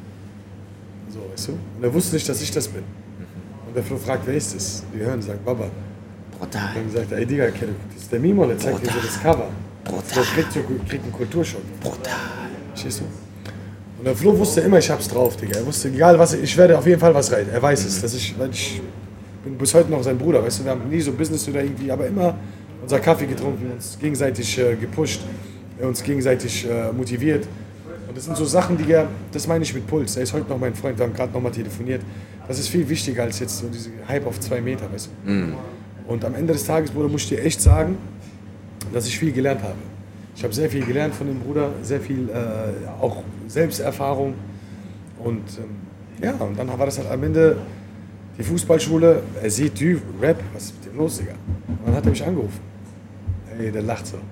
So, weißt du? Und er wusste nicht, dass ich das bin. Und der Flo fragt, wer ist das? Die hören, sagt Baba. Brutal. Und dann sagt er, ey Digga, das ist der Mimo, der zeigt mir so das Cover. Brutal. Der kriegt einen Kulturschock. Brutal. Verstehst du? Und der Flo wusste immer, ich hab's drauf, Digga. Er wusste, egal was, ich werde auf jeden Fall was reiten. Er weiß es, weil ich bin bis heute noch sein Bruder, weißt du, wir haben nie so Business oder irgendwie, aber immer unser Kaffee getrunken, uns gegenseitig gepusht, uns gegenseitig motiviert. Und das sind so Sachen, das meine ich mit Puls. Er ist heute noch mein Freund, wir haben gerade nochmal telefoniert. Das ist viel wichtiger als jetzt so diese Hype auf 2 Meter, weißt du. Und am Ende des Tages, Bruder, muss ich dir echt sagen, dass ich viel gelernt habe. Ich habe sehr viel gelernt von dem Bruder, sehr viel auch Selbsterfahrung. Und und dann war das halt am Ende die Fußballschule. Er sieht, du, Rap, was ist mit dem los, Digga? Und dann hat er mich angerufen. Ey, der lacht so.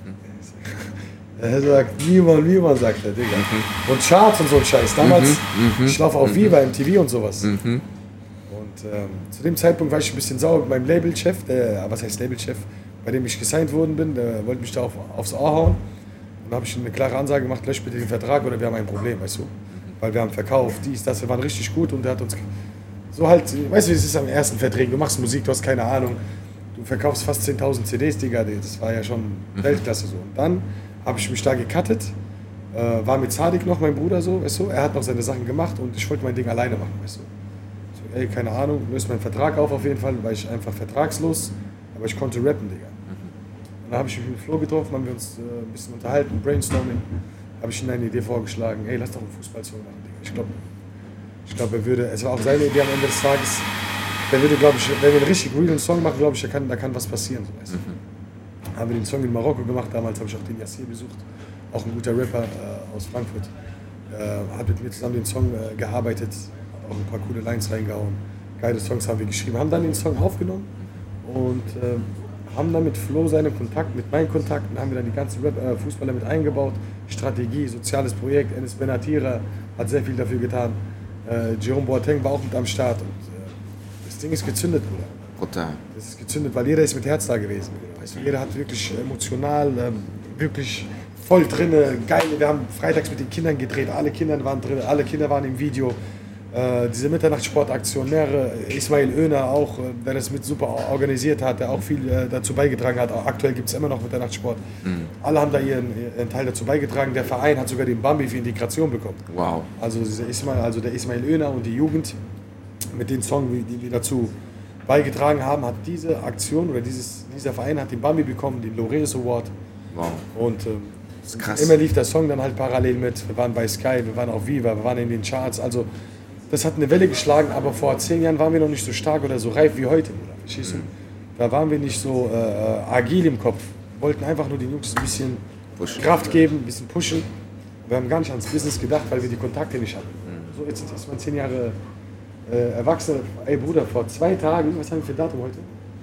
Er sagt, niemand, sagt er, Digga. Und Charts und so ein Scheiß. Damals, ich laufe auf Viva, MTV und sowas. Und zu dem Zeitpunkt war ich ein bisschen sauer mit meinem Labelchef, was heißt Labelchef, bei dem ich gesigned worden bin, der wollte mich da aufs Ohr hauen. Und da habe ich eine klare Ansage gemacht, lösch bitte den Vertrag oder wir haben ein Problem, weißt du. Weil wir haben verkauft, das, wir waren richtig gut und der hat uns so halt, weißt du, wie es ist am ersten Vertrag, du machst Musik, du hast keine Ahnung, du verkaufst fast 10.000 CDs, Digga, das war ja schon Weltklasse so. Und dann habe ich mich da gecuttet, war mit Sadik noch, mein Bruder so, weißt du, er hat noch seine Sachen gemacht und ich wollte mein Ding alleine machen, weißt du. So, ey, keine Ahnung, löst meinen Vertrag auf jeden Fall, war ich einfach vertragslos, aber ich konnte rappen, Digga. Und dann habe ich mich mit Flo getroffen, haben wir uns ein bisschen unterhalten, Brainstorming, habe ich ihm eine Idee vorgeschlagen, ey, lass doch einen Fußballsong machen, Digga. Ich glaube, er würde, es war auch seine Idee am Ende des Tages, der würde, glaube ich, wenn wir einen richtig realen Song machen, glaube ich, da kann was passieren, so, weißt du. Haben wir den Song in Marokko gemacht, damals habe ich auch den Yassir besucht, auch ein guter Rapper aus Frankfurt. Hat mit mir zusammen den Song gearbeitet, hat auch ein paar coole Lines reingehauen. Geile Songs haben wir geschrieben, haben dann den Song aufgenommen und haben dann mit Flo seinen Kontakt, mit meinen Kontakten, haben wir dann die ganzen Fußballer mit eingebaut. Strategie, soziales Projekt, Enes Benatira hat sehr viel dafür getan. Jerome Boateng war auch mit am Start und das Ding ist gezündet, Bruder. Brutal. Das ist gezündet, weil jeder ist mit Herz da gewesen. Weißt du, jeder hat wirklich emotional, wirklich voll drin. Geil, wir haben freitags mit den Kindern gedreht, alle Kinder waren drin, alle Kinder waren im Video. Diese Mitternachtssportaktion, mehrere, Ismail Öner auch, der das mit super organisiert hat, der auch viel dazu beigetragen hat. Auch aktuell gibt es immer noch Mitternachtssport. Alle haben da ihren Teil dazu beigetragen. Der Verein hat sogar den Bambi für Integration bekommen. Wow. Also der Ismail Öner und die Jugend mit den Songs, die wir dazu beigetragen haben, hat diese Aktion oder dieser Verein hat den Bambi bekommen, den Laureus Award. Wow. Und das ist krass. Immer lief der Song dann halt parallel mit. Wir waren bei Sky, wir waren auf Viva, wir waren in den Charts. Also das hat eine Welle geschlagen, aber vor 10 Jahren waren wir noch nicht so stark oder so reif wie heute. Verstehst du? Da waren wir nicht so agil im Kopf. Wir wollten einfach nur den Jungs ein bisschen Kraft geben, ein bisschen pushen. Wir haben gar nicht ans Business gedacht, weil wir die Kontakte nicht hatten. So, jetzt ist man 10 Jahre Erwachsene. Ey Bruder, vor 2 Tagen, was haben wir für Datum heute?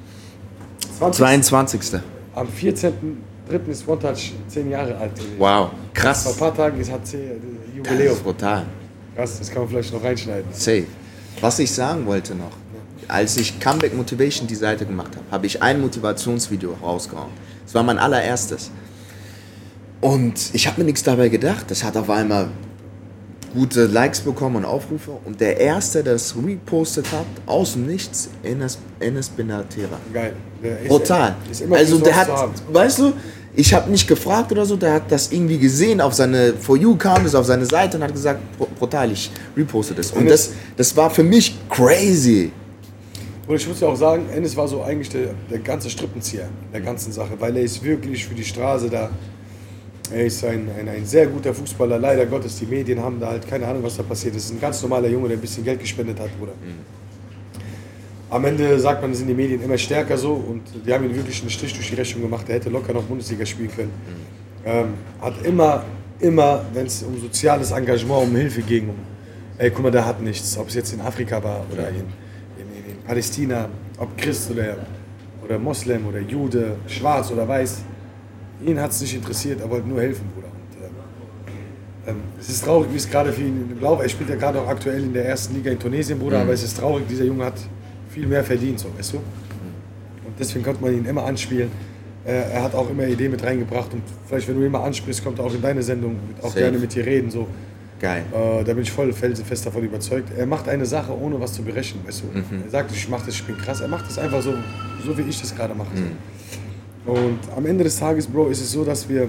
22. Am 14.03. ist One Touch 10 Jahre alt. Wow, krass. Vor ein paar Tagen hat sie Jubiläum. Das ist brutal. Krass, das kann man vielleicht noch reinschneiden. Safe. Was ich sagen wollte noch, als ich Comeback Motivation die Seite gemacht habe, habe ich ein Motivationsvideo rausgehauen. Das war mein allererstes. Und ich habe mir nichts dabei gedacht. Das hat auf einmal gute Likes bekommen und Aufrufe. Und der Erste, der das repostet hat, aus dem Nichts, Enes Benatira. Geil. Brutal. Also der hat, weißt du, ich habe nicht gefragt oder so, der hat das irgendwie gesehen, auf seine For You kam das auf seine Seite und hat gesagt, brutal, ich reposte das. Und das war für mich crazy. Und ich muss ja auch sagen, Enes war so eigentlich der ganze Strippenzieher der ganzen Sache, weil er ist wirklich für die Straße da. Er ist ein sehr guter Fußballer. Leider Gottes, die Medien haben da halt keine Ahnung, was da passiert ist. Es ist ein ganz normaler Junge, der ein bisschen Geld gespendet hat, Bruder. Am Ende sagt man, sind die Medien immer stärker so und die haben ihm wirklich einen Strich durch die Rechnung gemacht. Er hätte locker noch Bundesliga spielen können. Hat immer, wenn es um soziales Engagement, um Hilfe ging, ey, guck mal, der hat nichts. Ob es jetzt in Afrika war oder in Palästina, ob Christ oder Moslem oder Jude, schwarz oder weiß. Ihn hat es nicht interessiert, er wollte nur helfen, Bruder. Und, es ist traurig, wie es gerade für ihn läuft. Er spielt ja gerade auch aktuell in der ersten Liga in Tunesien, Bruder, aber es ist traurig, dieser Junge hat viel mehr verdient, so, weißt du? Und deswegen konnte man ihn immer anspielen. Er hat auch immer Ideen mit reingebracht und vielleicht, wenn du ihn mal ansprichst, kommt er auch in deine Sendung, wird auch gerne mit dir reden, so. Geil. Da bin ich voll felsenfest davon überzeugt. Er macht eine Sache, ohne was zu berechnen, weißt du? Er sagt, ich mach das, ich bin krass. Er macht das einfach so wie ich das gerade mache. Und am Ende des Tages, Bro, ist es so, dass wir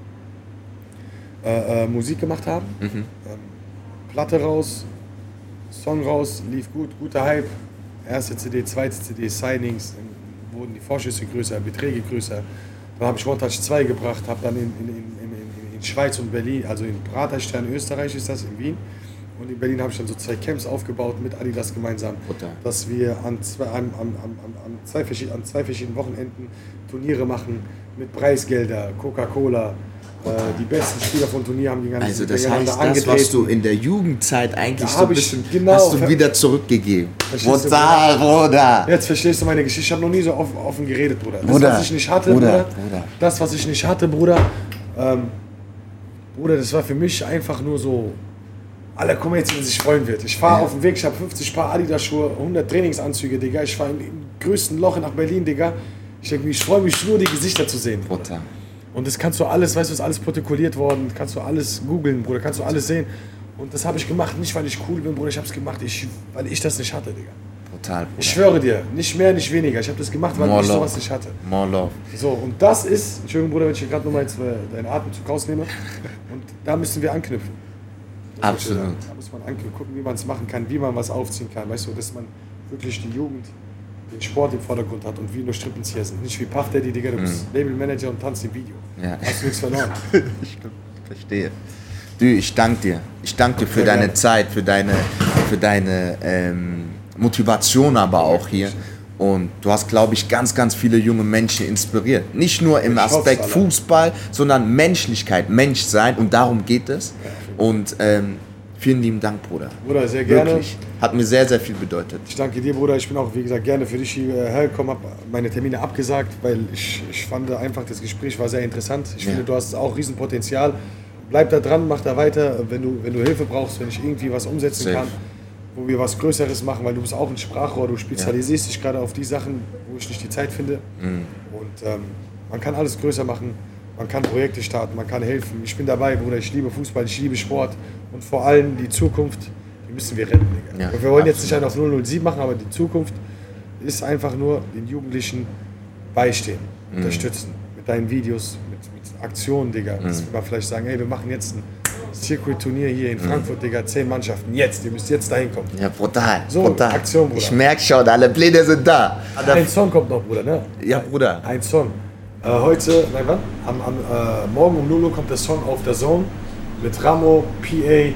Musik gemacht haben. Platte raus, Song raus, lief gut, guter Hype. Erste CD, zweite CD, Signings, dann wurden die Vorschüsse größer, Beträge größer. Dann habe ich One Touch 2 gebracht, habe dann in Schweiz und Berlin, also in Praterstern, Österreich ist das, in Wien. Und in Berlin habe ich dann so 2 Camps aufgebaut mit Adidas gemeinsam, dass wir an zwei verschiedenen Wochenenden Turniere machen mit Preisgelder, Coca-Cola. Die besten Spieler von Turnier haben die ganze Also das heißt, das, was du in der Jugendzeit eigentlich so ein bisschen, genau, hast du wieder zurückgegeben. Bruder, Bruder. Jetzt verstehst du meine Geschichte. Ich habe noch nie so offen geredet, Bruder. Das, was ich nicht hatte, Bruder. Das, was ich nicht hatte, Bruder. Bruder, das war für mich einfach nur so, alle guck mal jetzt, wie man sich freuen wird. Ich fahre auf dem Weg, ich habe 50 Paar Adidas-Schuhe, 100 Trainingsanzüge, Digga. Ich fahre im größten Loch nach Berlin, Digga. Ich freue mich nur, die Gesichter zu sehen. Bruder. Und das kannst du alles, weißt du, ist alles protokolliert worden, kannst du alles googeln, Bruder, kannst du alles sehen. Und das habe ich gemacht, nicht weil ich cool bin, Bruder, ich habe es gemacht, weil ich das nicht hatte, Digga. Brutal, Bruder. Ich schwöre dir, nicht mehr, nicht weniger. Ich habe das gemacht, weil ich sowas nicht hatte. More love. So, und das ist, Entschuldigung, Bruder, wenn ich hier gerade nochmal deinen Atemzug rausnehme. Und da müssen wir anknüpfen. Absolut. Da muss man gucken, wie man es machen kann, wie man was aufziehen kann. Weißt du, dass man wirklich die Jugend, den Sport im Vordergrund hat und wie nur Strippenzieher sind. Nicht wie Puff Daddy, Digga, du bist Labelmanager und tanzt im Video. Ja. Hast du nichts verloren. Ich verstehe. Du, ich danke dir. Ich danke dir für deine Zeit, für deine Motivation aber auch hier. Und du hast, glaube ich, ganz, ganz viele junge Menschen inspiriert. Nicht nur im Aspekt Fußball, sondern Menschlichkeit, Menschsein. Und darum geht es. Und vielen lieben Dank, Bruder. Bruder, sehr gerne. Wirklich. Hat mir sehr, sehr viel bedeutet. Ich danke dir, Bruder. Ich bin auch, wie gesagt, gerne für dich hierher gekommen, habe meine Termine abgesagt, weil ich fand einfach, das Gespräch war sehr interessant. Ich finde, du hast auch Riesenpotenzial. Bleib da dran, mach da weiter. Wenn du Hilfe brauchst, wenn ich irgendwie was umsetzen kann, wo wir was Größeres machen, weil du bist auch ein Sprachrohr, du spezialisierst dich gerade auf die Sachen, wo ich nicht die Zeit finde. Und man kann alles größer machen, man kann Projekte starten, man kann helfen. Ich bin dabei, Bruder, ich liebe Fußball, ich liebe Sport und vor allem die Zukunft, die müssen wir retten, Digga. Und wir wollen jetzt nicht einen auf 007 machen, aber die Zukunft ist einfach nur den Jugendlichen beistehen, unterstützen. Mit deinen Videos, mit Aktionen, Digga. Dass wir vielleicht sagen, ey, wir machen jetzt ein Circuit-Turnier hier in Frankfurt, Digga, 10 Mannschaften, jetzt, ihr müsst jetzt dahin kommen. Ja, brutal, so, brutal. Aktion, Bruder. Ich merke schon, alle Pläne sind da. Ein Song kommt noch, Bruder, ne? Ja, Bruder. Ein Song. Heute, nein, wann? Morgen um 0 Uhr kommt der Song auf der Zone mit Ramo, PA,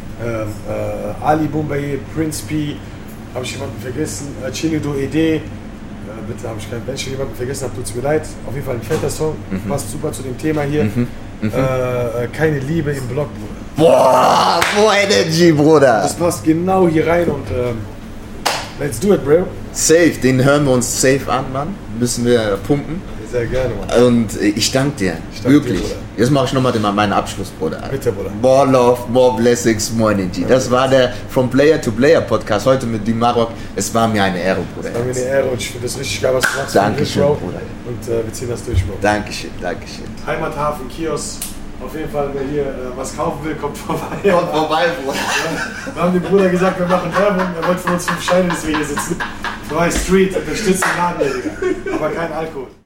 Ali Boumbaye, Prince P, habe ich jemanden vergessen, Chinido Ede, bitte habe ich keinen Mensch, jemanden vergessen habe, tut's mir leid. Auf jeden Fall ein fetter Song, passt super zu dem Thema hier. Keine Liebe im Block, Bruder. Boah, more energy, Bruder. Das passt genau hier rein und let's do it, bro. Safe, den hören wir uns safe an, Mann. Müssen wir pumpen. Sehr gerne, Mann. Und ich danke dir, wirklich. Dir, jetzt mache ich nochmal meinen Abschluss, Bruder. Bitte, Bruder. More love, more blessings, more energy. Das war der From Player to Player Podcast heute mit Dimarok. Es war mir eine Ehre, Bruder. Es war mir eine Ehre und ich finde das richtig geil, was du machst. Dankeschön, Bruder. Und wir ziehen das durch, Bro. Dankeschön, Dankeschön. Heimathafen, Kiosk. Auf jeden Fall, wer hier was kaufen will, kommt vorbei. Kommt vorbei, Bruder. Wir haben dem Bruder gesagt, wir machen Werbung. Er wollte von uns 5 Scheine, dass wir hier sitzen. Vorbei Street, unterstützt den Laden hier, Digga. Aber kein Alkohol.